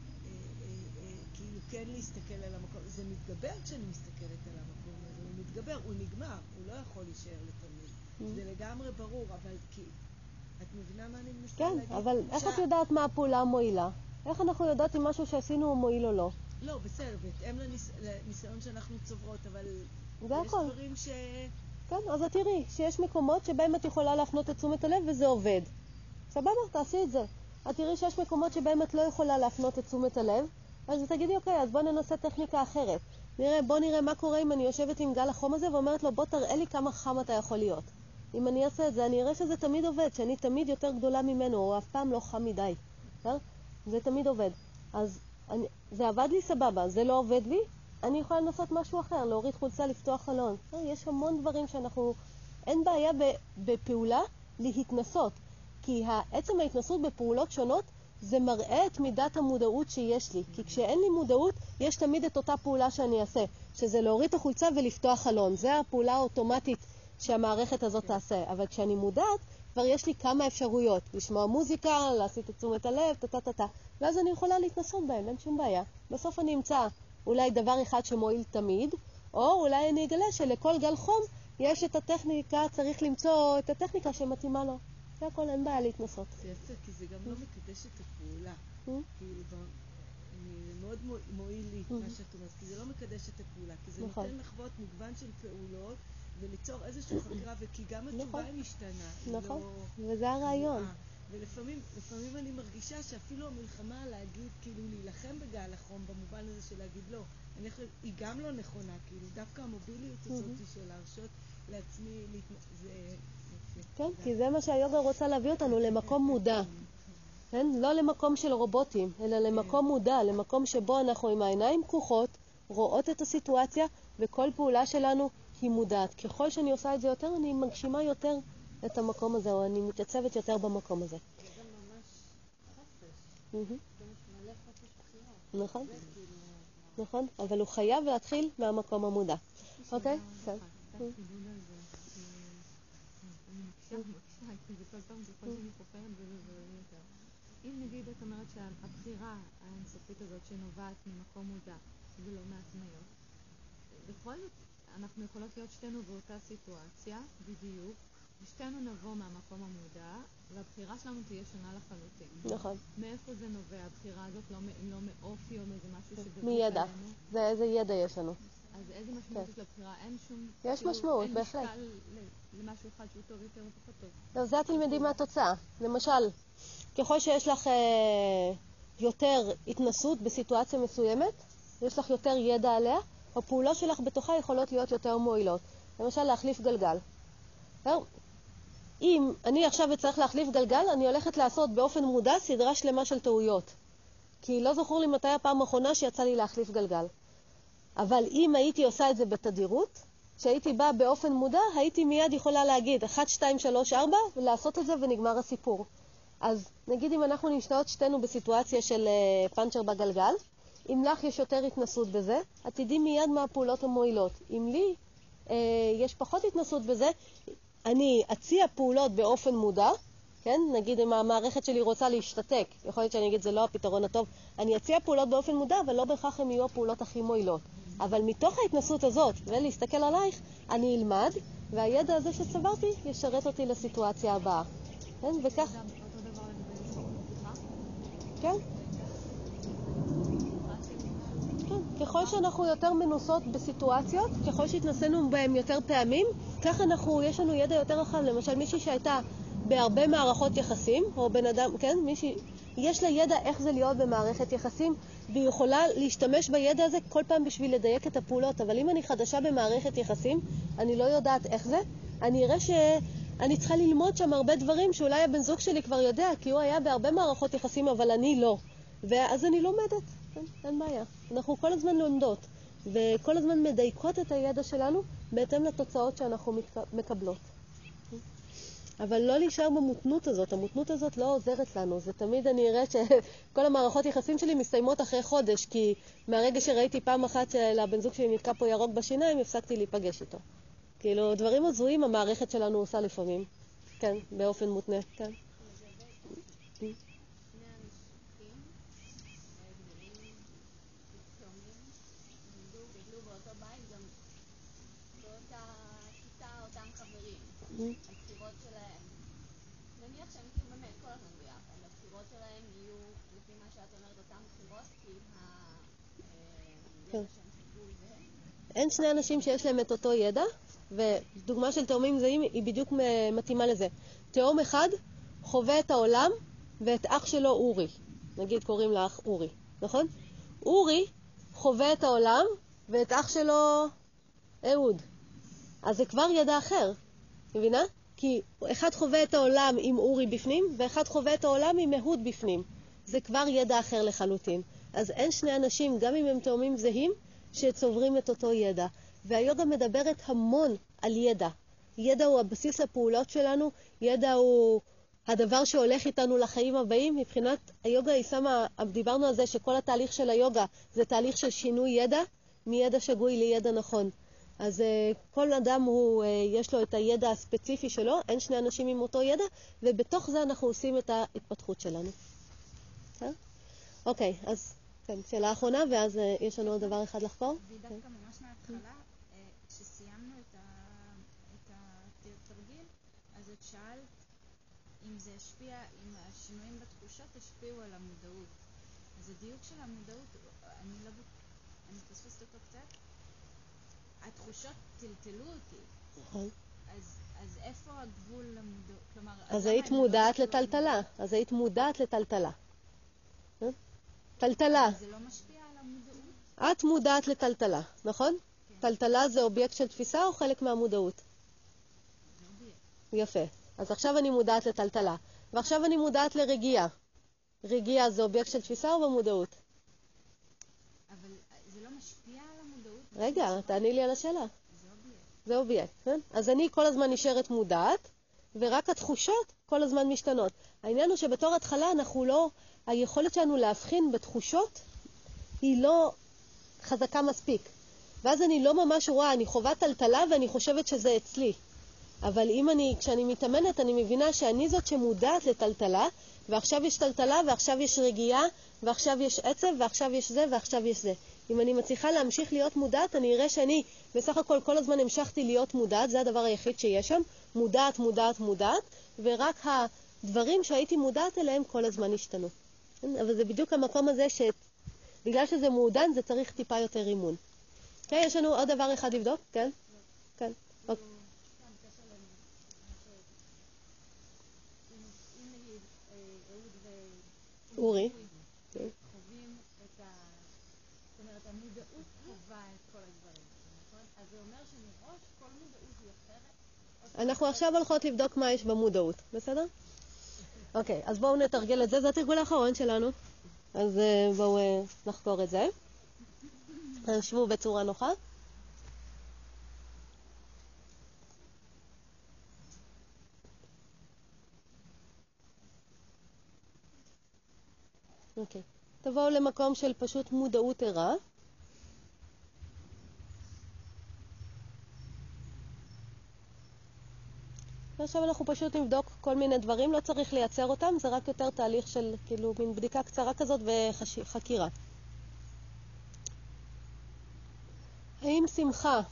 כאילו כן להסתכל על המקום, זה מתגבר כשאני מסתכלת על המקום הזה, הוא מתגבר, הוא נגמר, הוא לא יכול להישאר לתמיד. זה לגמרי ברור, אבל כי... את מבינה מה אני מנסה כן, להגיד? כן, אבל איך את יודעת מה הפעולה המועילה? איך אנחנו יודעת אם משהו שעשינו הוא מועיל או לא? לא, בסדר, בהתאם לניסיון שאנחנו צוברות, אבל זה יש הכל. דברים ש... כן, אז את תראי שיש מקומות שבהם את יכולה להפנות את תשומת הלב וזה עובד. סבבה, תעשי את זה. את תראי שיש מקומות שבהם את לא יכולה להפנות את תשומת הלב, אז תגידי, אוקיי, אז בוא ננסה טכניקה אחרת. נראה, בוא נראה מה קורה אם אני יושבת עם גל החום הזה ואומרת לו, בוא תראה לי כמה חם אתה יכול להיות. אם אני אעשה את זה, אני אראה שזה תמיד עובד, שאני תמיד יותר גדולה ממנו, או אף פעם לא חם מדי. זה תמיד עובד. אז אני, זה עבד לי סבבה, זה לא עובד לי, אני יכולה לנסות משהו אחר, להוריד חולצה, לפתוח חלון. יש המון דברים שאנחנו, אין בעיה בפעולה להתנסות, כי העצם ההתנסות בפעולות שונות, זה מראה את מידת המודעות שיש לי. כי כשאין לי מודעות, יש תמיד את אותה פעולה שאני אעשה, שזה להוריד את החולצה ולפתוח חלון. זה הפעולה האוטומטית שהמערכת הזאת תעשה. אבל כשאני מודעת, כבר יש לי כמה אפשרויות. לשמוע מוזיקה, להסיט את תשומת הלב, טטטטה. ואז אני יכולה להתנסות בהם, אין שום בעיה. בסוף אני אמצא אולי דבר אחד שמועיל תמיד, או אולי אני אגלה שלכל גל חום יש את הטכניקה, צריך למצוא את הטכניקה שמתאימה לו. זה הכל, אין בעיה להתנסות. זה יפה, כי זה גם לא מקדש את הפעולה. כאילו, זה מאוד מועיל לי מה שאת אומרת, כי זה לא מקדש את הפעולה, כי זה נותן לחוות מגוון של פעולות וליצור איזושהי חקירה, וכי גם התשובה היא משתנה. נכון, וזה הרעיון. ולפעמים לפעמים אני מרגישה שאפילו המלחמה להגיד, כאילו להילחם בגל החום, במובן הזה של להגיד לא, היא גם לא נכונה, כאילו דווקא המוביליות הזאת של להרשות לעצמי, זה יפה. כן, כי זה מה שהיוגה רוצה להביא אותנו, למקום מודע. כן? לא למקום של רובוטים, אלא למקום מודע, למקום שבו אנחנו עם העיניים פקוחות, רואות את הסיטואציה, וכל פעולה שלנו היא מודעת. ככל שאני עושה את זה יותר, אני מגשימה יותר את המקום הזה, או אני מתייצבת יותר במקום הזה. זה גם ממש חופש. זה מלא חופש בחירה. נכון. נכון, אבל הוא חייב להתחיל מהמקום המודע. אוקיי? כן. כי זה כל פעם ככל שאני חופרת בזה ועולים יותר. אם נגיד את אומרת שהבחירה האינסופית הזאת שנובעת ממקום מודע ולא מהתניות, בכל זאת אנחנו יכולות להיות שתינו באותה סיטואציה בדיוק, ושתינו נבוא מהמקום המודע והבחירה שלנו תהיה שונה לחלוטין. נכון. מאיפה זה נובע? הבחירה הזאת לא, לא מאופי או מאיזה משהו שדבוק מידע. עלינו? זה איזה ידע יש לנו. אז איזה משמעות יש לבחירה? אין שום... יש כאילו, משמעות, אין בהחלט. משקל למשהו אחד שהוא טוב יותר או פחות טוב. לא, זה התלמדים מהתוצאה. למשל, ככל שיש לך אה, יותר התנסות בסיטואציה מסוימת, יש לך יותר ידע עליה, הפעולות שלך בתוכה יכולות להיות יותר מועילות. למשל, להחליף גלגל. אם אני עכשיו צריך להחליף גלגל, אני הולכת לעשות באופן מודע סדרה שלמה של טעויות. כי לא זכור לי מתי הפעם האחרונה שיצא לי להחליף גלגל. אבל אם הייתי עושה את זה בתדירות, כשהייתי באה באופן מודע, הייתי מיד יכולה להגיד אחת, שתיים, שלוש, ארבע, ולעשות את זה ונגמר הסיפור. אז נגיד אם אנחנו נשתות שתינו בסיטואציה של uh, פנצ'ר בגלגל, אם לך יש יותר התנסות בזה, את תדעי מיד מה הפעולות המועילות. אם לי uh, יש פחות התנסות בזה, אני אציע פעולות באופן מודע, כן? נגיד אם המערכת שלי רוצה להשתתק, יכול להיות שאני אגיד זה לא הפתרון הטוב, אני אציע פעולות באופן מודע, אבל לא בהכרח הם יהיו הפעולות הכי מועילות. אבל מתוך ההתנסות הזאת, ולהסתכל עלייך, אני אלמד, והידע הזה שצברתי ישרת אותי לסיטואציה הבאה. כן? וכך... אותו דבר לגבי סליחה? כן. כן. ככל שאנחנו יותר מנוסות בסיטואציות, ככל שהתנסינו בהם יותר פעמים, כך אנחנו, יש לנו ידע יותר רחב. למשל, מישהי שהייתה בהרבה מערכות יחסים, או בן אדם, כן? מישהי, יש לה ידע איך זה להיות במערכת יחסים, והיא יכולה להשתמש בידע הזה כל פעם בשביל לדייק את הפעולות. אבל אם אני חדשה במערכת יחסים, אני לא יודעת איך זה, אני אראה שאני צריכה ללמוד שם הרבה דברים שאולי הבן זוג שלי כבר יודע, כי הוא היה בהרבה מערכות יחסים, אבל אני לא. ואז אני לומדת, כן? אין בעיה. אנחנו כל הזמן לומדות, וכל הזמן מדייקות את הידע שלנו בהתאם לתוצאות שאנחנו מקבלות. אבל לא להישאר במותנות הזאת. המותנות הזאת לא עוזרת לנו. זה תמיד אני אראה שכל המערכות יחסים שלי מסתיימות אחרי חודש, כי מהרגע שראיתי פעם אחת שלבן זוג שלי נתקע פה ירוק בשיניים, הפסקתי להיפגש איתו. כאילו, דברים הזויים המערכת שלנו עושה לפעמים. כן, באופן מותנה, כן. הבחירות שלהם, נניח שהם כאילו באמת כל הזמן ביחד, הבחירות שלהם יהיו לפי מה שאת אומרת אותם בחירות, כי הידע שהם חיפו זה. אין שני אנשים שיש להם את אותו ידע, ודוגמה של תאומים זהים היא בדיוק מתאימה לזה. תאום אחד חווה את העולם ואת אח שלו אורי, נגיד קוראים לאח אורי, נכון? אורי חווה את העולם ואת אח שלו אהוד, אז זה כבר ידע אחר. מבינה? כי אחד חווה את העולם עם אורי בפנים, ואחד חווה את העולם עם אהוד בפנים. זה כבר ידע אחר לחלוטין. אז אין שני אנשים, גם אם הם תאומים זהים, שצוברים את אותו ידע. והיוגה מדברת המון על ידע. ידע הוא הבסיס לפעולות שלנו, ידע הוא הדבר שהולך איתנו לחיים הבאים. מבחינת היוגה היא שמה, דיברנו על זה שכל התהליך של היוגה זה תהליך של שינוי ידע, מידע שגוי לידע נכון. אז uh, כל אדם הוא, uh, יש לו את הידע הספציפי שלו, אין שני אנשים עם אותו ידע, ובתוך זה אנחנו עושים את ההתפתחות שלנו. אוקיי, okay, אז כן, שאלה האחרונה, ואז uh, יש לנו עוד דבר אחד לחקור. ודווקא ממש מההתחלה, כשסיימנו את התרגיל, אז את שאלת אם זה ישפיע, אם השינויים בתחושות ישפיעו על המודעות. אז הדיוק של המודעות, אני לא... אני פספסת אותו קצת. התחושות טלטלו אותי. נכון. אז, אז איפה הגבול למודעות? כלומר, אז למה היית הם לא מודעת יוכלו לטלטלה. למודעות? אז היית מודעת לטלטלה. אה? טלטלה. אבל זה לא משפיע על המודעות? את מודעת לטלטלה, נכון? כן. טלטלה זה אובייקט של תפיסה או חלק מהמודעות? זה אובייקט. יפה. אז עכשיו אני מודעת לטלטלה. ועכשיו אני מודעת לרגיעה. רגיעה זה אובייקט של תפיסה או במודעות? אבל זה לא משפיע על המודעות? רגע, תעני לי על השאלה. זה אובייקט. זה אובייקט, כן? אז אני כל הזמן נשארת מודעת, ורק התחושות כל הזמן משתנות. העניין הוא שבתור התחלה אנחנו לא, היכולת שלנו להבחין בתחושות היא לא חזקה מספיק. ואז אני לא ממש רואה, אני חווה טלטלה ואני חושבת שזה אצלי. אבל אם אני, כשאני מתאמנת, אני מבינה שאני זאת שמודעת לטלטלה, ועכשיו יש טלטלה, ועכשיו יש רגיעה, ועכשיו יש עצב, ועכשיו יש זה, ועכשיו יש זה. אם אני מצליחה להמשיך להיות מודעת, אני אראה שאני בסך הכל כל הזמן המשכתי להיות מודעת, זה הדבר היחיד שיש שם, מודעת, מודעת, מודעת, ורק הדברים שהייתי מודעת אליהם כל הזמן השתנו. אבל זה בדיוק המקום הזה שבגלל שזה מעודן, זה צריך טיפה יותר אימון. כן, יש לנו עוד דבר אחד לבדוק, כן? כן. אוקיי. סתם קשר למה ש... אם נגיד אהוד אורי. חווים את ה... זאת אומרת, המודעות חווה את כל הדברים, נכון? אז זה אומר שמראש כל מודעות היא אחרת? אנחנו עכשיו הולכות לבדוק מה יש במודעות, בסדר? אוקיי, אז בואו נתרגל את זה, זה התרגול האחרון שלנו. אז בואו נחקור את זה. שבו בצורה נוחה. אוקיי. תבואו למקום של פשוט מודעות ערה. ועכשיו אנחנו פשוט נבדוק כל מיני דברים, לא צריך לייצר אותם, זה רק יותר תהליך של כאילו מין בדיקה קצרה כזאת וחקירה. האם שמחה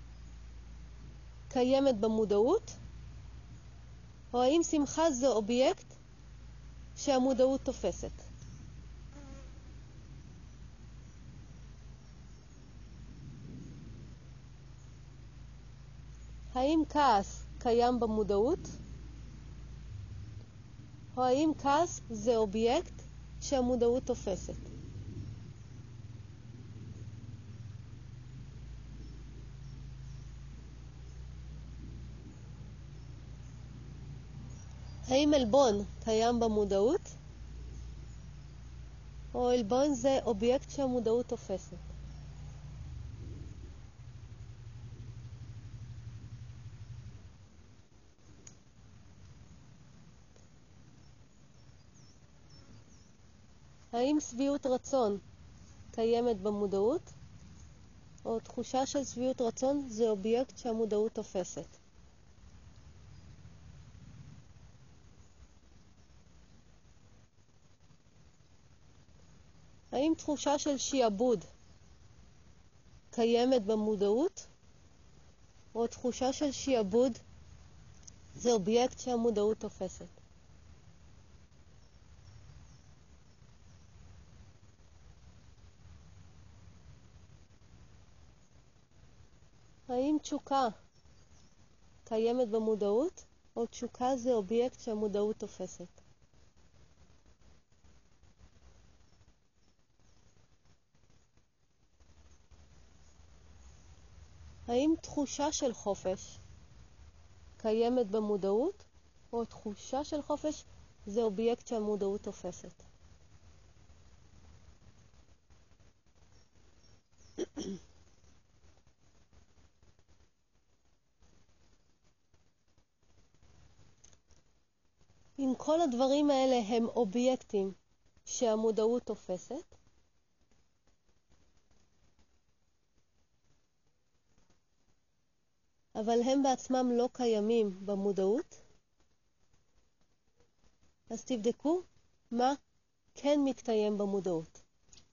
קיימת במודעות, או האם שמחה זה אובייקט שהמודעות תופסת? האם כעס קיים במודעות, או האם כעס זה אובייקט שהמודעות תופסת? האם אלבון קיים במודעות, או אלבון זה אובייקט שהמודעות תופסת? האם שביעות רצון קיימת במודעות, או תחושה של שביעות רצון זה אובייקט שהמודעות תופסת? האם תחושה של שיעבוד קיימת במודעות, או תחושה של שיעבוד זה אובייקט שהמודעות תופסת? האם תשוקה קיימת במודעות, או תשוקה זה אובייקט שהמודעות תופסת? האם תחושה של חופש קיימת במודעות, או תחושה של חופש זה אובייקט שהמודעות תופסת? אם כל הדברים האלה הם אובייקטים שהמודעות תופסת, אבל הם בעצמם לא קיימים במודעות, אז תבדקו מה כן מתקיים במודעות.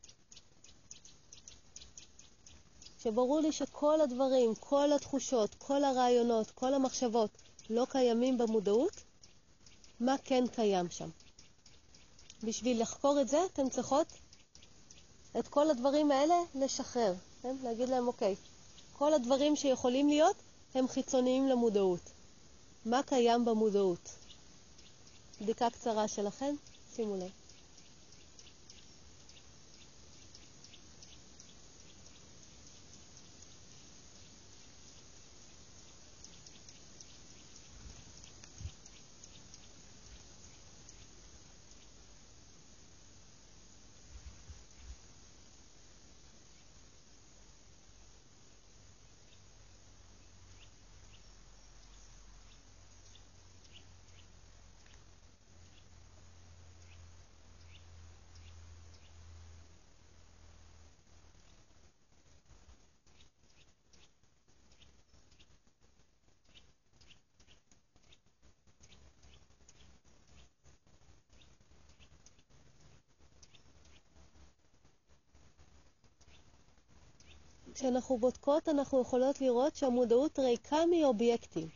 שברור לי שכל הדברים, כל התחושות, כל הרעיונות, כל המחשבות לא קיימים במודעות, מה כן קיים שם. בשביל לחקור את זה, אתן צריכות את כל הדברים האלה לשחרר. כן? להגיד להם, אוקיי, כל הדברים שיכולים להיות הם חיצוניים למודעות. מה קיים במודעות? בדיקה קצרה שלכם, שימו לב. כשאנחנו בודקות, אנחנו יכולות לראות שהמודעות ריקה מאובייקטים.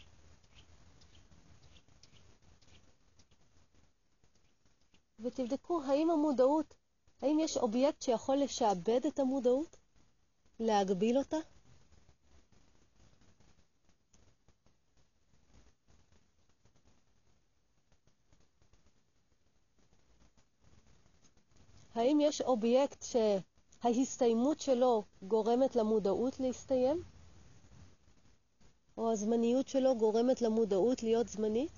ותבדקו, האם המודעות, האם יש אובייקט שיכול לשעבד את המודעות? להגביל אותה? האם יש אובייקט שההסתיימות שלו גורמת למודעות להסתיים? או הזמניות שלו גורמת למודעות להיות זמנית?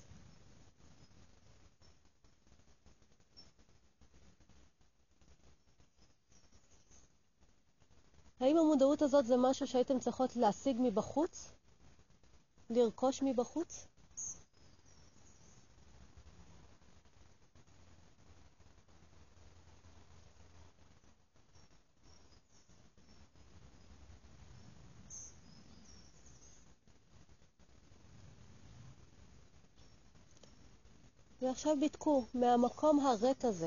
האם המודעות הזאת זה משהו שהייתם צריכות להשיג מבחוץ? לרכוש מבחוץ? ועכשיו בדקו, מהמקום הריק הזה,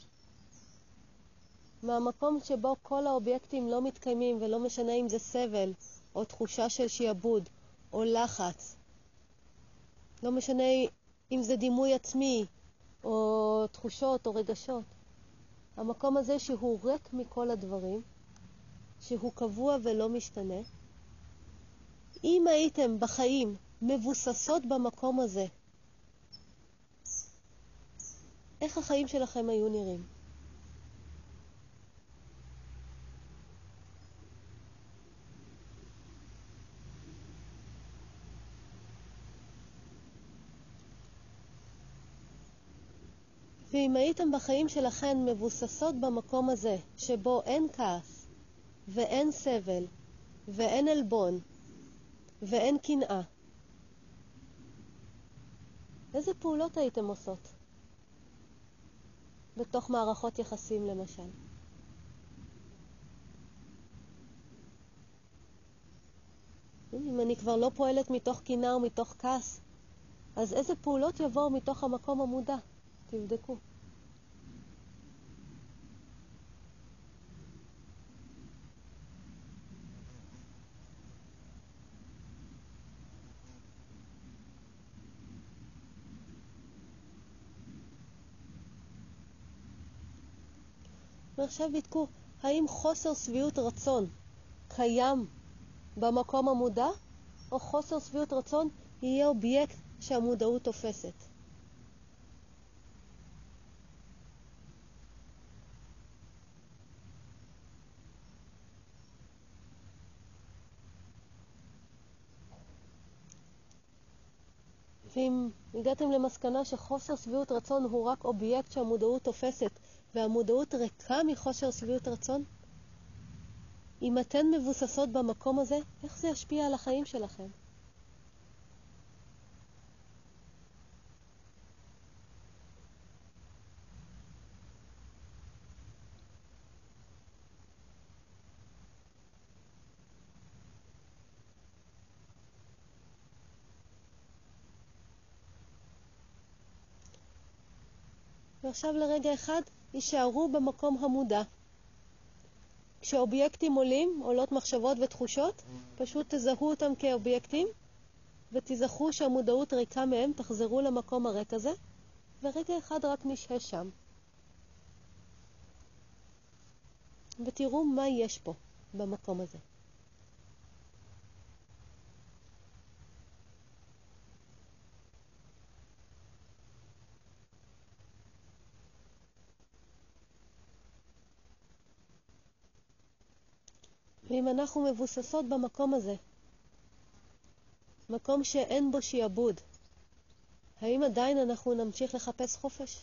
מהמקום שבו כל האובייקטים לא מתקיימים, ולא משנה אם זה סבל, או תחושה של שיעבוד, או לחץ, לא משנה אם זה דימוי עצמי, או תחושות, או רגשות. המקום הזה שהוא ריק מכל הדברים, שהוא קבוע ולא משתנה. אם הייתם בחיים מבוססות במקום הזה, איך החיים שלכם היו נראים? ואם הייתם בחיים שלכם מבוססות במקום הזה, שבו אין כעס, ואין סבל, ואין אלבון, ואין קנאה, איזה פעולות הייתם עושות? בתוך מערכות יחסים למשל. אם אני כבר לא פועלת מתוך קנאה או מתוך כעס, אז איזה פעולות יבואו מתוך המקום המודע? תבדקו. ועכשיו בדקו, האם חוסר שביעות רצון קיים במקום המודע, או חוסר שביעות רצון יהיה אובייקט שהמודעות תופסת? ואם הגעתם למסקנה שחוסר שביעות רצון הוא רק אובייקט שהמודעות תופסת, והמודעות ריקה מחוסר שביעות רצון, אם אתן מבוססות במקום הזה, איך זה ישפיע על החיים שלכם? ועכשיו לרגע אחד יישארו במקום המודע. כשאובייקטים עולים, עולות מחשבות ותחושות, פשוט תזהו אותם כאובייקטים, ותזכרו שהמודעות ריקה מהם, תחזרו למקום הריק הזה, ורגע אחד רק נשהה שם. ותראו מה יש פה, במקום הזה. ואם אנחנו מבוססות במקום הזה, מקום שאין בו שיעבוד, האם עדיין אנחנו נמשיך לחפש חופש?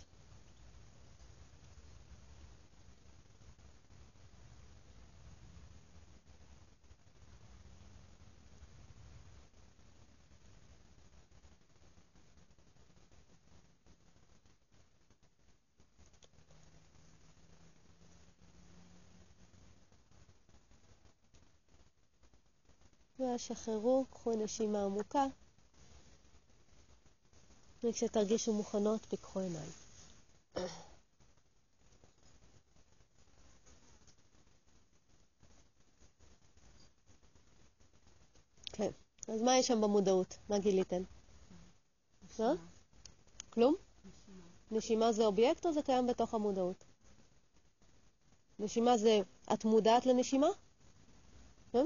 והשחררו, קחו נשימה עמוקה. וכשתרגישו מוכנות, פיקחו עיניים. כן, אז מה יש שם במודעות? מה גיליתן? מה? כלום? נשימה זה אובייקט או זה קיים בתוך המודעות? נשימה זה, את מודעת לנשימה? כן?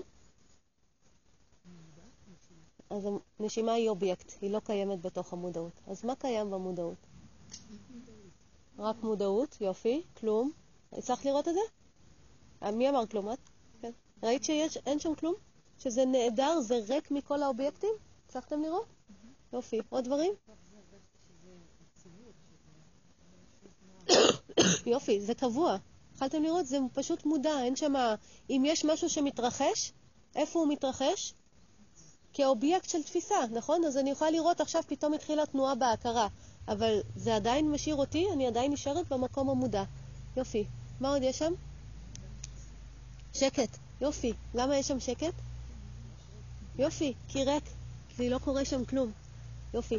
אז הנשימה היא אובייקט, היא לא קיימת בתוך המודעות. אז מה קיים במודעות? רק מודעות, יופי, כלום. הצלחת לראות את זה? מי אמר כלום? את? כן. ראית שאין שם כלום? שזה נהדר, זה ריק מכל האובייקטים? הצלחתם לראות? יופי. עוד דברים? יופי, זה קבוע. יכלתם לראות? זה פשוט מודע, אין שם... אם יש משהו שמתרחש, איפה הוא מתרחש? כאובייקט של תפיסה, נכון? אז אני יכולה לראות עכשיו פתאום התחילה תנועה בהכרה, אבל זה עדיין משאיר אותי, אני עדיין נשארת במקום המודע. יופי. מה עוד יש שם? שקט. יופי. למה יש שם שקט? יופי, כי ריק. כי לא קורה שם כלום. יופי.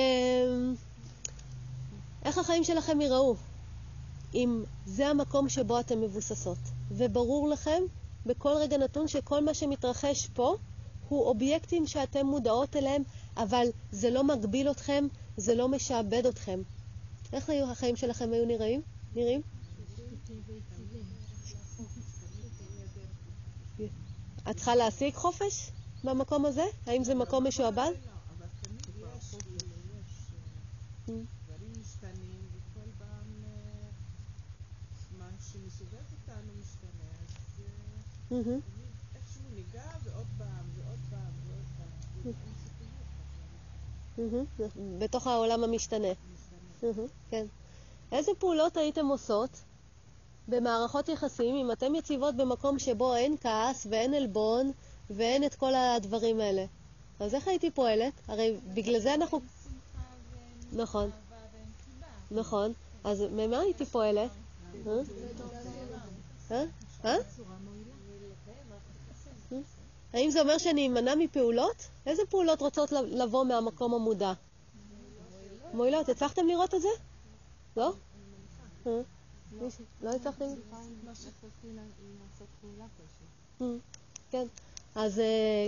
איך החיים שלכם ייראו? אם זה המקום שבו אתם מבוססות. וברור לכם בכל רגע נתון שכל מה שמתרחש פה הוא אובייקטים שאתם מודעות אליהם, אבל זה לא מגביל אתכם, זה לא משעבד אתכם. איך היו החיים שלכם היו נראים? נראים? את צריכה להשיג חופש במקום הזה? האם זה מקום משועבד? דברים משתנים וכל פעם מה שמסובב אותנו משתנה, אז איכשהו ניגע ועוד פעם ועוד פעם ועוד פעם. בתוך העולם המשתנה. כן. איזה פעולות הייתם עושות במערכות יחסים אם אתם יציבות במקום שבו אין כעס ואין אלבון ואין את כל הדברים האלה? אז איך הייתי פועלת? הרי בגלל זה אנחנו... נכון. נכון. אז ממה הייתי פועלת? אה? אה? האם זה אומר שאני אמנע מפעולות? איזה פעולות רוצות לבוא מהמקום המודע? מועילות. הצלחתם לראות את זה? לא? לא הצלחתם? כן. אז...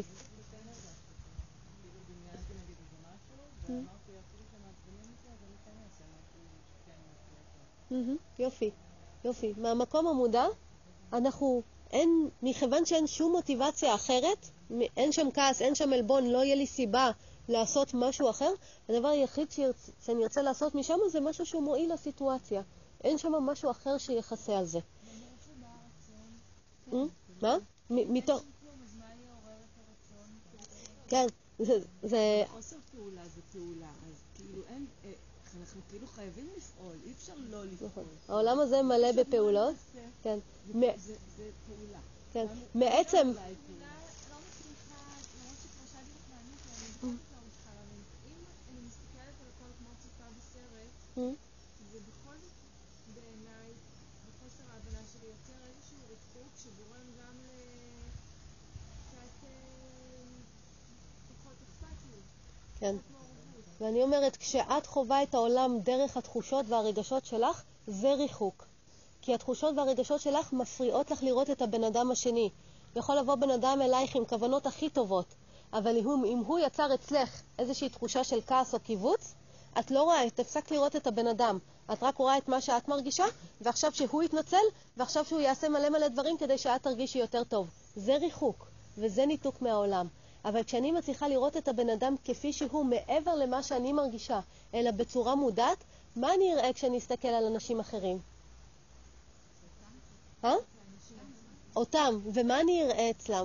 יופי, יופי. מהמקום המודע, אנחנו, אין, מכיוון שאין שום מוטיבציה אחרת, אין שם כעס, אין שם אלבון, לא יהיה לי סיבה לעשות משהו אחר, הדבר היחיד שירצ... שאני ארצה לעשות משם זה משהו שהוא מועיל לסיטואציה. אין שם משהו אחר שיחסה על זה. מה? מתוך... כן, זה... חוסר פעולה זה פעולה, אז כאילו אין... אנחנו כאילו חייבים לפעול, אי אפשר לא לפעול. העולם הזה מלא בפעולות. כן. זה פעולה. כן. מעצם... לא מצליחה, למרות שפרשד לך מעניין, כי אני בכל זאת לא מצליחה להבין. אם אני מסתכלת על הכל כמו צופה בסרט, זה בכל זאת בעיניי, בחוסר ההבנה שלי, יוצר איזשהו ריחוק שגורם גם לקצת פחות אכפתיות. כן. ואני אומרת, כשאת חווה את העולם דרך התחושות והרגשות שלך, זה ריחוק. כי התחושות והרגשות שלך מפריעות לך לראות את הבן אדם השני. יכול לבוא בן אדם אלייך עם כוונות הכי טובות, אבל אם, אם הוא יצר אצלך איזושהי תחושה של כעס או קיבוץ, את לא רואה, את הפסקת לראות את הבן אדם. את רק רואה את מה שאת מרגישה, ועכשיו שהוא יתנצל, ועכשיו שהוא יעשה מלא מלא דברים כדי שאת תרגישי יותר טוב. זה ריחוק, וזה ניתוק מהעולם. אבל כשאני מצליחה לראות את הבן אדם כפי שהוא מעבר למה שאני מרגישה, אלא בצורה מודעת, מה אני אראה כשאני אסתכל על אנשים אחרים? אה? אותם. ומה אני אראה אצלם?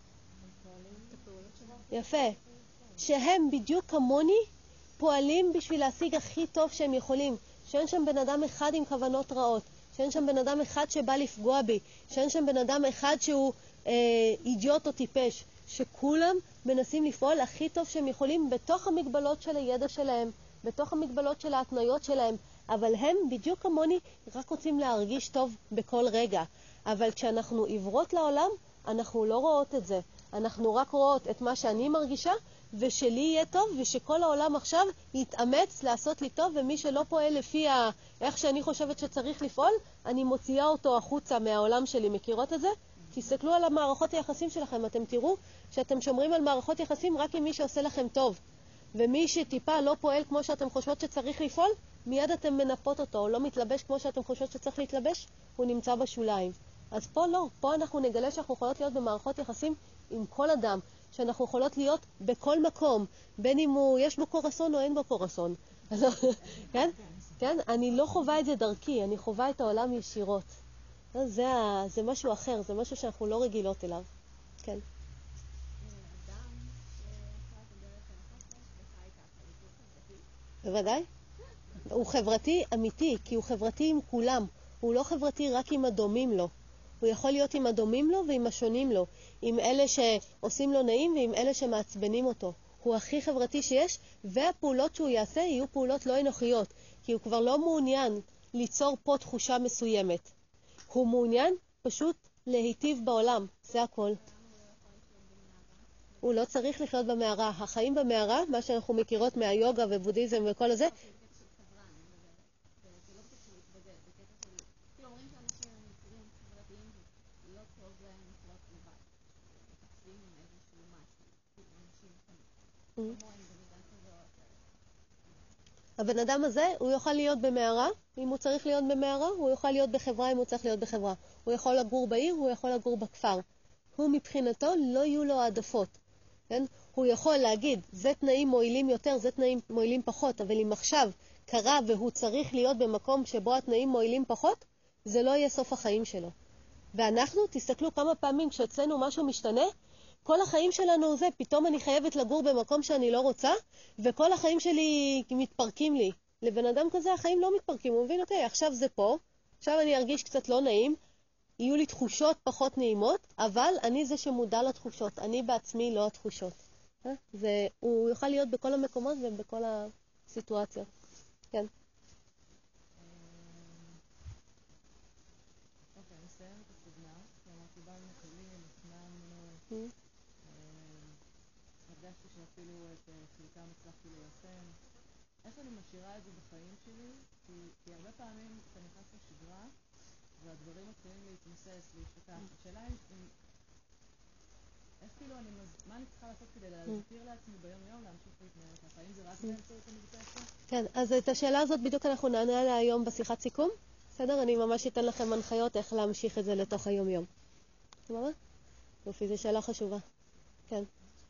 יפה. שהם בדיוק כמוני פועלים בשביל להשיג הכי טוב שהם יכולים. שאין שם בן אדם אחד עם כוונות רעות. שאין שם בן אדם אחד שבא לפגוע בי. שאין שם בן אדם אחד שהוא אה, אידיוט או טיפש. שכולם מנסים לפעול הכי טוב שהם יכולים בתוך המגבלות של הידע שלהם, בתוך המגבלות של ההתניות שלהם. אבל הם בדיוק כמוני רק רוצים להרגיש טוב בכל רגע. אבל כשאנחנו עיוורות לעולם, אנחנו לא רואות את זה. אנחנו רק רואות את מה שאני מרגישה, ושלי יהיה טוב, ושכל העולם עכשיו יתאמץ לעשות לי טוב, ומי שלא פועל לפי ה... איך שאני חושבת שצריך לפעול, אני מוציאה אותו החוצה מהעולם שלי. מכירות את זה? תסתכלו על המערכות היחסים שלכם, אתם תראו שאתם שומרים על מערכות יחסים רק עם מי שעושה לכם טוב. ומי שטיפה לא פועל כמו שאתם חושבות שצריך לפעול, מיד אתם מנפות אותו, או לא מתלבש כמו שאתם חושבות שצריך להתלבש, הוא נמצא בשוליים. אז פה לא, פה אנחנו נגלה שאנחנו יכולות להיות במערכות יחסים עם כל אדם, שאנחנו יכולות להיות בכל מקום, בין אם הוא יש בו קורסון או אין בו קורסון. כן? כן? אני לא חובה את זה דרכי, אני חובה את העולם ישירות. זה, זה משהו אחר, זה משהו שאנחנו לא רגילות אליו. כן. בוודאי. הוא חברתי אמיתי, כי הוא חברתי עם כולם. הוא לא חברתי רק עם הדומים לו. הוא יכול להיות עם הדומים לו ועם השונים לו. עם אלה שעושים לו נעים ועם אלה שמעצבנים אותו. הוא הכי חברתי שיש, והפעולות שהוא יעשה יהיו פעולות לא אנוכיות. כי הוא כבר לא מעוניין ליצור פה תחושה מסוימת. הוא מעוניין פשוט להיטיב בעולם. זה הכל. הוא לא צריך לחיות במערה. החיים במערה, מה שאנחנו מכירות מהיוגה ובודהיזם וכל הזה, הבן אדם הזה, הוא יוכל להיות במערה, אם הוא צריך להיות במערה, הוא יוכל להיות בחברה אם הוא צריך להיות בחברה. הוא יכול לגור בעיר, הוא יכול לגור בכפר. הוא מבחינתו לא יהיו לו העדפות. כן? הוא יכול להגיד, זה תנאים מועילים יותר, זה תנאים מועילים פחות, אבל אם עכשיו קרה והוא צריך להיות במקום שבו התנאים מועילים פחות, זה לא יהיה סוף החיים שלו. ואנחנו, תסתכלו כמה פעמים כשאצלנו משהו משתנה, כל החיים שלנו זה, פתאום אני חייבת לגור במקום שאני לא רוצה, וכל החיים שלי מתפרקים לי. לבן אדם כזה החיים לא מתפרקים, הוא מבין, אוקיי, עכשיו זה פה, עכשיו אני ארגיש קצת לא נעים, יהיו לי תחושות פחות נעימות, אבל אני זה שמודע לתחושות, אני בעצמי לא התחושות. זה, הוא יוכל להיות בכל המקומות ובכל הסיטואציות. כן. אוקיי, נסיים את הסדנה, כלומר קיבלנו כלים, הפנמנו, הרגשתי שאפילו את חלקם הצלחתי ליישם. איך אני משאירה את זה בחיים שלי? כי, כי הרבה פעמים אתה נכנס לשגרה, והדברים מתחילים להתמסס, להתפתח. השאלה היא, איך כאילו אני, מה אני צריכה לעשות כדי להזכיר לעצמי ביום יום להמשיך להתנהל ככה? האם זה רק באמצעות המדיטציה? כן, אז את השאלה הזאת בדיוק אנחנו נענה עליה היום בשיחת סיכום. בסדר? אני ממש אתן לכם הנחיות איך להמשיך את זה לתוך היום יום. סבבה? יופי, זו שאלה חשובה. כן.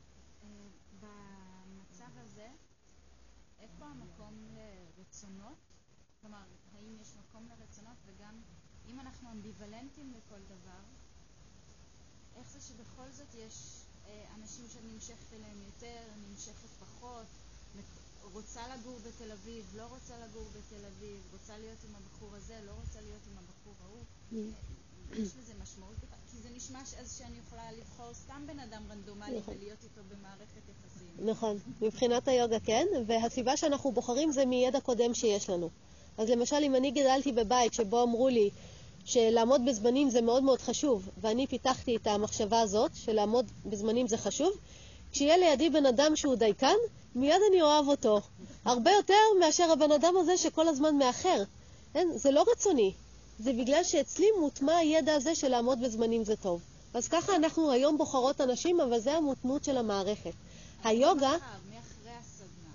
במצב הזה, איפה המקום לרצונות? כלומר, האם יש מקום לרצונות, וגם אם אנחנו אמביוולנטים לכל דבר, איך זה שבכל זאת יש אה, אנשים שאני נמשכת אליהם יותר, נמשכת פחות, רוצה לגור בתל אביב, לא רוצה לגור בתל אביב, רוצה להיות עם הבחור הזה, לא רוצה להיות עם הבחור ההוא. יש לזה משמעות בכלל? כי זה נשמע אז שאני יכולה לבחור סתם בן אדם רנדומלי ולהיות איתו במערכת יחסים. נכון, מבחינת היוגה כן, והסיבה שאנחנו בוחרים זה מידע קודם שיש לנו. אז למשל, אם אני גדלתי בבית שבו אמרו לי שלעמוד בזמנים זה מאוד מאוד חשוב, ואני פיתחתי את המחשבה הזאת שלעמוד בזמנים זה חשוב, כשיהיה לידי בן אדם שהוא דייקן, מיד אני אוהב אותו. הרבה יותר מאשר הבן אדם הזה שכל הזמן מאחר. כן? זה לא רצוני. זה בגלל שאצלי מוטמע הידע הזה של לעמוד בזמנים זה טוב. אז ככה אנחנו היום בוחרות אנשים, אבל זה המותנות של המערכת. היוגה... מי אחרי הסדנה?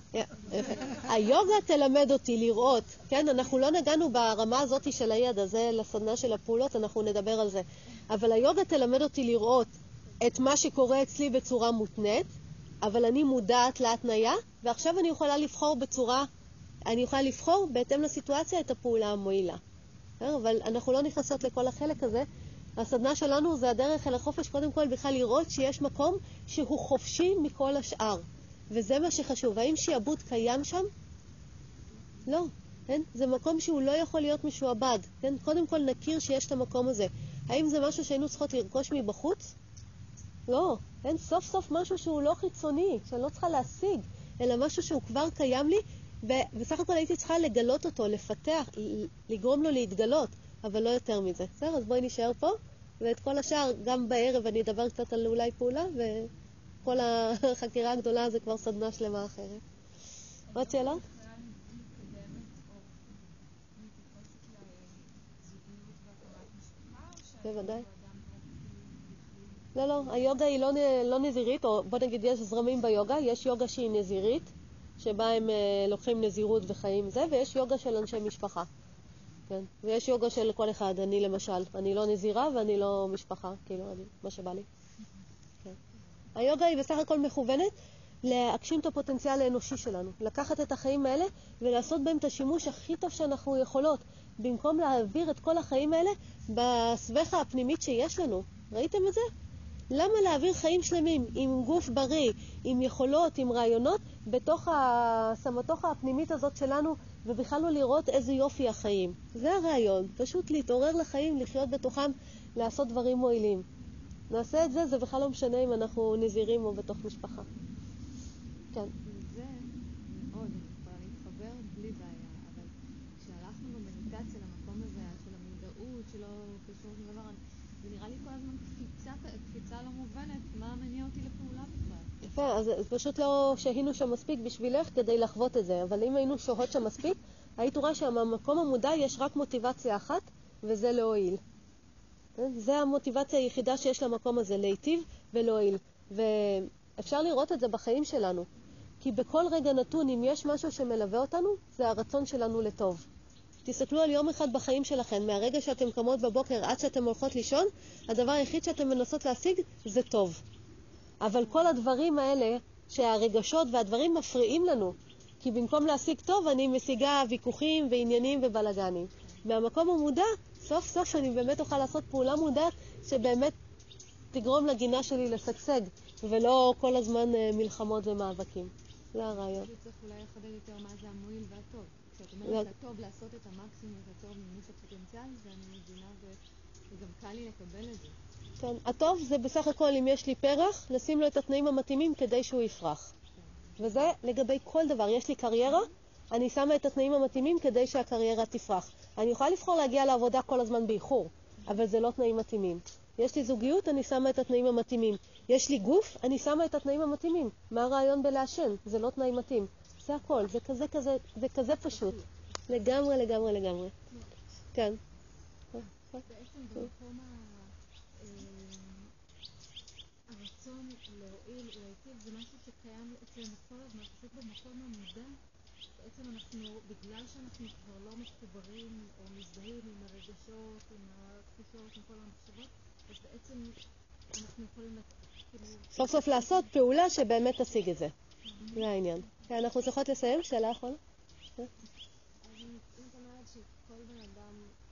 היוגה תלמד אותי לראות, כן? אנחנו לא נגענו ברמה הזאת של הידע, זה לסדנה של הפעולות, אנחנו נדבר על זה. אבל היוגה תלמד אותי לראות את מה שקורה אצלי בצורה מותנית, אבל אני מודעת להתניה, ועכשיו אני יכולה לבחור בצורה, אני יכולה לבחור בהתאם לסיטואציה את הפעולה המועילה. אבל אנחנו לא נכנסות לכל החלק הזה. הסדנה שלנו זה הדרך אל החופש, קודם כל בכלל לראות שיש מקום שהוא חופשי מכל השאר. וזה מה שחשוב. האם שיעבוד קיים שם? לא. כן? זה מקום שהוא לא יכול להיות משועבד. כן? קודם כל נכיר שיש את המקום הזה. האם זה משהו שהיינו צריכות לרכוש מבחוץ? לא. כן? סוף סוף משהו שהוא לא חיצוני, שאני לא צריכה להשיג, אלא משהו שהוא כבר קיים לי, ובסך הכל הייתי צריכה לגלות אותו, לפתח, לגרום לו להתגלות, אבל לא יותר מזה. בסדר? אז בואי נשאר פה, ואת כל השאר, גם בערב אני אדבר קצת על אולי פעולה, וכל החקירה הגדולה זה כבר סדנה שלמה אחרת. עוד שאלה? בוודאי. לא, לא, היוגה היא לא, לא נזירית, או בוא נגיד יש זרמים ביוגה, יש יוגה שהיא נזירית, שבה הם uh, לוקחים נזירות וחיים זה, ויש יוגה של אנשי משפחה. כן? ויש יוגה של כל אחד, אני למשל, אני לא נזירה ואני לא משפחה, כאילו, אני, מה שבא לי. כן. היוגה היא בסך הכל מכוונת להגשים את הפוטנציאל האנושי שלנו, לקחת את החיים האלה ולעשות בהם את השימוש הכי טוב שאנחנו יכולות, במקום להעביר את כל החיים האלה בסבכה הפנימית שיש לנו. ראיתם את זה? למה להעביר חיים שלמים עם גוף בריא, עם יכולות, עם רעיונות, בתוך הסמטוחה הפנימית הזאת שלנו, ובכלל לא לראות איזה יופי החיים? זה הרעיון, פשוט להתעורר לחיים, לחיות בתוכם, לעשות דברים מועילים. נעשה את זה, זה בכלל לא משנה אם אנחנו נזירים או בתוך משפחה. כן. זה מאוד, אני יכולה להתחבר בלי בעיה, אבל כשהלכנו במדיטציה למקום הזה של המודעות, שלא קשור שום דבר, זה נראה לי כל הזמן קפיצה, קפיצה לא מובנת, מה מניע אותי לפעולה בכלל. יפה, אז, אז פשוט לא שהיינו שם מספיק בשבילך כדי לחוות את זה, אבל אם היינו שוהות שם מספיק, היית רואה שהמקום המודע יש רק מוטיבציה אחת, וזה להועיל. זה המוטיבציה היחידה שיש למקום הזה, להיטיב ולהועיל. ואפשר לראות את זה בחיים שלנו, כי בכל רגע נתון, אם יש משהו שמלווה אותנו, זה הרצון שלנו לטוב. תסתכלו על יום אחד בחיים שלכם, מהרגע שאתם קמות בבוקר עד שאתם הולכות לישון, הדבר היחיד שאתם מנסות להשיג זה טוב. אבל כל הדברים האלה, שהרגשות והדברים מפריעים לנו, כי במקום להשיג טוב אני משיגה ויכוחים ועניינים ובלגנים. מהמקום המודע, סוף סוף אני באמת אוכל לעשות פעולה מודעת שבאמת תגרום לגינה שלי לשגשג, ולא כל הזמן מלחמות ומאבקים. זה הרעיון. צריך אולי לחדד יותר מה זה המועיל והטוב. כשאת אומרת שהטוב לעשות את המקסימום ואת הטוב מימוש הפוטנציאל, זה אני מבינה וגם קל לי לקבל את זה. כן, הטוב זה בסך הכל אם יש לי פרח, לשים לו את התנאים המתאימים כדי שהוא יפרח. וזה לגבי כל דבר. יש לי קריירה, אני שמה את התנאים המתאימים כדי שהקריירה תפרח. אני יכולה לבחור להגיע לעבודה כל הזמן באיחור, אבל זה לא תנאים מתאימים. יש לי זוגיות, אני שמה את התנאים המתאימים. יש לי גוף, אני שמה את התנאים המתאימים. מה הרעיון בלעשן? זה לא תנאים מתאים. זה הכל, זה כזה כזה, זה כזה פשוט. לגמרי, לגמרי, לגמרי. כן. בעצם במקום הרצון להועיל, להיטיב, זה משהו שקיים אצלנו כל הזמן, פשוט במקום המודע. בעצם אנחנו, בגלל שאנחנו כבר לא מחוברים או מזדהים עם הרגשות, עם התחושות, עם כל המחשבות, אז בעצם אנחנו יכולים כאילו... סוף סוף לעשות פעולה שבאמת תשיג את זה. זה העניין. אנחנו צריכות לסיים? שאלה אחרונה? אז אם את אומרת שכל בן אדם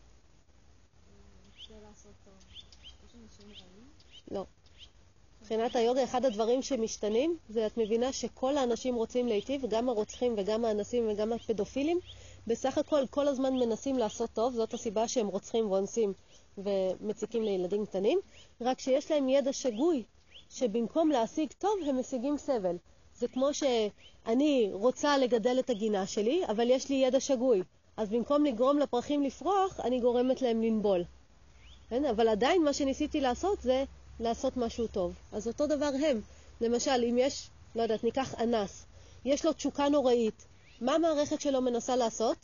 רוצה לעשות טוב, יש אנשים רעים? לא. מבחינת היוגה, אחד הדברים שמשתנים, זה את מבינה שכל האנשים רוצים להיטיב, גם הרוצחים וגם האנסים וגם הפדופילים, בסך הכל כל הזמן מנסים לעשות טוב, זאת הסיבה שהם רוצחים ואונסים ומציקים לילדים קטנים, רק שיש להם ידע שגוי, שבמקום להשיג טוב הם משיגים סבל. זה כמו שאני רוצה לגדל את הגינה שלי, אבל יש לי ידע שגוי. אז במקום לגרום לפרחים לפרוח, אני גורמת להם לנבול. אבל עדיין מה שניסיתי לעשות זה לעשות משהו טוב. אז אותו דבר הם. למשל, אם יש, לא יודעת, ניקח אנס, יש לו תשוקה נוראית. מה המערכת שלו מנסה לעשות?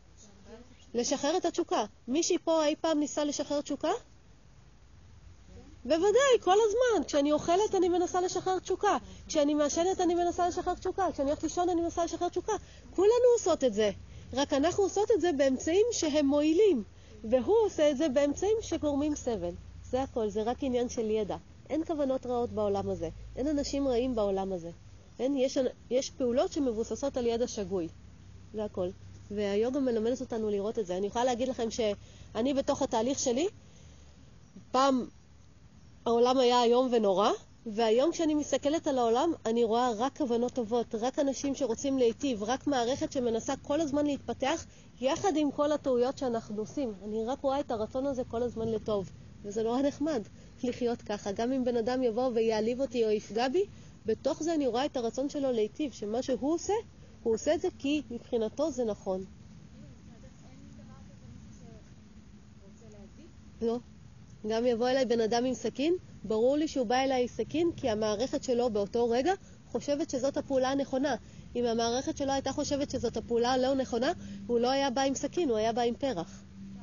לשחרר את התשוקה. מישהי פה אי פעם ניסה לשחרר תשוקה? בוודאי, כל הזמן. כשאני אוכלת אני מנסה לשחרר תשוקה. כשאני מעשנת אני מנסה לשחרר תשוקה. כשאני הולכת לישון אני מנסה לשחרר תשוקה. כולנו עושות את זה. רק אנחנו עושות את זה באמצעים שהם מועילים. והוא עושה את זה באמצעים שגורמים סבל. זה הכל, זה רק עניין של ידע. אין כוונות רעות בעולם הזה. אין אנשים רעים בעולם הזה. אין, יש, יש פעולות שמבוססות על ידע שגוי. זה הכל. והיוגה מלמדת אותנו לראות את זה. אני יכולה להגיד לכם שאני בתוך התהליך שלי, פעם העולם היה איום ונורא, והיום כשאני מסתכלת על העולם, אני רואה רק כוונות טובות, רק אנשים שרוצים להיטיב, רק מערכת שמנסה כל הזמן להתפתח, יחד עם כל הטעויות שאנחנו עושים. אני רק רואה את הרצון הזה כל הזמן לטוב, וזה נורא נחמד לחיות ככה. גם אם בן אדם יבוא ויעליב אותי או יפגע בי, בתוך זה אני רואה את הרצון שלו להיטיב, שמה שהוא עושה, הוא עושה את זה כי מבחינתו זה נכון. לא. גם יבוא אליי בן אדם עם סכין, ברור לי שהוא בא אליי עם סכין, כי המערכת שלו באותו רגע חושבת שזאת הפעולה הנכונה. אם המערכת שלו הייתה חושבת שזאת הפעולה הלא נכונה, הוא לא היה בא עם סכין, הוא היה בא עם פרח.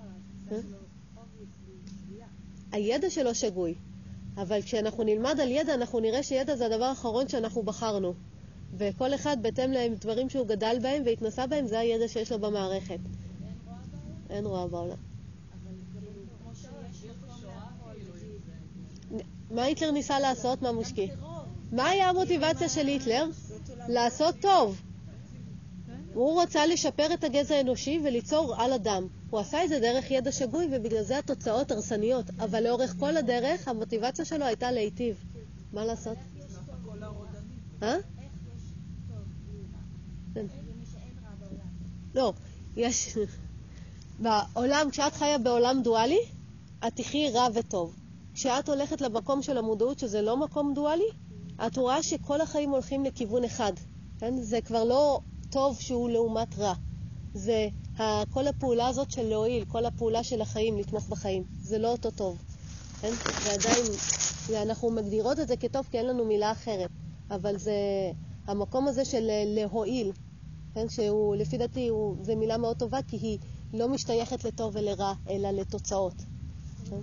הידע שלו שגוי. אבל כשאנחנו נלמד על ידע, אנחנו נראה שידע זה הדבר האחרון שאנחנו בחרנו. וכל אחד בהתאם לדברים שהוא גדל בהם והתנסה בהם, זה הידע שיש לו במערכת. אין רוע בעולם. מה היטלר ניסה לעשות? מה מושקי? מה היה המוטיבציה של היטלר? לעשות טוב. הוא רוצה לשפר את הגזע האנושי וליצור על אדם. הוא עשה את זה דרך ידע שגוי, ובגלל זה התוצאות הרסניות. אבל לאורך כל הדרך, המוטיבציה שלו הייתה להיטיב. מה לעשות? אה? לא, יש... בעולם, כשאת חיה בעולם דואלי, את תחי רע וטוב. כשאת הולכת למקום של המודעות, שזה לא מקום דואלי, את רואה שכל החיים הולכים לכיוון אחד. כן? זה כבר לא טוב שהוא לעומת רע. זה כל הפעולה הזאת של להועיל, כל הפעולה של החיים, לתמוך בחיים. זה לא אותו טוב. כן? ועדיין, אנחנו מגדירות את זה כטוב כי אין לנו מילה אחרת. אבל זה המקום הזה של להועיל, כן? שהוא, לפי דעתי, הוא, זה מילה מאוד טובה, כי היא לא משתייכת לטוב ולרע, אלא לתוצאות. כן?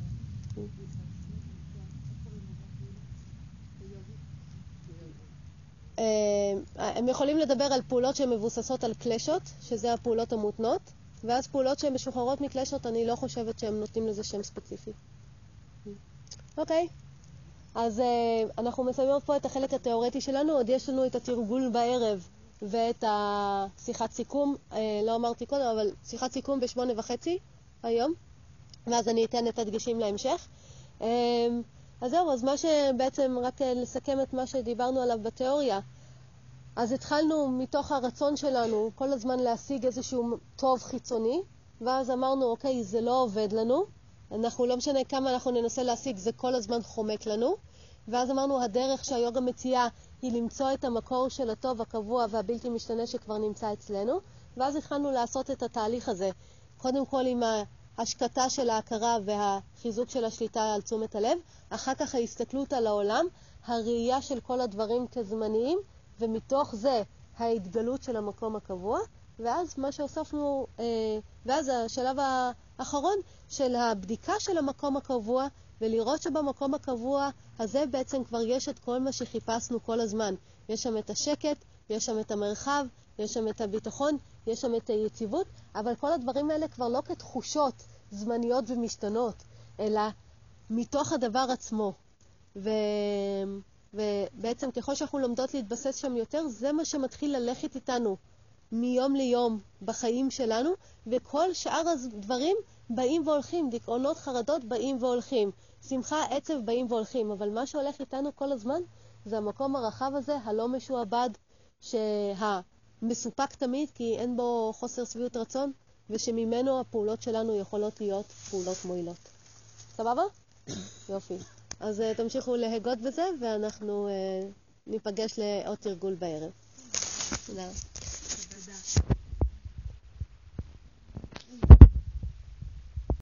הם יכולים לדבר על פעולות שהן מבוססות על קלשות, שזה הפעולות המותנות, ואז פעולות שהן משוחררות מקלשות, אני לא חושבת שהם נותנים לזה שם ספציפי. אוקיי, אז אנחנו מסיימות פה את החלק התיאורטי שלנו, עוד יש לנו את התרגול בערב ואת השיחת סיכום, לא אמרתי קודם, אבל שיחת סיכום בשמונה וחצי היום, ואז אני אתן את הדגשים להמשך. אז זהו, אז מה שבעצם רק לסכם את מה שדיברנו עליו בתיאוריה, אז התחלנו מתוך הרצון שלנו כל הזמן להשיג איזשהו טוב חיצוני, ואז אמרנו, אוקיי, זה לא עובד לנו, אנחנו לא משנה כמה אנחנו ננסה להשיג, זה כל הזמן חומק לנו, ואז אמרנו, הדרך שהיוגה מציעה היא למצוא את המקור של הטוב הקבוע והבלתי משתנה שכבר נמצא אצלנו, ואז התחלנו לעשות את התהליך הזה, קודם כל עם ההשקטה של ההכרה והחיזוק של השליטה על תשומת הלב, אחר כך ההסתכלות על העולם, הראייה של כל הדברים כזמניים, ומתוך זה ההתגלות של המקום הקבוע, ואז מה שהוספנו, ואז השלב האחרון של הבדיקה של המקום הקבוע, ולראות שבמקום הקבוע הזה בעצם כבר יש את כל מה שחיפשנו כל הזמן. יש שם את השקט, יש שם את המרחב, יש שם את הביטחון, יש שם את היציבות, אבל כל הדברים האלה כבר לא כתחושות זמניות ומשתנות, אלא מתוך הדבר עצמו. ו... ובעצם ככל שאנחנו לומדות להתבסס שם יותר, זה מה שמתחיל ללכת איתנו מיום ליום בחיים שלנו, וכל שאר הדברים באים והולכים, דיכאונות, חרדות באים והולכים, שמחה, עצב באים והולכים, אבל מה שהולך איתנו כל הזמן זה המקום הרחב הזה, הלא משועבד, שהמסופק תמיד, כי אין בו חוסר שביעות רצון, ושממנו הפעולות שלנו יכולות להיות פעולות מועילות. סבבה? יופי. אז uh, תמשיכו להגות בזה, ואנחנו uh, ניפגש לעוד תרגול בערב. תודה. תודה.